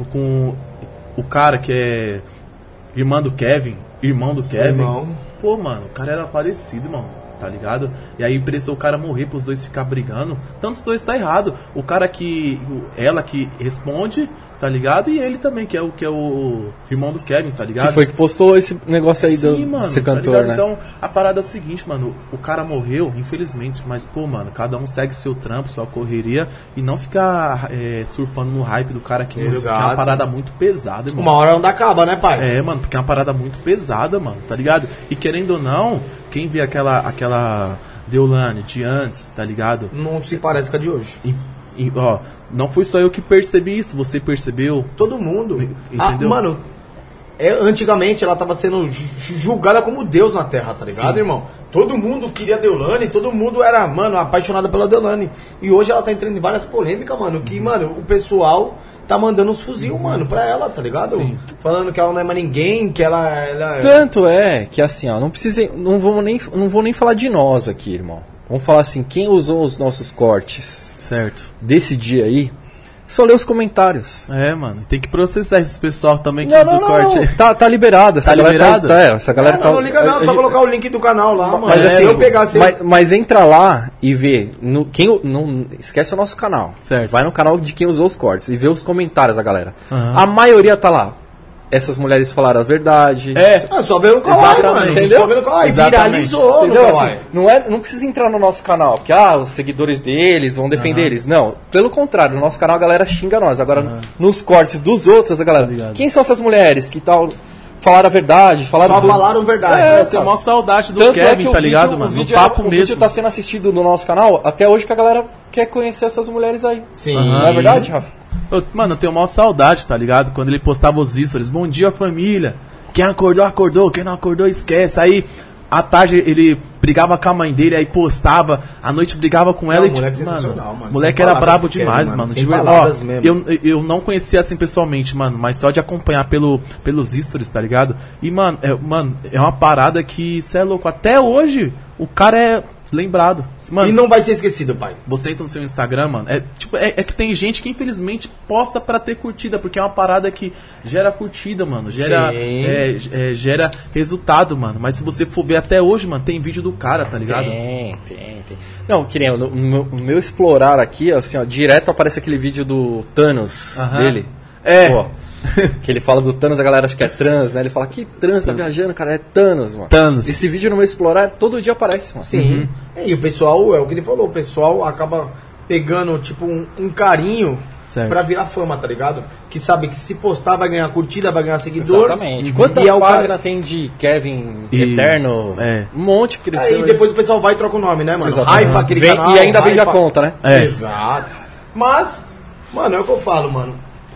o cara que é irmão do Kevin. Irmão. Pô, mano, o cara era falecido, mano. Tá ligado? E aí precisou o cara morrer pros dois ficar brigando. Tanto os dois tá errado. O cara que. Ela que responde tá ligado? E ele também, que é o irmão do Kevin, tá ligado? Que foi que postou esse negócio aí Sim, de mano, ser tá cantor, ligado? né? Então, a parada é o seguinte, mano, o cara morreu, infelizmente, mas, pô, mano, cada um segue seu trampo, sua correria, e não ficar surfando no hype do cara que morreu, porque é uma Exato. parada muito pesada, irmão. Uma hora não acaba, né, pai? É, mano, porque é uma parada muito pesada, mano, tá ligado? E querendo ou não, quem vê aquela Deolane de antes, tá ligado? Não se parece com a de hoje. Ó, não fui só eu que percebi isso, você percebeu? Todo mundo. Entendeu? Mano, antigamente ela tava sendo julgada como Deus na Terra, tá ligado, Sim. irmão? Todo mundo queria a Deolane, todo mundo era, mano, apaixonado pela Deolane. E hoje ela tá entrando em várias polêmicas, mano, que, mano, o pessoal tá mandando uns fuzil, mano, pra ela, tá ligado? Sim. Falando que ela não é mais ninguém, que ela Tanto é que assim, ó, não vou nem falar de nós aqui, irmão. Vamos falar assim, quem usou os nossos cortes Certo. desse dia aí, só lê os comentários. É, mano, tem que processar esses pessoal também que usa o corte aí. Tá liberado. Essa Tá galera liberado? Essa galera não liga não, só colocar o link do canal lá, mano. Mas assim, eu pegar assim, mas entra lá e vê. Não esquece o nosso canal. Certo. Vai no canal de quem usou os cortes e vê os comentários da galera. Aham. A maioria tá lá. Essas mulheres falaram a verdade. só vendo o Kawaii, Exatamente. mano. Entendeu? Só vendo o Kawaii, Exatamente. viralizou no Entendeu? Kawaii. Assim, não precisa entrar no nosso canal, porque os seguidores deles vão defender eles. Não, pelo contrário, no nosso canal a galera xinga nós. Agora, nos cortes dos outros, a galera. ligado. Quem são essas mulheres que tal falaram a verdade? Só falaram verdade. Eu tenho maior saudade do Tanto é Kevin, que o tá ligado, vídeo- mano? o No vídeo papo o mesmo. vídeo tá sendo assistido no nosso canal até hoje que a galera quer conhecer essas mulheres aí. Sim. Não é verdade, Rafa? Mano, eu tenho maior saudade, tá ligado? Quando ele postava os stories, bom dia família, quem acordou, acordou, quem não acordou, esquece. Aí, à tarde, ele brigava com a mãe dele, aí postava, à noite brigava com ela Não, e tipo, moleque sensacional, mano. moleque Sem era palavras brabo do Kevin, demais, mano. mano. Sem Tipo, palavras mesmo. eu não conhecia assim pessoalmente, mano, mas só de acompanhar pelos stories, tá ligado? E, mano, é uma parada que, cê é louco, até hoje, o cara é lembrado. Mano, E não vai ser esquecido, pai. você entra no seu Instagram, mano, é que tem gente que infelizmente posta pra ter curtida, porque é uma parada que gera curtida, mano, gera resultado, mano. Mas se você for ver até hoje, mano, tem vídeo do cara, tá ligado? Tem. Não, que nem no meu explorar aqui, assim, ó, direto aparece aquele vídeo do Thanos Aham. dele. É. Pô, que ele fala do Thanos, a galera acha que é trans, né? Ele fala, que trans, tá viajando, cara? É Thanos, mano. Thanos. Esse vídeo no meu explorar todo dia aparece, mano. Sim. E o pessoal, é o que ele falou, o pessoal acaba pegando, tipo, um carinho Certo. pra virar fama, tá ligado? Que sabe que se postar vai ganhar curtida, vai ganhar seguidor. Exatamente. Quantas E é o páginas cara... tem de Kevin E- Eterno? é. Um monte que cresceu. Aí depois o pessoal vai e troca o nome, né, mano? Exatamente. Hypa aquele Vem- canal. e ainda vende a hypa- conta, né? É. Exato. Mas, mano, é o que eu falo, mano.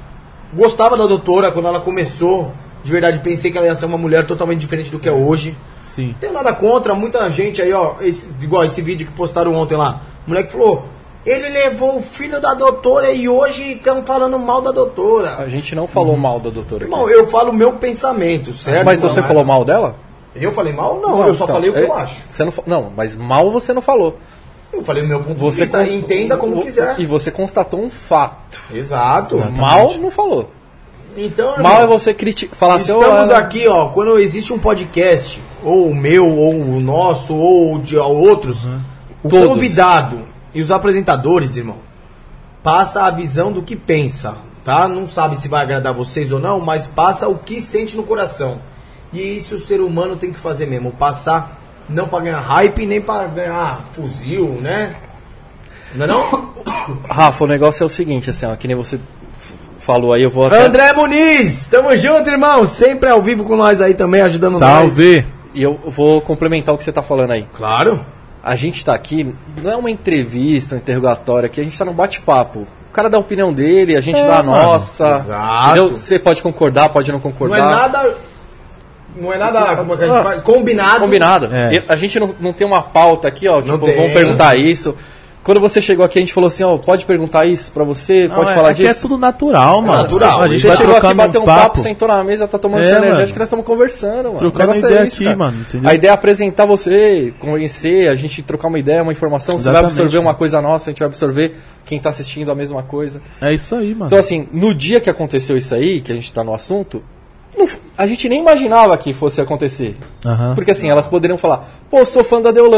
Gostava da doutora quando ela começou. De verdade, pensei que ela ia ser uma mulher totalmente diferente do que é hoje. Sim. Não tem nada contra, muita gente aí, ó. Igual esse vídeo que postaram ontem lá. O moleque falou: ele levou o filho da doutora e hoje estão falando mal da doutora. A gente não falou mal da doutora aqui. Irmão, eu falo o meu pensamento, certo? Mas Não, você é- falou mal dela? Eu falei mal? Não, eu só Então, falei o que eu acho. Você não, mas mal você não falou. Eu falei o meu ponto Você de vista, entenda como quiser. E você constatou um fato. Exato. Mal não falou. Então, Mal irmão, é você falar assim, estamos "Ó, aqui, ó, quando existe um podcast, ou o meu, ou o nosso, ou de outros, o Todos. convidado e os apresentadores, irmão, passa a visão do que pensa, tá? Não sabe se vai agradar vocês ou não, mas passa o que sente no coração. E isso o ser humano tem que fazer mesmo, passar não pra ganhar hype, nem pra ganhar fuzil, né? Não é não? Rafa, o negócio é o seguinte, assim, ó, que nem você falou aí, eu vou até... André Muniz, tamo junto, irmão, sempre ao vivo com nós aí também, ajudando nós. Salve! E eu vou complementar o que você tá falando aí. Claro. A gente tá aqui, não é uma entrevista, um interrogatório aqui, a gente tá num bate-papo. O cara dá a opinião dele, a gente dá a mano. nossa. Exato. Entendeu? Você pode concordar, pode não Não concordar. é nada. Não é nada. Como é que a gente faz? Combinado. Combinado. É. A gente não tem uma pauta aqui, ó, tipo, tem. vamos perguntar isso. Quando você chegou aqui, a gente falou assim, ó, pode perguntar isso pra você, Não, pgente falar aqui disso. é tudo natural, mano. natural. A gente Você vai chegou aqui, trocando bateu um papo, sentou na mesa, tá tomando seu energético, nós estamos conversando, mano. Trocando O negócio ideia isso, aqui, cara. mano, entendeu? A ideia é apresentar você, conhecer, a gente trocar uma ideia, uma informação. Você vai Exatamente, absorver uma mano. coisa nossa, a gente vai absorver quem tá assistindo a mesma coisa. É isso aí, mano. Então, assim, no dia que aconteceu isso aí, que a gente tá no assunto, a gente nem imaginava que fosse acontecer. Aham. Porque, assim, elas poderiam falar, pô, sou fã da Deolane.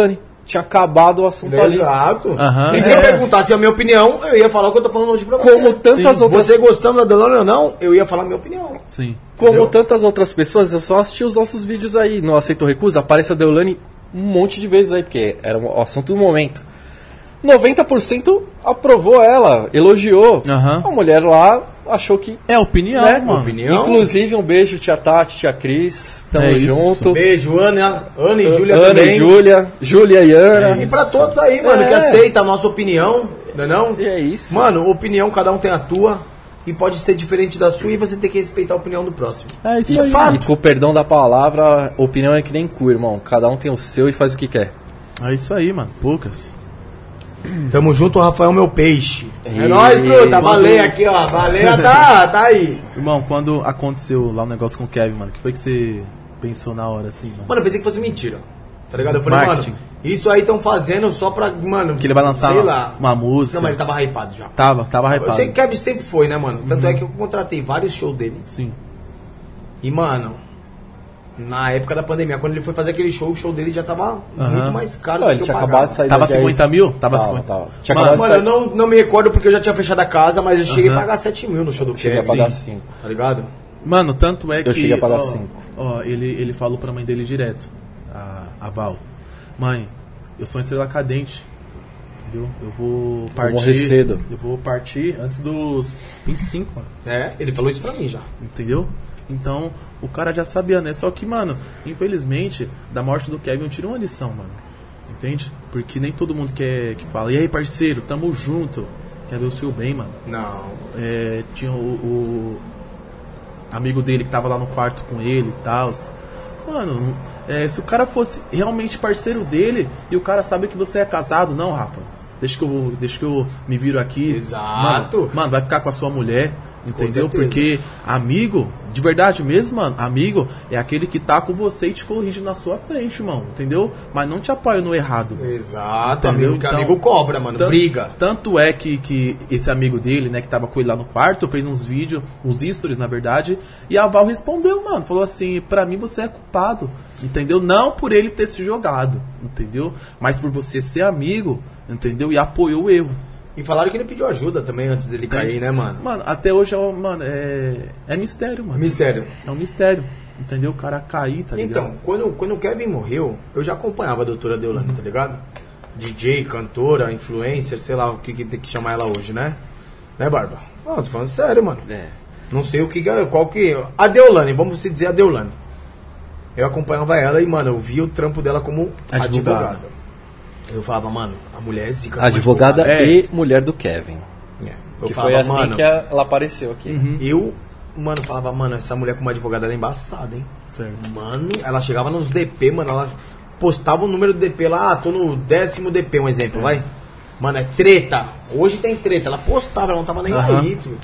tinha acabado o assunto ali. Exato. Aham. E se eu perguntasse a minha opinião, eu ia falar o que eu tô falando hoje pra você. Como tantas outras Você gostando da Deolane ou não, eu ia falar a minha opinião. Sim. Como Entendeu? tantas outras pessoas, eu só assisti os nossos vídeos aí. No Aceito ou Recusa, aparece a Deolane um monte de vezes aí, porque era o assunto do momento. 90% aprovou ela, elogiou. Aham. A mulher lá achou que... É opinião, né? mano. Opinião. Inclusive, um beijo, tia Tati, tia Cris. Tamo É isso. junto. Beijo, Ana e Júlia Ana também. e Júlia. Júlia e Ana. E pra todos aí, mano, É. que aceita a nossa opinião, não é não? E é isso. Mano, opinião, cada um tem a tua. E pode ser diferente da sua e você tem que respeitar a opinião do próximo. É isso E aí. fato. E com o perdão da palavra, opinião é que nem cu, irmão. Cada um tem o seu e faz o que quer. É isso aí, mano. Poucas. Tamo junto, Rafael, meu peixe. É E- nóis, truta. Quando- Baleia aqui, ó. Baleia tá aí. Irmão, quando aconteceu lá o negócio com o Kevin, mano, o que foi que você pensou na hora, assim, mano? Mano, eu pensei que fosse mentira. Tá ligado? Eu falei, Marketing. mano, isso aí estão fazendo só pra, mano... Que ele vai lançar sei lá. uma música. Não, mas ele tava hypado já. Tava Eu hypado. sei que o Kevin sempre foi, né, mano? Tanto é que eu contratei vários shows dele. Sim. E, mano, na época da pandemia, quando ele foi fazer aquele show, o show dele já tava muito mais caro Não, do ele que eu tinha pagava. acabado de sair Tava da 10. 50 mil? Tava 50. Tava. Tinha Mano, acabado de Mano, sair. eu não me recordo porque eu já tinha fechado a casa, mas eu cheguei a pagar 7 mil no show do Cheguei a Kevin. pagar Sim. 5. Tá ligado? Mano, tanto é que... cheguei a pagar ó, 5. Ó, ele falou pra mãe dele direto, a Val. Mãe, eu sou uma estrela cadente, entendeu? Eu vou partir... morrer cedo. Eu vou partir antes dos 25, mano. É, ele falou isso pra mim já. Entendeu? Então, o cara já sabia, né? Só que, mano, infelizmente, da morte do Kevin eu tiro uma lição, mano. Entende? Porque nem todo mundo que fala, e aí, parceiro, tamo junto. Quer ver o seu bem, mano. Não. É, tinha o amigo dele que tava lá no quarto com ele e tal. Mano, se o cara fosse realmente parceiro dele e o cara sabe que você é casado, não, Rafa. Deixa que eu me viro aqui. Exato. Mano, vai ficar com a sua mulher, entendeu? certeza. Porque amigo, de verdade mesmo, mano, amigo é aquele que tá com você e te corrige na sua frente, irmão, entendeu? Mas não te apoia no errado. Exato, Entendeu? amigo, que Então, amigo cobra, mano, briga. Tanto é que esse amigo dele, né, que tava com ele lá no quarto, fez uns vídeos, uns stories, na verdade, e a Val respondeu, mano, falou assim, pra mim você é culpado, entendeu? Não por ele ter se jogado, entendeu? Mas por você ser amigo, entendeu? E apoiou o erro. E falaram que ele pediu ajuda também antes dele cair, né, mano? Mano, até hoje, mano, é mistério, mano. Mistério. É um mistério, entendeu? O cara cair, tá ligado? Então, quando o Kevin morreu, eu já acompanhava a doutora Deolane, tá ligado? DJ, cantora, influencer, sei lá o que tem que chamar ela hoje, né? Né, Barba? Não, tô falando sério, mano. É. Não sei qual que... A Deolane, vamos se dizer a Deolane. Eu acompanhava ela e, mano, eu via o trampo dela como advogada. Eu falava, mano, a mulher é zica. como Advogada É. e mulher do Kevin. É. Eu Que falava, foi assim mano, que ela apareceu aqui. eu, mano, falava, mano, essa mulher como advogada ela é embaçada, hein? Certo. Mano, ela chegava nos DP, mano, ela postava o número do DP lá, tô no 10º DP, um exemplo, vai. Mano, é treta. Hoje tem treta. Ela postava, ela não tava nem aí, tudo.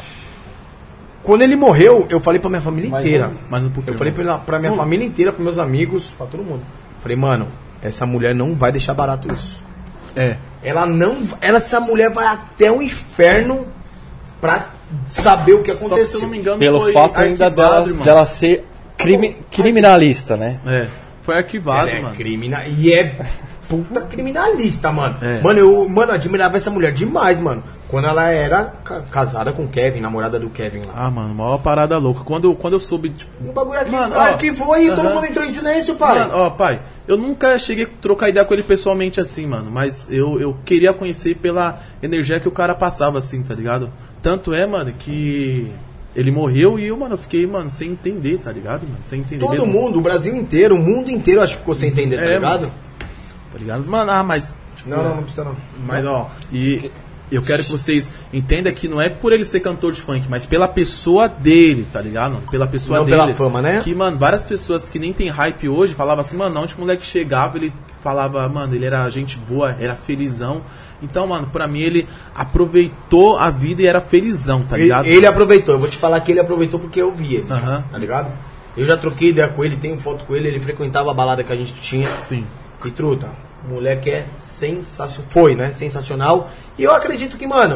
Quando ele morreu, eu falei pra minha família inteira. Mas um pouquinho. Eu falei pra minha família inteira, pros meus amigos, pra todo mundo. Falei, mano, essa mulher não vai deixar barato isso. É. Essa mulher vai até o inferno pra saber o que Só que, aconteceu. se eu não me engano, Pelo foi fato ainda arquivado, irmão. dela ser criminalista, né? É. Foi arquivado, Ela é mano. E é puta criminalista, mano. É. Mano, eu admirava essa mulher demais, mano. Quando ela era casada com o Kevin, namorada do Kevin lá. Ah, mano, maior parada louca. Quando eu soube, tipo... E o bagulho aqui, Mano, que foi, todo aham. mundo entrou em silêncio, pai. Mano, ó, pai, eu nunca cheguei a trocar ideia com ele pessoalmente assim, mano. Mas eu queria conhecer pela energia que o cara passava, assim, tá ligado? Tanto é, mano, que ele morreu e eu, mano, eu fiquei, mano, sem entender, tá ligado, mano? Sem entender Todo mesmo. mundo, o Brasil inteiro, o mundo inteiro, acho que ficou sem entender, tá É, ligado? mano. Tá ligado? Mano, mas... Tipo, Não precisa não. Mas, ó, e eu quero que vocês entendam que não é por ele ser cantor de funk, mas pela pessoa dele, tá ligado? Mano? Pela pessoa Não dele. pela fama, né? Que, mano, várias pessoas que nem tem hype hoje falavam assim, mano, onde o moleque chegava, ele falava, mano, ele era gente boa, era felizão. Então, mano, pra mim ele aproveitou a vida e era felizão, tá ligado? Ele aproveitou, eu vou te falar que ele aproveitou porque eu vi ele, Aham. tá ligado? Eu já troquei ideia com ele, tenho foto com ele, ele frequentava a balada que a gente tinha. Sim. E truta, o moleque é sensacional. Foi, né? Sensacional. E eu acredito que, mano,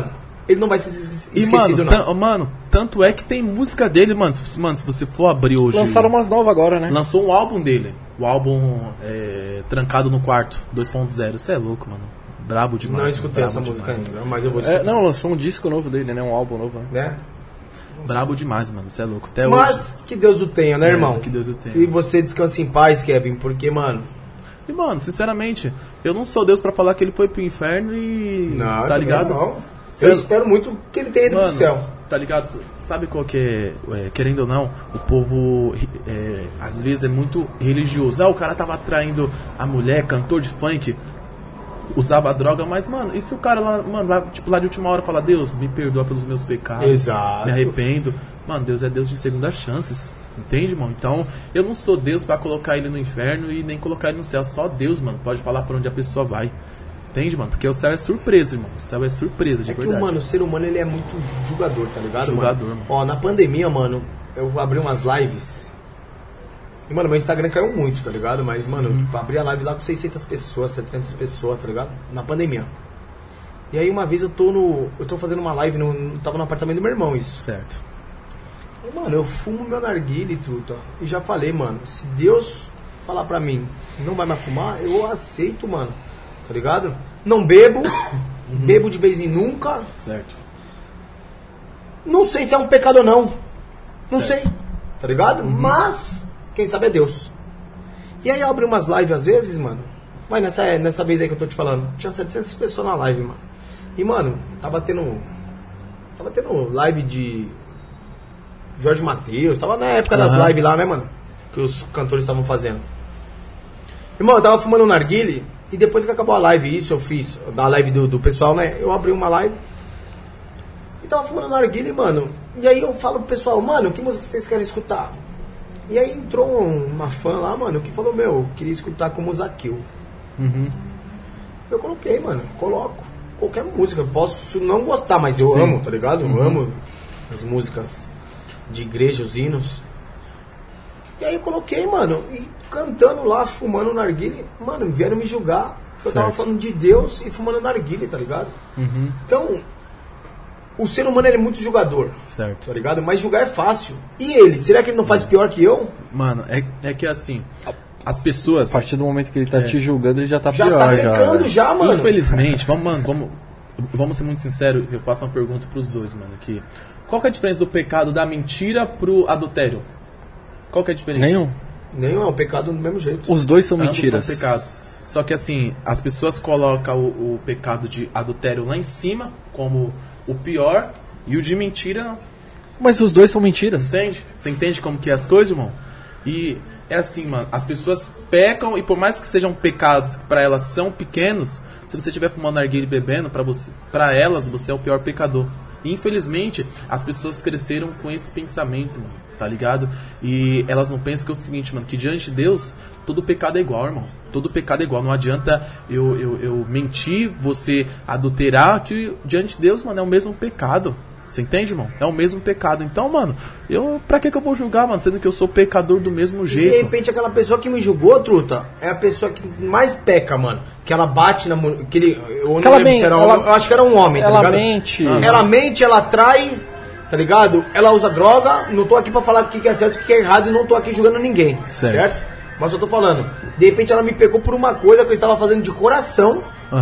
ele não vai ser esquecido, não. Mano, tanto é que tem música dele, mano. Se você for abrir hoje... Lançaram umas novas agora, né? Lançou um álbum dele. O álbum Trancado no Quarto, 2.0. Você é louco, mano. Brabo demais. Não escutei essa música ainda, mas eu vou escutar. Não, lançou um disco novo dele, né? Um álbum novo, né? Brabo demais, mano. Você é louco. Até mas hoje. Que Deus o tenha, né, irmão? Que Deus o tenha. E você descanse em paz, Kevin, porque, mano... E, mano, sinceramente, eu não sou Deus pra falar que ele foi pro inferno e... Não, tá ligado? Não. Eu espero muito que ele tenha ido pro céu. Tá ligado? Sabe qual que é, querendo ou não, o povo às vezes é muito religioso. O cara tava atraindo a mulher, cantor de funk, usava droga, mas, mano, e se o cara lá, mano, lá de última hora fala, Deus, me perdoa pelos meus pecados, exato, me arrependo. Mano, Deus é Deus de segundas chances, entende, irmão? Então, eu não sou Deus pra colocar ele no inferno e nem colocar ele no céu. Só Deus, mano, pode falar pra onde a pessoa vai. Entende, mano? Porque o céu é surpresa, irmão. O céu é surpresa, de verdade. Que, mano, o ser humano, ele é muito julgador, tá ligado, julgador, mano? Ó, na pandemia, mano, eu abri umas lives. E, mano, meu Instagram caiu muito, tá ligado? Mas, mano, tipo, abri a live lá com 600 pessoas, 700 pessoas, tá ligado? Na pandemia. E aí, uma vez eu tô fazendo uma live, tava no apartamento do meu irmão, isso. Certo. E, mano, eu fumo meu narguile, truta. E já falei, mano, se Deus falar pra mim, não vai mais fumar, eu aceito, mano. Tá ligado? Não bebo, bebo de vez em nunca. Certo. Não sei se é um pecado ou não. Não certo. sei. Tá ligado? Mas, quem sabe é Deus. E aí eu abro umas lives às vezes, mano. Vai nessa vez aí que eu tô te falando. Tinha 700 pessoas na live, mano. E, mano, tava tendo live de Jorge Mateus. Tava na época das lives lá, né, mano? Que os cantores estavam fazendo. Irmão, eu tava fumando um narguile. E depois que acabou a live, isso eu fiz, da live do pessoal, né? Eu abri uma live e tava fumando narguilé, mano. E aí eu falo pro pessoal, mano, que música vocês querem escutar? E aí entrou uma fã lá, mano, que falou, eu queria escutar como Zaqueu. Eu coloquei, mano, coloco qualquer música. Eu posso não gostar, mas eu amo, tá ligado? Eu amo as músicas de igreja, os hinos. E aí eu coloquei, mano, e cantando lá, fumando narguilé, mano, vieram me julgar. Eu tava falando de Deus e fumando narguilé, tá ligado? Então, o ser humano ele é muito julgador, certo, tá ligado? Mas julgar é fácil. E ele, será que ele não faz pior que eu? Mano, é que assim, as pessoas... A partir do momento que ele tá te julgando, ele já tá já pior. Tá pecando já, mano. Infelizmente, vamos ser muito sinceros, eu faço uma pergunta pros dois, mano, aqui. Qual que é a diferença do pecado da mentira pro adultério? Qual que é a diferença? Nenhum, é um pecado do mesmo jeito. Os dois são Ambos mentiras. São pecados. Só que assim, as pessoas colocam o pecado de adultério lá em cima, como o pior, e o de mentira... Mas os dois são mentiras. Entende? Você entende como que é as coisas, irmão? E é assim, mano, as pessoas pecam, e por mais que sejam pecados, pra elas são pequenos, se você estiver fumando narguilé e bebendo, pra elas, você é o pior pecador. E, infelizmente, as pessoas cresceram com esse pensamento, mano, tá ligado? E elas não pensam que é o seguinte, mano, que diante de Deus, todo pecado é igual, irmão. Todo pecado é igual. Não adianta eu mentir, você adulterar, que diante de Deus, mano, é o mesmo pecado. Você entende, irmão? É o mesmo pecado. Então, mano, pra que eu vou julgar, mano, sendo que eu sou pecador do mesmo jeito? E de repente aquela pessoa que me julgou, truta, é a pessoa que mais peca, mano. Que ela bate na mulher. Eu não lembro se era um homem. Eu acho que era um homem, tá ligado? Ela mente, ela trai, tá ligado? Ela usa droga. Não tô aqui pra falar o que é certo e o que é errado. E não tô aqui julgando ninguém, certo? Mas eu tô falando. De repente ela me pegou por uma coisa que eu estava fazendo de coração.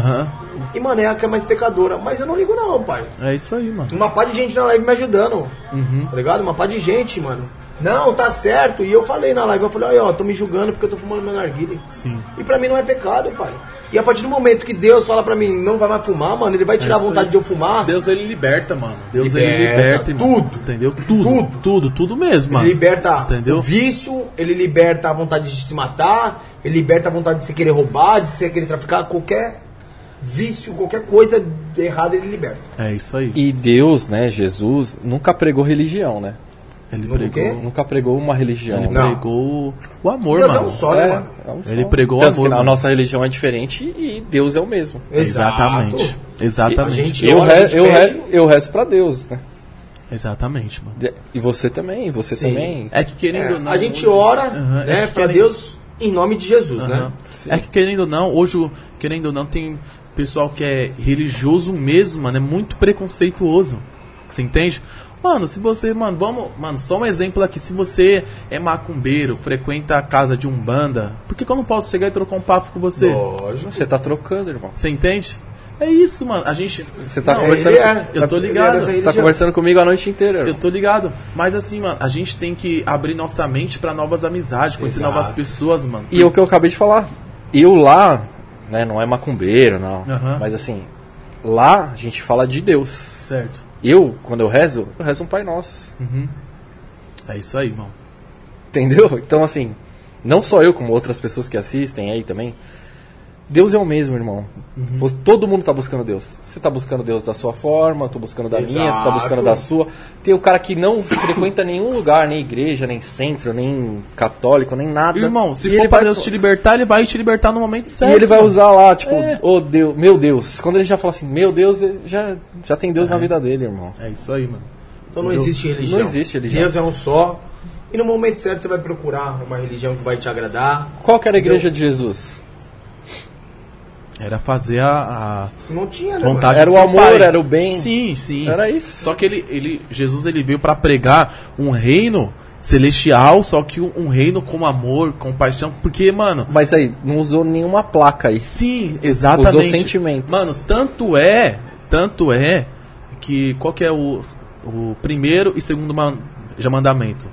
E, mano, é a que é mais pecadora. Mas eu não ligo não, pai. É isso aí, mano. Uma pá de gente na live me ajudando. Tá ligado? Uma pá de gente, mano. Não, tá certo. E eu falei na live, eu falei, ó, tô me julgando porque eu tô fumando meu narguilé. Sim. E pra mim não é pecado, pai. E a partir do momento que Deus fala pra mim, não vai mais fumar, mano, ele vai tirar a vontade de eu fumar. Deus, ele liberta, mano. Deus, ele liberta, irmão. Tudo. Entendeu? Tudo mesmo, mano. Ele liberta entendeu? O vício, ele liberta a vontade de se matar, ele liberta a vontade de você querer roubar, de você querer traficar, qualquer vício, qualquer coisa errada ele liberta. É isso aí. E Deus, né, Jesus, nunca pregou religião, né? Ele nunca pregou uma religião. Ele pregou o amor, Deus mano. é um só, né, mano? É um só. Ele pregou Tanto o amor. Que a nossa religião é diferente e Deus é o mesmo. Exatamente. Exatamente. Eu rezo pra Deus, né? Exatamente, mano. E você também, também. É que querendo ou não... A gente ora, né, pra Deus em nome de Jesus, né? É que querendo ou não, hoje, querendo ou não, tem pessoal que é religioso mesmo, mano, é muito preconceituoso. Você entende? Mano, se você, mano, só um exemplo aqui, se você é macumbeiro, frequenta a casa de Umbanda, por que eu não posso chegar e trocar um papo com você? Lógico. Você tá trocando, irmão. Você entende? É isso, mano. A gente. Você tá Não, conversando. eu tô ligado. Tá conversando comigo a noite inteira. Eu tô ligado. Mas assim, mano, a gente tem que abrir nossa mente pra novas amizades, conhecer novas pessoas, mano. E o que eu acabei de falar. Eu lá, né, não é macumbeiro, não. Aham. Mas assim, lá a gente fala de Deus. Certo. Eu, quando eu rezo um Pai Nosso. É isso aí, irmão. Entendeu? Então, assim, não só eu, como outras pessoas que assistem aí também. Deus é o mesmo, irmão. Todo mundo tá buscando Deus. Você tá buscando Deus da sua forma, eu tô buscando da minha, você tá buscando da sua. Tem o cara que não frequenta nenhum lugar, nem igreja, nem centro, nem católico, nem nada. Irmão, se E for ele pra vai- Deus te libertar, ele vai te libertar no momento certo. E ele vai mano. usar lá, tipo, oh Deus, meu Deus. Quando ele já fala assim, meu Deus, ele já tem Deus na vida dele, irmão. É isso aí, mano. Então não existe religião. Não existe religião. Deus é um só. E no momento certo você vai procurar uma religião que vai te agradar. Qual que era a igreja de Jesus? Era fazer a Não tinha, né, vontade Era do o seu amor, pai. era o bem. Sim, sim. Era isso. Só que Jesus ele veio pra pregar um reino celestial, só que um reino com amor, com paixão, porque, mano, Mas aí, não usou nenhuma placa aí. sim, exatamente. Usou sentimentos. Mano, tanto é que qual que é o primeiro e segundo mandamento?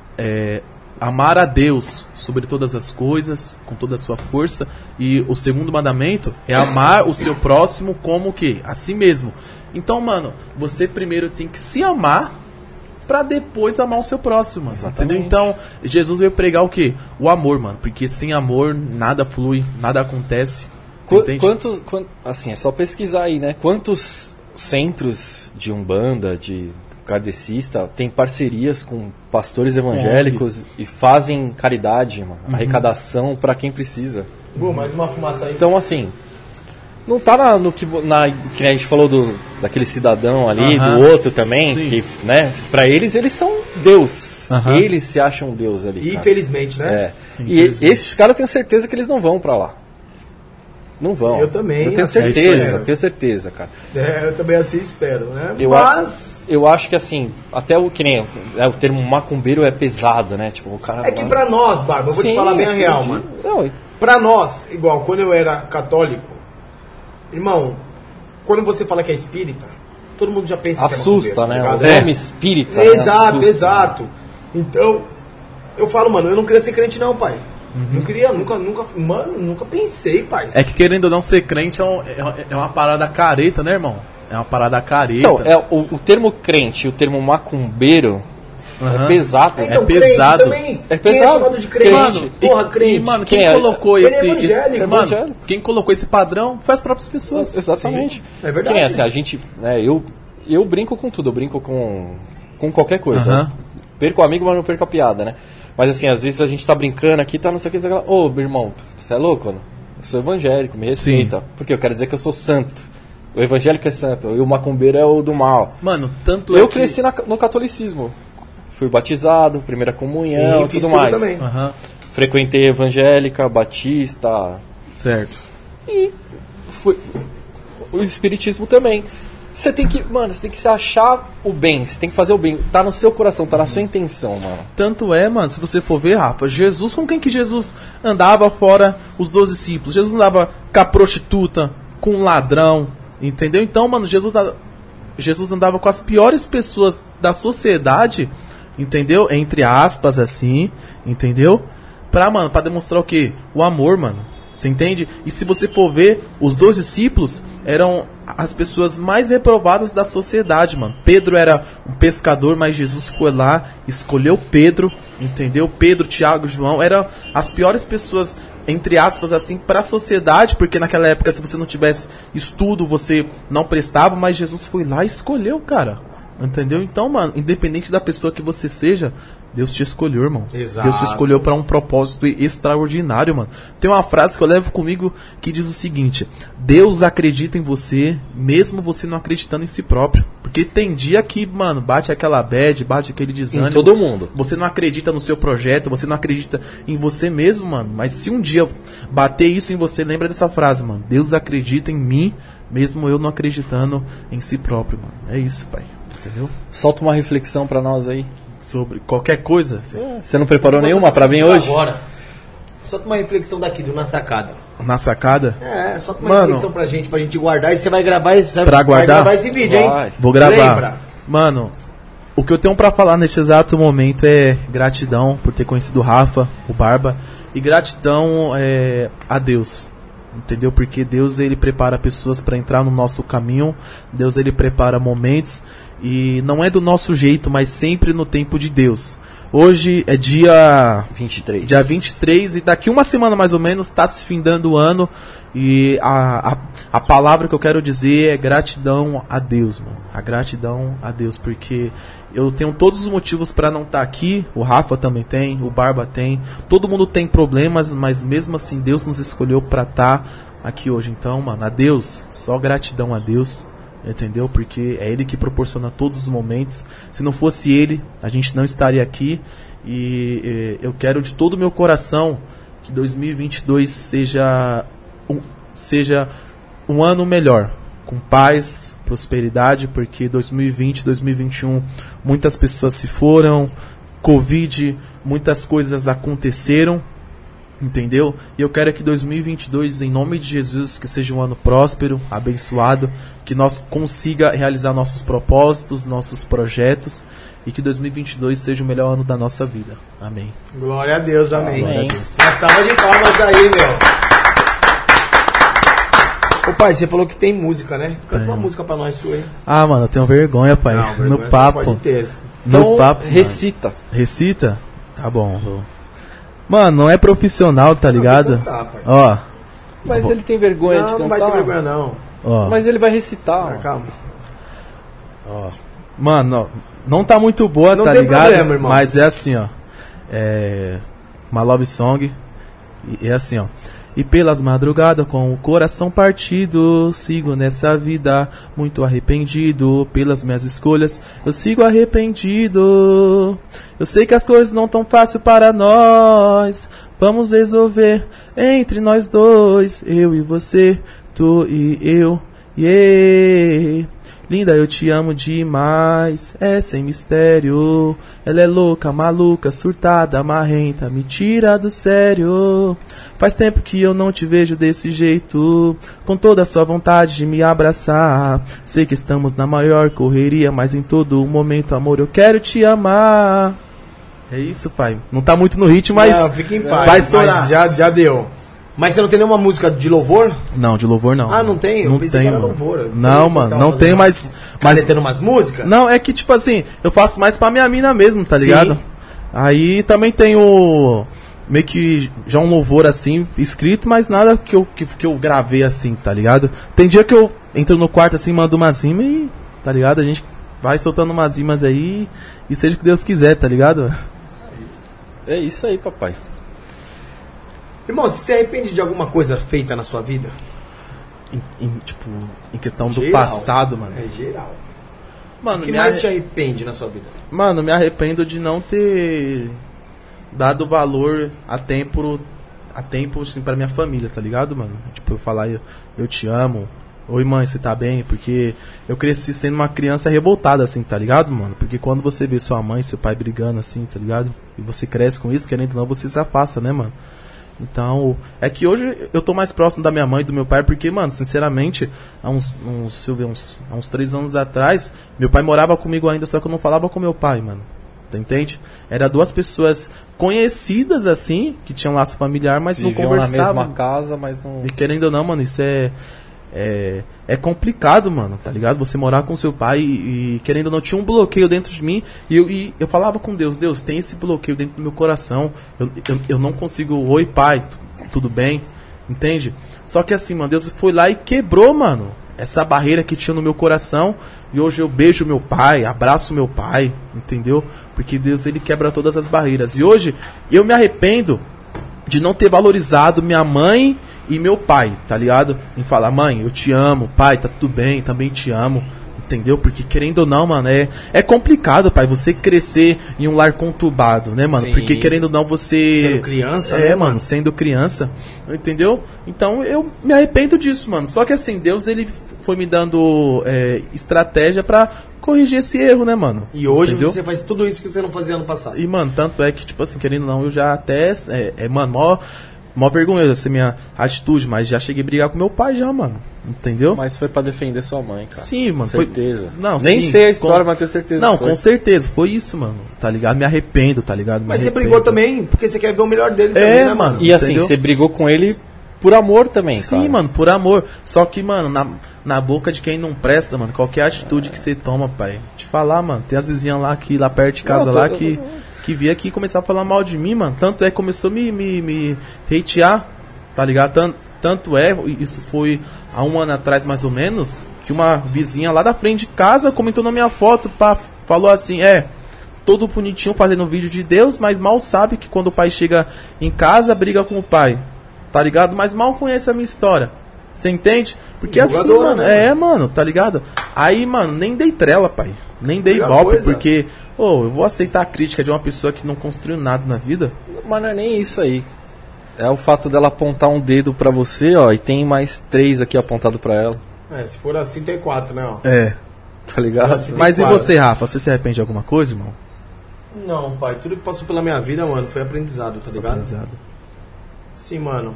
Amar a Deus sobre todas as coisas, com toda a sua força. E o segundo mandamento é amar o seu próximo como o quê? A si mesmo. Então, mano, você primeiro tem que se amar pra depois amar o seu próximo, mano. Entendeu? Então, Jesus veio pregar o quê? O amor, mano. Porque sem amor nada flui, nada acontece. Você entende? Assim, é só pesquisar aí, né? Quantos centros de Umbanda, de kardecista, tem parcerias com pastores evangélicos e fazem caridade, mano, arrecadação pra quem precisa. Pô, mais uma fumaça aí. Então, assim, não tá no que que a gente falou daquele cidadão ali, Aham. do outro também, Sim. que, né, pra eles são Deus. Aham. Eles se acham Deus ali, cara. Infelizmente, né? É. E esses caras eu tenho certeza que eles não vão pra lá. Não vão. Eu também, Eu tenho assim certeza, espero. tenho certeza, cara. Eu também assim espero, né? Eu eu acho que assim, até o que nem o termo macumbeiro é pesado, né? Tipo, o cara É que pra nós, Barba, eu vou te Sim, falar bem a real, entendi. mano. Não, Pra nós, igual, quando eu era católico, irmão, quando você fala que é espírita, todo mundo já pensa assusta, que é né? macumbeiro, O tá ligado? nome espírita. né? Exato, Assusta. exato. Então, eu falo, mano, eu não queria ser crente não, pai. Não queria, nunca pensei, pai. É que querendo ou não ser crente é uma parada careta, né, irmão? É uma parada careta. Então, o termo crente e o termo macumbeiro Aham. é pesado. Então, é crente pesado. também. É Quem pesado. é chamado de crente? Mano, Porra, crente. E, mano, Quem quem é? colocou Ele é esse, evangélico. mano, Evangélico. quem colocou esse padrão foi as próprias pessoas. Exatamente. É verdade. Quem é assim, a gente, né, eu brinco com tudo, eu brinco com qualquer coisa. Aham. Né? Perco o amigo, mas não perco a piada, né? Mas assim, às vezes a gente tá brincando aqui, tá não sei o que, não sei o que lá. Ô, meu irmão, você é louco, mano? Eu sou evangélico, me respeita. Porque eu quero dizer que eu sou santo. O evangélico é santo, e o macumbeiro é o do mal. Mano, tanto Eu é que... cresci no catolicismo. Fui batizado, primeira comunhão, Sim, fiz tudo tudo mais. também. Aham, Frequentei evangélica, batista, certo. o espiritismo também. Você tem que, mano, você tem que se achar o bem, você tem que fazer o bem. Tá no seu coração, tá na sua intenção, mano. Tanto é, mano, se você for ver, Rafa, Jesus, com quem que Jesus andava fora os 12 discípulos? Jesus andava com a prostituta, com um ladrão, entendeu? Então, mano, Jesus andava com as piores pessoas da sociedade, entendeu? Entre aspas, assim, entendeu? Pra demonstrar o quê? O amor, mano. Você entende? E se você for ver, os 12 discípulos eram as pessoas mais reprovadas da sociedade, mano. Pedro era um pescador, mas Jesus foi lá, escolheu Pedro, entendeu? Pedro, Tiago, João, eram as piores pessoas, entre aspas, assim, para a sociedade, porque naquela época, se você não tivesse estudo, você não prestava, mas Jesus foi lá e escolheu, cara. Entendeu? Então, mano, independente da pessoa que você seja, Deus te escolheu, irmão. Exato. Deus te escolheu pra um propósito extraordinário, mano. Tem uma frase que eu levo comigo que diz o seguinte: Deus acredita em você, mesmo você não acreditando em si próprio. Porque tem dia que, mano, bate aquela bad, bate aquele desânimo. Em todo mundo. Você não acredita no seu projeto, você não acredita em você mesmo, mano. Mas se um dia bater isso em você, lembra dessa frase, mano. Deus acredita em mim, mesmo eu não acreditando em si próprio, mano. É isso, pai. Entendeu? Solta uma reflexão pra nós aí. Sobre qualquer coisa. Você não preparou Você nenhuma tá pra vir sentindo hoje? Agora. Só uma reflexão daqui, do Na Sacada. Na sacada? É, só uma Mano, reflexão pra gente guardar. E você vai gravar esse, Pra vai guardar? gravar esse vídeo, Vai. hein? Vou gravar. Lembra? Mano, o que eu tenho pra falar neste exato momento é gratidão por ter conhecido o Rafa, o Barba. E gratidão a Deus. Entendeu? Porque Deus, ele prepara pessoas pra entrar no nosso caminho. Deus, ele prepara momentos. E não é do nosso jeito, mas sempre no tempo de Deus. Hoje é dia 23. Dia 23 e daqui uma semana mais ou menos está se findando o ano. E a palavra que eu quero dizer é gratidão a Deus, mano. A gratidão a Deus, porque eu tenho todos os motivos para não estar aqui. O Rafa também tem, o Barba tem. Todo mundo tem problemas, mas mesmo assim Deus nos escolheu para estar aqui hoje. Então, mano, a Deus, só gratidão a Deus. Entendeu? Porque é Ele que proporciona todos os momentos. Se não fosse Ele, a gente não estaria aqui. E eu quero de todo o meu coração que 2022 seja um ano melhor, com paz, prosperidade, porque 2020, 2021 muitas pessoas se foram, Covid, muitas coisas aconteceram. Entendeu? E eu quero que 2022, em nome de Jesus, que seja um ano próspero, abençoado, que nós consiga realizar nossos propósitos, nossos projetos, e que 2022 seja o melhor ano da nossa vida. Amém. Glória a Deus, amém. Glória a Deus. Uma salva de palmas aí, meu. Ô pai, você falou que tem música, né? Canta uma música pra nós sua aí. Ah, mano, eu tenho vergonha, pai. Não, vergonha No você papo. pode ter. No Então, papo. mano. recita. Recita? Tá bom. Mano, não é profissional, tá ligado? vou cantar, pai. Ó, Mas ele tem vergonha de Não, cantar. não vai ter vergonha, não. ó. Mas ele vai recitar. Ah, calma. Mano, ó, não tá muito boa, Não tá tem ligado? problema, irmão. Mas é assim, ó. É uma love song. E é assim, ó. E pelas madrugadas, com o coração partido, sigo nessa vida muito arrependido. Pelas minhas escolhas, eu sigo arrependido. Eu sei que as coisas não tão fácil para nós. Vamos resolver entre nós dois, eu e você, tu e eu. Yeah. Linda, eu te amo demais, é sem mistério. Ela é louca, maluca, surtada, marrenta, me tira do sério. Faz tempo que eu não te vejo desse jeito, com toda a sua vontade de me abraçar. Sei que estamos na maior correria, mas em todo momento, amor, eu quero te amar. É isso, pai. Não tá muito no ritmo, mas Não, fica em paz. vai estourar. Mas já deu. Mas você não tem nenhuma música de louvor? Não, de louvor não. Ah, não tem? Eu Não pensei tem, que era mano. louvor. Eu Não, pensei que mano, tava não fazendo tem, uma- mas Caletando umas músicas? não, é que tipo assim, eu faço mais pra minha mina mesmo, tá Sim. ligado? Aí também tenho meio que já um louvor assim, escrito, mas nada que eu gravei assim, tá ligado? Tem dia que eu entro no quarto assim, mando umas rimas e, tá ligado? A gente vai soltando umas rimas aí e seja o que Deus quiser, tá ligado? É isso aí, papai. Irmão, você se arrepende de alguma coisa feita na sua vida? Tipo, em questão do Geral. passado, mano. É geral. Mano, O que mais te arrepende na sua vida? Mano, me arrependo de não ter dado valor a tempo assim, pra minha família, tá ligado, mano? Tipo, eu falar, eu te amo. Oi, mãe, você tá bem? Porque eu cresci sendo uma criança revoltada, assim, tá ligado, mano? Porque quando você vê sua mãe e seu pai brigando, assim, tá ligado? E você cresce com isso, querendo ou não, você se afasta, né, mano? Então, é que hoje eu tô mais próximo da minha mãe e do meu pai, porque, mano, sinceramente, há uns 3 anos atrás, meu pai morava comigo ainda, só que eu não falava com meu pai, mano. Tá, entende? Era 2 pessoas conhecidas, assim, que tinham laço familiar, mas não Viviam na conversavam. mesma casa, mas não... E querendo ou não, mano, isso é complicado, mano, tá ligado? Você morar com seu pai e querendo ou não, tinha um bloqueio dentro de mim e eu falava com Deus, Deus, tem esse bloqueio dentro do meu coração, eu não consigo, oi pai, tudo bem, entende? Só que assim, mano, Deus foi lá e quebrou, mano, essa barreira que tinha no meu coração. E hoje eu beijo meu pai, abraço meu pai, entendeu? Porque Deus, ele quebra todas as barreiras. E hoje eu me arrependo de não ter valorizado minha mãe e meu pai, tá ligado? Em falar, mãe, eu te amo, pai, tá tudo bem, também te amo. Entendeu? Porque querendo ou não, mano, é complicado, pai, você crescer em um lar conturbado, né, mano? Sim. Porque querendo ou não, você... Sendo criança, né, mano? Sendo criança, entendeu? Então eu me arrependo disso, mano. Só que assim, Deus, ele foi me dando estratégia pra corrigir esse erro, né, mano? E hoje entendeu? você faz tudo isso que você não fazia ano passado. E, mano, tanto é que, tipo assim, querendo ou não, eu já até... mano, mó vergonhoso essa minha atitude, mas já cheguei a brigar com meu pai já, mano. Entendeu? Mas foi pra defender sua mãe, cara. Sim, mano. Certeza. Não, nem sim, sei a história, mas tenho certeza. Não, que foi. com certeza. Foi isso, mano. Tá ligado? Me arrependo, tá ligado? Mas você brigou também porque você quer ver o melhor dele também, né, mano? E assim, entendeu? você brigou com ele por amor também, Sim, cara. mano, por amor. Só que, mano, na boca de quem não presta, mano, qualquer atitude que você toma, pai. Te falar, mano, tem as vizinhas lá perto de casa que via aqui e começava a falar mal de mim, mano. Tanto é que começou a me hatear, tá ligado? Tanto é, isso foi há um ano atrás mais ou menos, que uma vizinha lá da frente de casa comentou na minha foto, falou assim, todo bonitinho fazendo vídeo de Deus, mas mal sabe que quando o pai chega em casa, briga com o pai, tá ligado? Mas mal conhece a minha história, você entende? Porque assim, mano, né, mano, tá ligado? Aí, mano, nem dei trela, pai, nem dei Melhor golpe, coisa. porque, eu vou aceitar a crítica de uma pessoa que não construiu nada na vida? Mas não é nem isso aí. É o fato dela apontar um dedo pra você, ó, e tem mais 3 aqui apontado pra ela. Se for assim tem 4, né, ó. Tá ligado? Assim, Mas e claro. você, Rafa, você se arrepende de alguma coisa, irmão? Não, pai, tudo que passou pela minha vida, mano, foi aprendizado, tá ligado? Aprendizado. Sim, mano.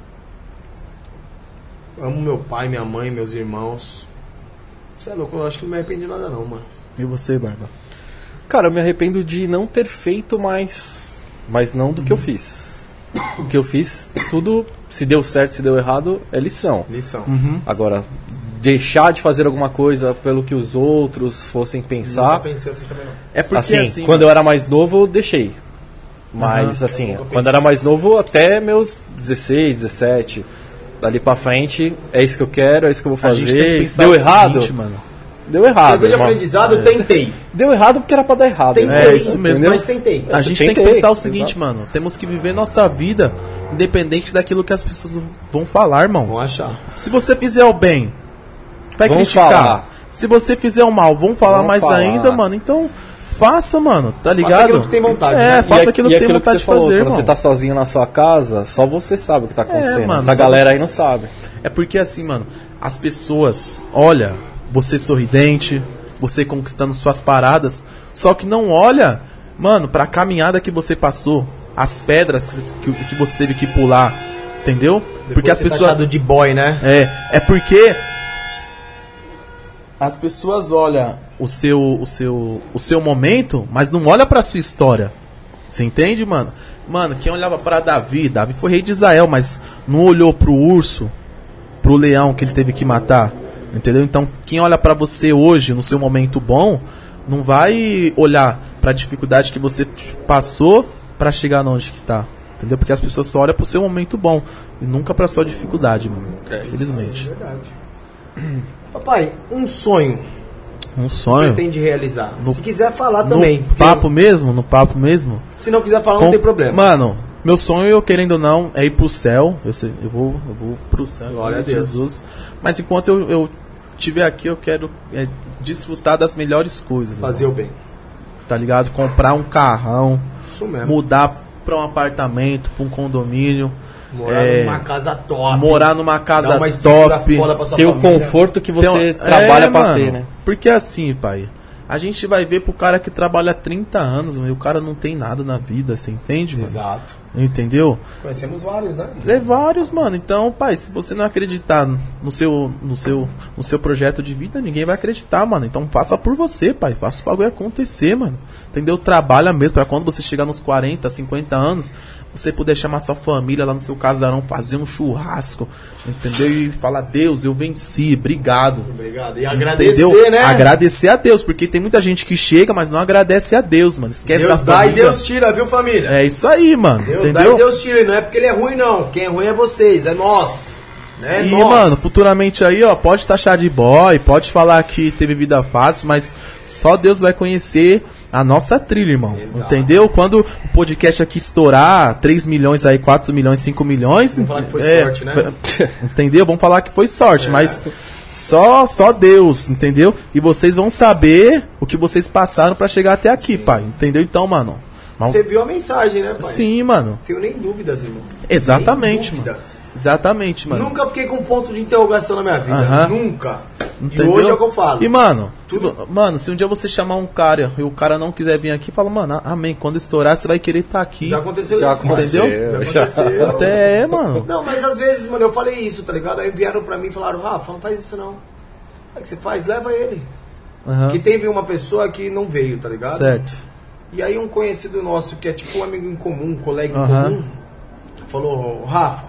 Amo meu pai, minha mãe, meus irmãos. Você é louco, eu acho que não me arrependi de nada não, mano. E você, Barba? Cara, eu me arrependo de não ter feito mais, mas não do que eu fiz. O que eu fiz, tudo, se deu certo, se deu errado, é lição. Lição. Agora, deixar de fazer alguma coisa pelo que os outros fossem pensar. Nunca pensei assim também não. É porque Assim, quando eu era mais novo, eu deixei. Mas, assim, nunca quando pensei. eu era mais novo, até meus 16, 17, dali pra frente, é isso que eu quero, é isso que eu vou a gente tem que fazer. pensar Deu o errado? seguinte, mano. Deu errado. Serviu de irmão. aprendizado, eu tentei. Deu errado porque era pra dar errado. Tentei, né? É isso mesmo. Entendeu? mas tentei. A gente tem que tentei, pensar o seguinte, exato. mano. Temos que viver nossa vida independente daquilo que as pessoas vão falar, irmão. Vão achar. Se você fizer o bem, vai Vão criticar. falar. Se você fizer o mal, vão falar Vão mais falar. ainda, mano. Então, faça, mano. Tá ligado? aquilo que tem vontade, né? Faça aquilo que tem vontade você de falou, fazer, quando irmão. você tá sozinho na sua casa, só você sabe o que tá acontecendo. mano, Essa só galera você- aí não sabe. É porque assim, mano, as pessoas, olha, você sorridente, você conquistando suas paradas, só que não olha, mano, pra caminhada que você passou, as pedras que você teve que pular, entendeu? Porque as Você tá pessoas achado de boy, né? é porque as pessoas olham o seu momento, mas não olha pra sua história. Você entende, mano? Mano, quem olhava pra Davi foi rei de Israel, mas não olhou pro urso, pro leão que ele teve que matar. Entendeu? Então, quem olha pra você hoje, no seu momento bom, não vai olhar pra dificuldade que você passou pra chegar onde que tá. Entendeu? Porque as pessoas só olham pro seu momento bom e nunca pra sua dificuldade, mano. Infelizmente. Verdade. Papai, um sonho Um que sonho. pretende realizar. No- Se quiser falar também. No porque papo mesmo? Se não quiser falar, não tem problema. Mano, meu sonho, eu querendo ou não, é ir pro céu. Eu vou pro céu. Glória em a nome de Deus. Jesus. Mas enquanto eu estiver aqui, eu quero desfrutar das melhores coisas. Fazer irmão. o bem. Tá ligado? Comprar um carrão, Isso mesmo. mudar pra um apartamento, pra um condomínio. Morar numa casa top. Morar numa casa dar uma estrutura top. foda pra sua Ter o família. conforto que Tem você um- trabalha pra mano, ter, né? Porque assim, pai, a gente vai ver pro cara que trabalha há 30 anos, mano, e o cara não tem nada na vida, você entende, mano? Exato. Entendeu? Conhecemos vários, né? É vários, mano. Então, pai, se você não acreditar no seu projeto de vida, ninguém vai acreditar, mano. Então faça por você, pai. Faça o bagulho acontecer, mano. Entendeu? Trabalha mesmo pra quando você chegar nos 40, 50 anos, você poder chamar sua família lá no seu casarão, fazer um churrasco, entendeu? E falar, Deus, eu venci, obrigado. Obrigado. E agradecer, Entendeu? né? Agradecer a Deus, porque tem muita gente que chega, mas não agradece a Deus, mano. Esquece Deus da dá e família. Deus tira, viu, família? É isso aí, mano. Deus entendeu? dá e Deus tira. E não é porque ele é ruim, não. Quem é ruim é vocês, é nós. Né? E, Nós. mano, futuramente aí, ó, pode taxar de boy, pode falar que teve vida fácil, mas só Deus vai conhecer a nossa trilha, irmão. Exato. Entendeu? Quando o podcast aqui estourar 3 milhões aí, 4 milhões, 5 milhões... Vamos falar que foi sorte, né? Entendeu? Vamos falar que foi sorte, mas só Deus, entendeu? E vocês vão saber o que vocês passaram pra chegar até aqui, pai. Entendeu? Então, mano... Você viu a mensagem, né, pai? Sim, mano. Não tenho nem dúvidas, irmão. Exatamente, nem mano. dúvidas. Exatamente, mano. Nunca fiquei com ponto de interrogação na minha vida. Aham. Nunca. Entendeu? E hoje é o que eu falo. E, mano, Tudo- se um dia você chamar um cara e o cara não quiser vir aqui, fala, mano, amém. Quando estourar, você vai querer estar aqui. Já aconteceu Já isso, aconteceu, mano. Já aconteceu. Até é, mano. Não, mas às vezes, mano, eu falei isso, tá ligado? Aí vieram pra mim e falaram, Rafa, não faz isso não. Sabe o que você faz? Leva ele. Aham. Que teve uma pessoa que não veio, tá ligado? Certo. E aí um conhecido nosso, que é tipo um amigo em comum, um colega em Aham. comum, falou, Rafa,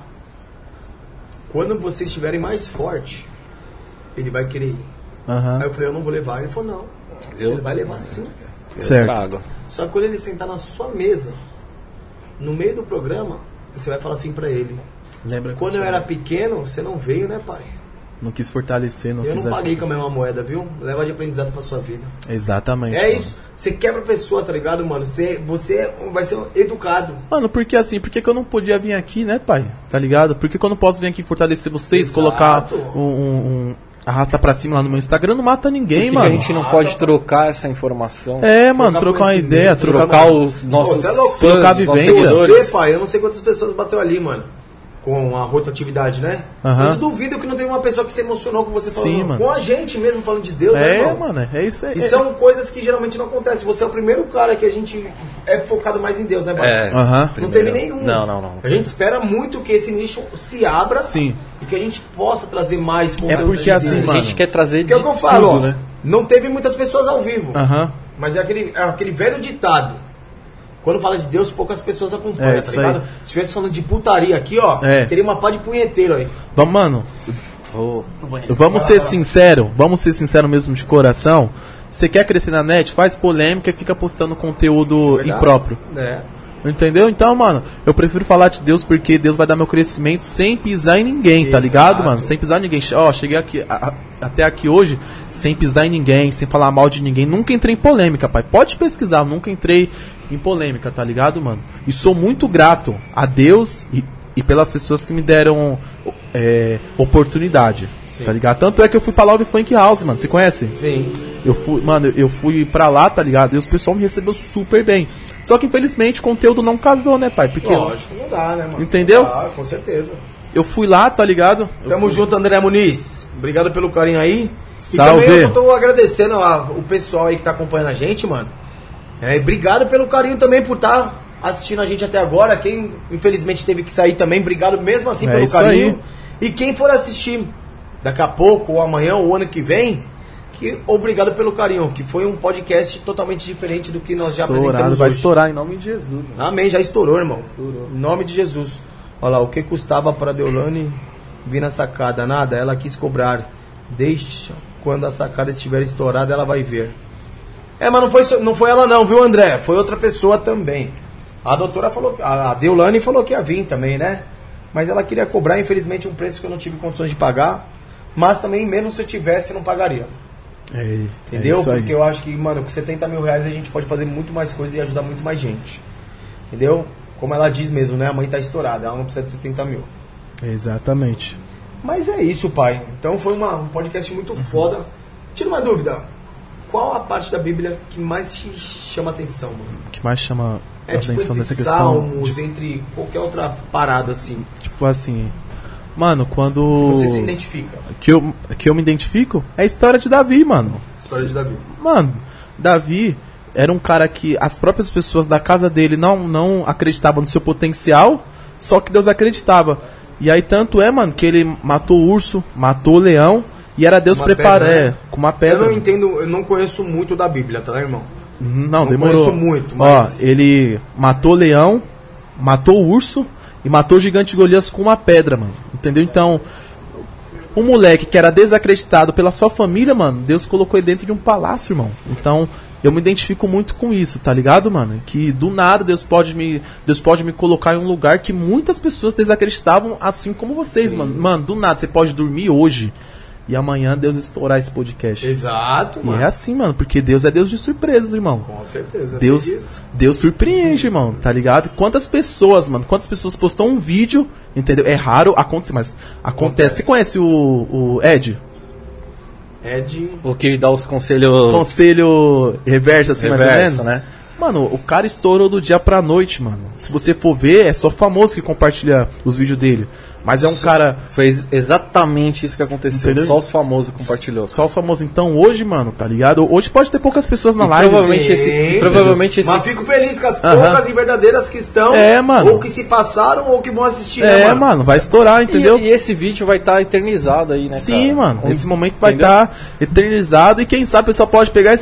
quando vocês estiverem mais forte, ele vai querer ir. Aham. Aí eu falei, eu não vou levar. Ele falou, não, você vai levar sim. Certo. Trago. Só que quando ele sentar na sua mesa, no meio do programa, você vai falar assim pra ele, Lembra que quando eu era pequeno, você não veio, né, pai? não quis fortalecer, não Eu quis... não paguei com a mesma moeda, viu? Leva de aprendizado pra sua vida. Exatamente. É mano. isso. Você quebra a pessoa, tá ligado, mano? Você vai ser educado. Mano, porque assim, por que que eu não podia vir aqui, né, pai? Tá ligado? Por que que eu não posso vir aqui fortalecer vocês, Exato. colocar um arrasta pra cima lá no meu Instagram? Não mata ninguém, Por que mano. a gente não pode trocar essa informação? É, mano, trocar uma conhecimento, ideia, Trocar os nossos Você é louco, fãs, trocar os nossos vivência. seguidores. Você, pai, eu não sei quantas pessoas bateu ali, mano. Com a rotatividade, né? Aham. Mas eu duvido que não teve uma pessoa que se emocionou com você falando. Sim, mano. Com a gente mesmo falando de Deus, né, É, irmão? mano, é isso aí. E são coisas que geralmente não acontecem. Você é o primeiro cara que a gente é focado mais em Deus, né, pai? É. Aham. Não teve nenhum. Não. A gente espera muito que esse nicho se abra. Sim. E que a gente possa trazer mais conteúdo. porque de assim, Deus. A mano, gente quer trazer Que é o que eu falo, tudo, ó. né? Não teve muitas pessoas ao vivo. Aham. Mas é aquele velho ditado. Quando fala de Deus, poucas pessoas acompanham, É, tá isso ligado? aí. Se estivesse falando de putaria aqui, ó, É. teria uma pá de punheteiro aí. Vamos, mano, vamos ser sinceros, mesmo de coração. Você quer crescer na net, faz polêmica e fica postando conteúdo Verdade? impróprio. É. Entendeu? Então, mano, eu prefiro falar de Deus porque Deus vai dar meu crescimento sem pisar em ninguém, tá Exato. ligado, mano? Sem pisar em ninguém. Ó, cheguei aqui, até aqui hoje, sem pisar em ninguém, sem falar mal de ninguém. Nunca entrei em polêmica, pai. Pode pesquisar, nunca entrei em polêmica, tá ligado, mano? E sou muito grato a Deus e pelas pessoas que me deram oportunidade, tá ligado? Tanto é que eu fui pra Love Funk House, mano. Você conhece? Sim. Eu fui pra lá, tá ligado? E os pessoal me recebeu super bem. Só que infelizmente o conteúdo não casou, né, pai? Porque Lógico, não dá, né, mano? Entendeu? Ah, com certeza. eu fui lá, tá ligado? Tamo junto, André Muniz. Obrigado pelo carinho aí. Salve. E também eu tô agradecendo o pessoal aí que tá acompanhando a gente, mano. Obrigado pelo carinho também por estar assistindo a gente até agora. Quem infelizmente teve que sair também, obrigado mesmo assim pelo isso carinho. E quem for assistir daqui a pouco, ou amanhã, ou ano que vem, obrigado pelo carinho, que foi um podcast totalmente diferente do que nós já apresentamos Vai hoje. estourar em nome de Jesus. Mano. Amém, já estourou, irmão. Em nome de Jesus. Olha lá, o que custava para Deolane vir na sacada? Nada, ela quis cobrar. Deixa, quando a sacada estiver estourada, ela vai ver. Mas não foi ela não, viu, André? Foi outra pessoa também. A doutora falou, a Deolane falou que ia vir também, né? Mas ela queria cobrar, infelizmente, um preço que eu não tive condições de pagar. Mas também, mesmo se eu tivesse, não pagaria. Entendeu? isso aí. Porque eu acho que, mano, com 70 mil reais a gente pode fazer muito mais coisas e ajudar muito mais gente. Entendeu? Como ela diz mesmo, né? A mãe tá estourada, ela não precisa de 70 mil. Exatamente. Mas é isso, pai. Então foi um podcast muito foda. Tira uma dúvida. Qual a parte da Bíblia que mais te chama atenção, mano? O que mais chama a É tipo atenção entre dessa questão? salmos, entre qualquer outra parada, assim. Tipo assim, mano, quando Você se identifica. que eu me identifico é a história de Davi, mano. História de Davi. Mano, Davi era um cara que as próprias pessoas da casa dele não acreditavam no seu potencial, só que Deus acreditava. E aí tanto é, mano, que ele matou o urso, matou o leão, e era Deus Uma preparando, pedra, né? com uma pedra. Eu não entendo, eu não conheço muito da Bíblia, tá, irmão? Não, demorou. conheço muito, mas... Ó, ele matou o leão, matou o urso e matou o gigante Golias com uma pedra, mano. Entendeu? Então, um moleque que era desacreditado pela sua família, mano, Deus colocou ele dentro de um palácio, irmão. Então, eu me identifico muito com isso, tá ligado, mano? Que do nada Deus pode me colocar em um lugar que muitas pessoas desacreditavam, assim como vocês, mano. Mano, do nada, você pode dormir hoje e amanhã Deus estourar esse podcast. Exato, E mano. é assim, mano, porque Deus é Deus de surpresas, irmão. Com certeza. eu sei disso. Deus surpreende, irmão, tá ligado? Quantas pessoas postam um vídeo, entendeu? É raro acontecer, mas acontece. Você conhece o Ed? O que dá os conselhos... Conselho reverso, assim, mais ou Reverso, menos? né? Mano, o cara estourou do dia pra noite, mano. Se você for ver, é só famoso que compartilha os vídeos dele. Mas é um cara... Foi exatamente isso que aconteceu. Entendeu? Só os famosos compartilhou. Só os famosos. Então, hoje, mano, tá ligado? Hoje pode ter poucas pessoas na E live. provavelmente esse... Mas fico feliz com as poucas e verdadeiras que estão, mano. ou que se passaram, ou que vão assistir, mano, vai estourar, entendeu? E esse vídeo vai estar eternizado aí, né, Sim, cara? mano. Esse momento vai Entendeu? estar eternizado. E quem sabe o pessoal pode pegar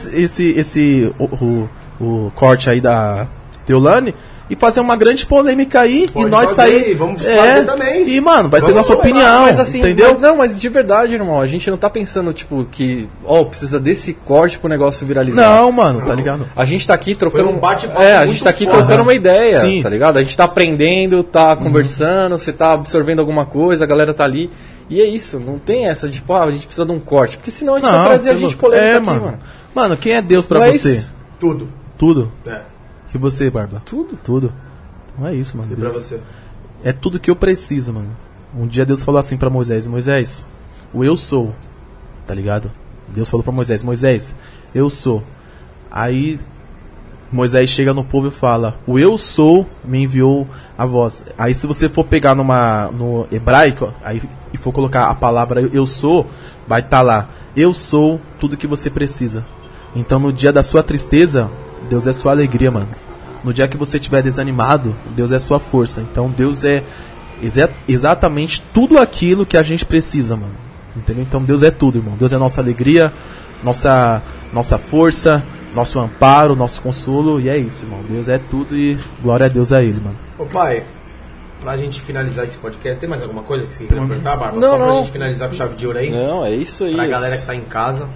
o corte aí da Teolane e fazer uma grande polêmica aí. Pode e nós fazer, sair. vamos fazer também. E, mano, vai ser Vamos nossa opinião. Mas assim, entendeu? mas de verdade, irmão, a gente não tá pensando, tipo, que, precisa desse corte pro negócio viralizar. Não, mano, tá ligado? A gente tá aqui trocando... Foi um bate-papo a muito gente tá aqui foda. trocando uma ideia, Sim. tá ligado? A gente tá aprendendo, tá conversando, você tá absorvendo alguma coisa, a galera tá ali. E é isso, não tem essa de, a gente precisa de um corte. Porque senão a gente vai trazer a gente polêmica aqui, mano. Mano, quem é Deus pra Não é você? isso? Tudo. Tudo? É. E você, Barba? Tudo. Tudo. Não é isso, mano. E pra Deus. você? É tudo que eu preciso, mano. Um dia Deus falou assim pra Moisés: Moisés, o eu sou. Tá ligado? Deus falou pra Moisés: Moisés, eu sou. Aí Moisés chega no povo e fala: o eu sou me enviou a voz. Aí se você for pegar no hebraico, aí e for colocar a palavra eu sou, vai estar lá: eu sou tudo que você precisa. Então no dia da sua tristeza, Deus é sua alegria, mano. No dia que você estiver desanimado, Deus é sua força. Então Deus é exatamente tudo aquilo que a gente precisa, mano. Entendeu? Então Deus é tudo, irmão. Deus é nossa alegria, nossa força, nosso amparo, nosso consolo. E é isso, irmão. Deus é tudo e glória a Deus a Ele, mano. Ô pai, pra gente finalizar esse podcast, tem mais alguma coisa que você queria perguntar, Barba? Não, Só pra não. gente finalizar com chave de ouro aí? Não, é isso aí. Pra galera que tá em casa.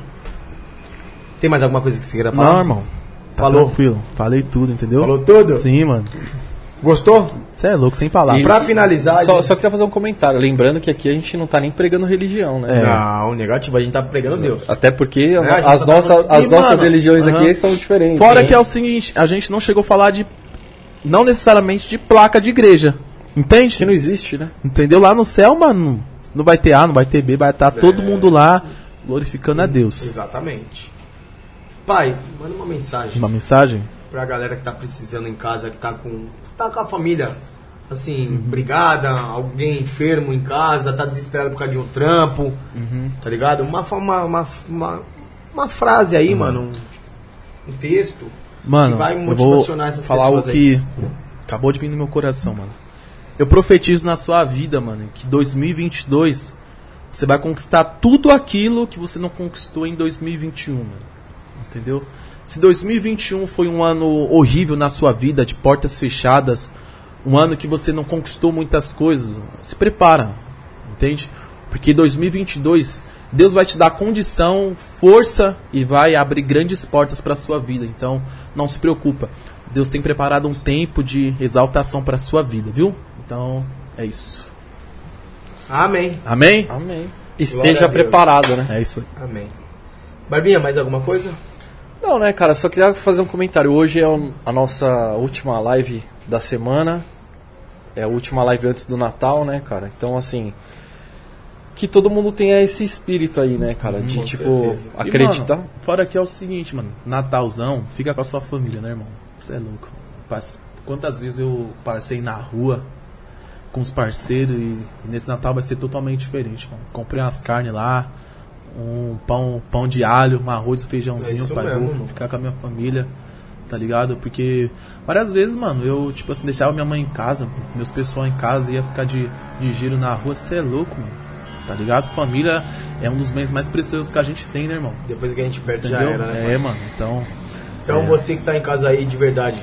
Tem mais alguma coisa que você queira falar? Não, irmão. Tá Falou. tranquilo. Falei tudo, entendeu? Falou tudo? Sim, mano. Gostou? Você é louco, sem falar. E- Pra finalizar... Só queria fazer um comentário. Lembrando que aqui a gente não tá nem pregando religião, né? Não, negativo, a gente tá pregando Deus. Até porque a gente as tá nossas falando de- nossas mano, religiões aqui são diferentes. Fora né? que é o seguinte, a gente não chegou a falar de... Não necessariamente de placa de igreja. Entende? Que não existe, né? Entendeu? Lá no céu, mano, não vai ter A, não vai ter B, vai estar todo mundo lá glorificando a Deus. Exatamente. Pai, manda uma mensagem Uma mensagem? pra galera que tá precisando em casa, que tá com a família, assim, brigada, alguém enfermo em casa, tá desesperado por causa de um trampo, tá ligado? Uma frase aí, mano, um texto, Mano, que vai eu vou motivacionar essas falar pessoas o aí. que acabou de vir no meu coração, mano. Eu profetizo na sua vida, mano, que 2022 você vai conquistar tudo aquilo que você não conquistou em 2021, mano. Entendeu? Se 2021 foi um ano horrível na sua vida, de portas fechadas, um ano que você não conquistou muitas coisas, se prepara, entende? Porque 2022, Deus vai te dar condição, força e vai abrir grandes portas para a sua vida. Então, não se preocupa. Deus tem preparado um tempo de exaltação para a sua vida, viu? Então, é isso. Amém, Amém? Amém. Glória a Esteja Deus. preparado, né? É isso aí. amém. Barbinha, mais alguma coisa? Não, né, cara? Só queria fazer um comentário. Hoje é a nossa última live da semana. É a última live antes do Natal, né, cara? Então, assim... Que todo mundo tenha esse espírito aí, né, cara? De, Com tipo, certeza. E, acreditar. mano, fora que é o seguinte, mano. Natalzão, fica com a sua família, né, irmão? Você é louco. Quantas vezes eu passei na rua com os parceiros e nesse Natal vai ser totalmente diferente, mano. Comprei umas carnes lá, um pão de alho, um arroz e feijãozinho, isso pai. mesmo, Vou mano. ficar com a minha família, tá ligado? Porque várias vezes, mano, eu, tipo assim, deixava minha mãe em casa, meus pessoal em casa, ia ficar de giro na rua. Você é louco, mano. Tá ligado? Família é um dos bens mais preciosos que a gente tem, né, irmão? Depois que a gente perde Entendeu? já era, né? É, mano. Então, Então você que tá em casa aí de verdade,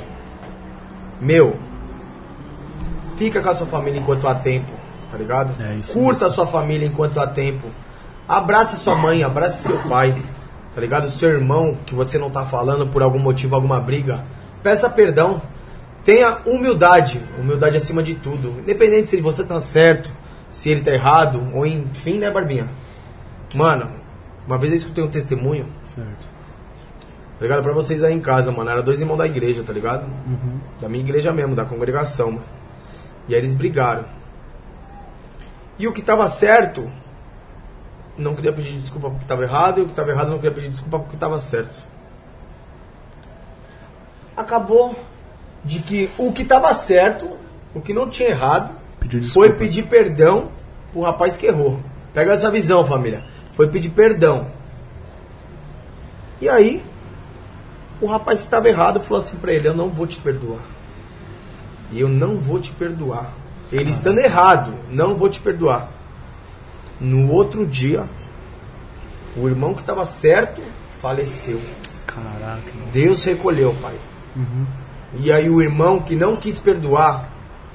fica com a sua família enquanto há tempo, tá ligado? É isso Curta mesmo. a sua família enquanto há tempo. Abraça sua mãe, abraça seu pai. tá ligado? O seu irmão que você não tá falando por algum motivo, alguma briga, peça perdão. Tenha humildade acima de tudo. Independente se você tá certo, se ele tá errado, ou enfim, né, Barbinha? Mano, uma vez eu escutei um testemunho. Certo. Tá ligado? Pra vocês aí em casa, mano. Era 2 irmãos da igreja, tá ligado? Uhum. Da minha igreja mesmo, da congregação, mano. E aí eles brigaram. E o que tava certo não queria pedir desculpa porque tava errado, e o que tava errado não queria pedir desculpa porque tava certo. Acabou de que o que tava certo, o que não tinha errado, foi pedir perdão pro rapaz que errou. Pega essa visão, família. Foi pedir perdão. E aí, o rapaz que estava errado falou assim pra ele: eu não vou te perdoar. E eu não vou te perdoar. Ele estando errado, não vou te perdoar. No outro dia, o irmão que estava certo faleceu. Caraca. Deus recolheu, pai. Uhum. E aí o irmão que não quis perdoar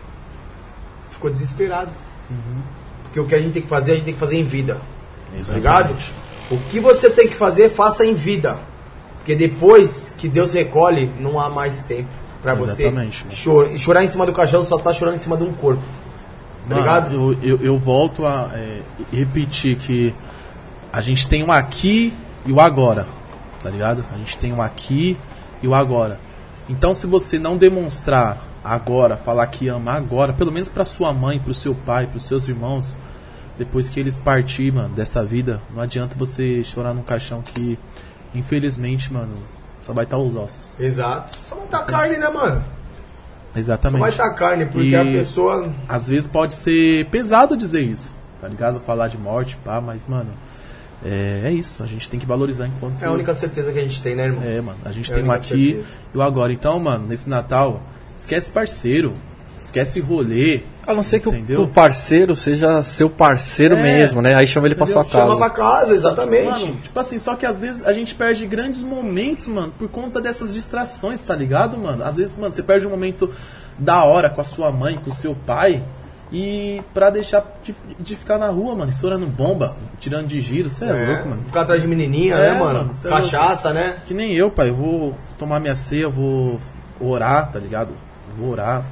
ficou desesperado. Uhum. Porque o que a gente tem que fazer, a gente tem que fazer em vida. Exatamente. Tá ligado? O que você tem que fazer, faça em vida. Porque depois que Deus recolhe, não há mais tempo pra você chorar em cima do caixão, só tá chorando em cima de um corpo. Tá ligado? Eu volto a repetir que a gente tem um aqui e o agora. Tá ligado? A gente tem um aqui e o agora. Então, se você não demonstrar agora, falar que ama agora, pelo menos pra sua mãe, pro seu pai, pros seus irmãos, depois que eles partirem, mano, dessa vida, não adianta você chorar num caixão que, infelizmente, mano, só vai estar os ossos. Exato. Só vai estar carne, né, mano? Exatamente. Só vai estar carne, porque a pessoa... Às vezes pode ser pesado dizer isso, tá ligado? Falar de morte, pá, mas, mano, é isso. A gente tem que valorizar enquanto... É a única certeza que a gente tem, né, irmão? É, mano. A gente tem um aqui e o agora. Então, mano, nesse Natal, esquece parceiro, esquece rolê. A não ser que o parceiro seja seu parceiro mesmo, né? Aí chama ele pra sua casa. Chama pra casa, exatamente. Mano, tipo assim, só que às vezes a gente perde grandes momentos, mano, por conta dessas distrações, tá ligado, mano? Às vezes, mano, você perde um momento da hora com a sua mãe, com o seu pai, e pra deixar de ficar na rua, mano, estourando bomba, tirando de giro, você é louco, mano. Ficar atrás de menininha, né, mano? Cachaça, né? Que nem eu, pai. Eu vou tomar minha ceia, vou orar, tá ligado? Vou orar,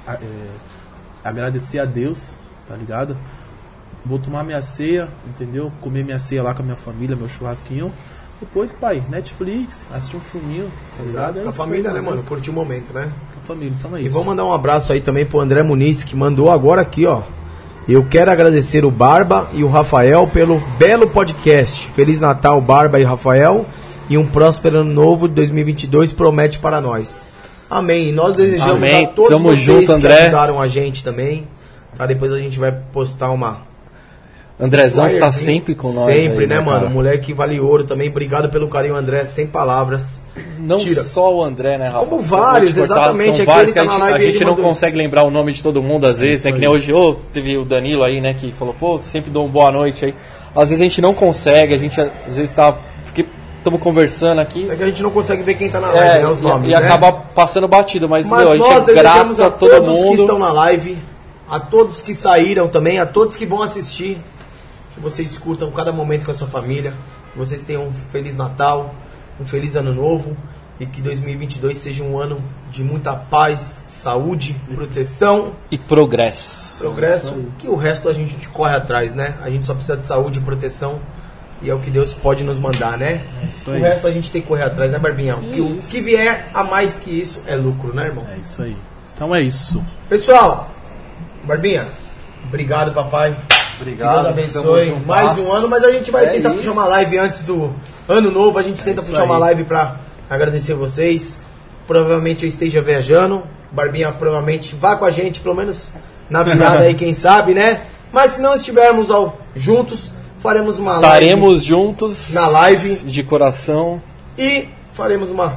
agradecer a Deus, tá ligado? Vou tomar minha ceia, entendeu? Comer minha ceia lá com a minha família, meu churrasquinho. Depois, pai, Netflix, assistir um filminho, tá ligado? Com a família, né, mano? Curtir o momento, né? Com a família, então é E isso. vou mandar um abraço aí também pro André Muniz, que mandou agora aqui, ó. Eu quero agradecer o Barba e o Rafael pelo belo podcast. Feliz Natal, Barba e Rafael. E um próspero ano novo de 2022 promete para nós. Amém. E nós desejamos a todos Tamo vocês junto, que André. ajudaram a gente também. Tá? Depois a gente vai postar uma... Andrezão que tá sempre com nós. Sempre, aí, né, mano? cara? Moleque vale ouro também. Obrigado pelo carinho, André. Sem palavras. Não só o André, né, Rafa? Como vários, Vou te cortar, exatamente. São Aquele vários que tá na live, a gente ele não mandou consegue lembrar o nome de todo mundo às vezes, né? Que nem hoje, teve o Danilo aí, né, que falou, pô, sempre dou uma boa noite aí. Às vezes a gente não consegue, a gente às vezes tá... Porque estamos conversando aqui. É que a gente não consegue ver quem tá na live, né, os nomes, e né? acaba passando batido, mas meu, a gente nós é desejamos grato a a todo todos mundo. que estão na live, a todos que saíram também, a todos que vão assistir, que vocês curtam cada momento com a sua família, que vocês tenham um Feliz Natal, um Feliz Ano Novo, e que 2022 seja um ano de muita paz, saúde, proteção E progresso. progresso, que o resto a gente corre atrás, né? A gente só precisa de saúde e proteção, e é o que Deus pode nos mandar, né? isso O aí. resto a gente tem que correr atrás, né, Barbinha? O que vier a mais que isso é lucro, né, irmão? É isso aí. Então é isso. Pessoal, Barbinha, obrigado, papai. Obrigado. Que Deus abençoe. Mais um ano, mas a gente vai tentar puxar uma live antes do ano novo. A gente tenta isso puxar aí. uma live pra agradecer vocês. Provavelmente eu esteja viajando. Barbinha provavelmente vá com a gente, pelo menos na virada aí, quem sabe, né? Mas se não estivermos juntos, faremos uma Estaremos live juntos na live de coração. e faremos uma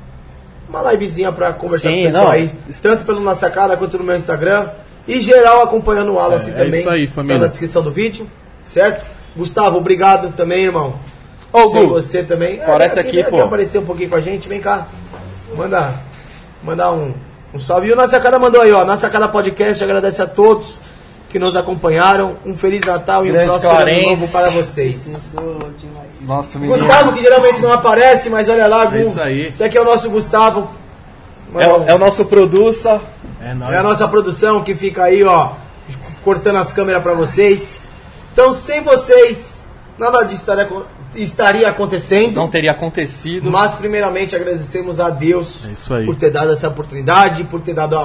livezinha pra conversar Sim, com o pessoal não. aí, tanto pelo Na Sacada quanto no meu Instagram. E geral acompanhando o Wallace É também. isso aí, família. Tá na descrição do vídeo, certo? Gustavo, obrigado também, irmão. Ô, Sem Gu, você também. aparece aqui, vem pô. aparecer um pouquinho com a gente, vem cá. Mandar um salve. E o Na Sacada mandou aí, ó. Na Sacada Podcast, agradece a todos que nos acompanharam. Um Feliz Natal e um Grande próspero ano Clarence. novo para vocês. Nossa, menino. Gustavo, que geralmente não aparece, mas olha lá, Gu. É isso aí. Esse aqui é o nosso Gustavo. É o nosso producer. É nóis. É a nossa produção que fica aí, ó, cortando as câmeras pra vocês. Então, sem vocês, nada disso estaria acontecendo. Não teria acontecido. Mas, primeiramente, agradecemos a Deus É isso aí. por ter dado essa oportunidade, por ter dado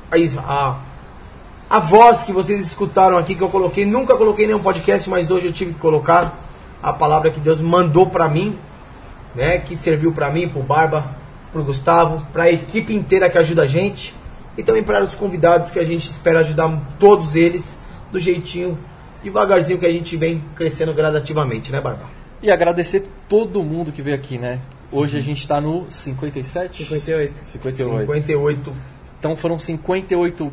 a voz que vocês escutaram aqui, que eu coloquei. Nunca coloquei nenhum podcast, mas hoje eu tive que colocar a palavra que Deus mandou pra mim, né? Que serviu pra mim, pro Barba, pro Gustavo, pra equipe inteira que ajuda a gente. E também para os convidados que a gente espera ajudar todos eles do jeitinho, devagarzinho que a gente vem crescendo gradativamente, né, Barba? E agradecer todo mundo que veio aqui, né? Hoje a gente tá no 57? 58. Então foram 58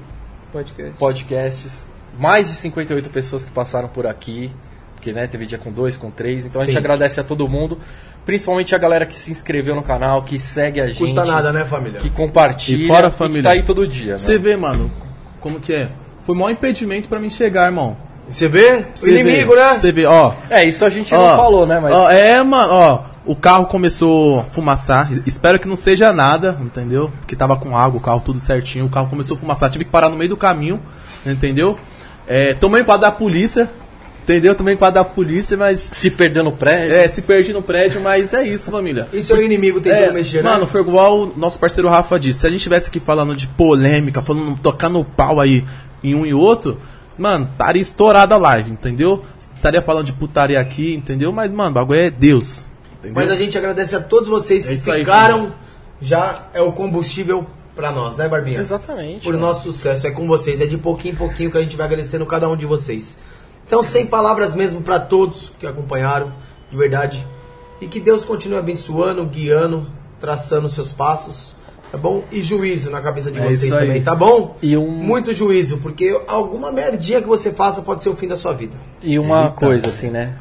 podcasts, mais de 58 pessoas que passaram por aqui, porque, né, teve dia com 2, com 3, então a gente Sim. agradece a todo mundo, principalmente a galera que se inscreveu no canal, que segue a gente. Custa nada, né, família? Que compartilha E fora, e família, que tá aí todo dia. Você né? vê, mano, como que é? Foi o maior impedimento pra mim chegar, irmão. Você vê? O Você inimigo, vê, né? Você vê, ó. É, isso a gente Ó, não falou, né? Mas Ó, mano, ó. O carro começou a fumaçar. Espero que não seja nada, entendeu? Porque tava com água, o carro tudo certinho. O carro começou a fumaçar. Tive que parar no meio do caminho, entendeu? Tomei para da polícia, entendeu? Tomei para da polícia, mas. se perdeu no prédio. Se perdi no prédio, mas é isso, família. Isso é o inimigo tentando mexer, né? Mano, foi igual o nosso parceiro Rafa disse. Se a gente estivesse aqui falando de polêmica, tocando o pau aí em um e outro, mano, estaria estourada a live, entendeu? Estaria falando de putaria aqui, entendeu? Mas, mano, o bagulho é Deus. Entendeu? Mas a gente agradece a todos vocês que isso aí, ficaram. Já é o combustível pra nós, né, Barbinha? Exatamente. Por nosso sucesso. É com vocês. É de pouquinho em pouquinho que a gente vai agradecendo cada um de vocês. Então, sem palavras mesmo pra todos que acompanharam, de verdade. E que Deus continue abençoando, guiando, traçando seus passos. Tá bom? E juízo na cabeça de vocês isso aí. também, tá bom? E Muito juízo, porque alguma merdinha que você faça pode ser o fim da sua vida. E uma coisa assim, né?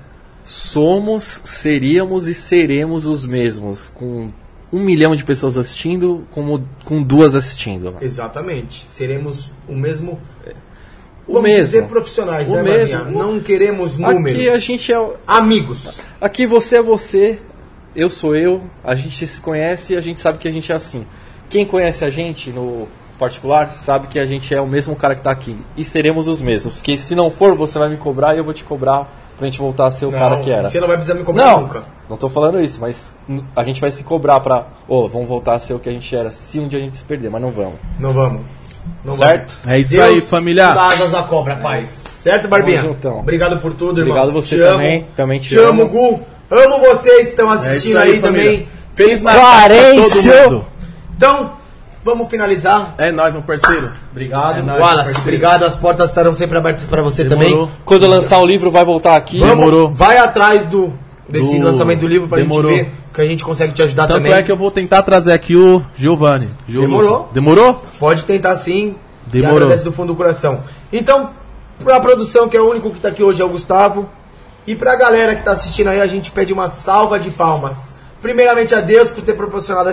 Somos, seríamos e seremos os mesmos, com 1 milhão de pessoas assistindo, como com 2 assistindo. Exatamente. Seremos o mesmo. O Vamos mesmo. dizer profissionais, O né, mesmo. Barbinha? Não queremos números. Aqui a gente é. Amigos. Aqui você é você, eu sou eu, a gente se conhece e a gente sabe que a gente é assim. Quem conhece a gente no particular sabe que a gente é o mesmo cara que tá aqui. E seremos os mesmos. Que se não for, você vai me cobrar e eu vou te cobrar pra gente voltar a ser o cara que era. Você não vai precisar me cobrar Não, nunca. não tô falando isso, mas a gente vai se cobrar pra... vamos voltar a ser o que a gente era, se um dia a gente se perder, mas não vamos. Não vamos. Não Certo? vamos. É isso Deus aí, família. dá asas à cobra, pai. Certo, Barbinha? Tamo juntão. Obrigado por tudo, irmão. Obrigado você Te também. amo. Também te amo, amo. Gu. Amo vocês que estão assistindo É isso aí, aí família. também. Feliz Natal Clarence! pra todo mundo. Então, vamos finalizar. É nóis, meu parceiro. Obrigado. É nóis, Wallace, parceiro. obrigado. As portas estarão sempre abertas para você Demorou. também. Quando lançar o livro, vai voltar aqui. Vamos, Demorou. vai atrás desse Do- lançamento do livro pra Demorou. gente ver que a gente consegue te ajudar Tanto também. é que eu vou tentar trazer aqui o Giovanni. Demorou. Demorou? Pode tentar sim. Demorou. E agradece do fundo do coração. Então, pra produção, que é o único que tá aqui hoje, é o Gustavo. E pra galera que tá assistindo aí, a gente pede uma salva de palmas. Primeiramente a Deus por ter proporcionado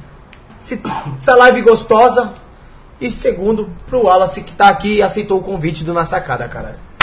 essa live gostosa. E segundo, pro Wallace que tá aqui e aceitou o convite do Na Sacada, cara.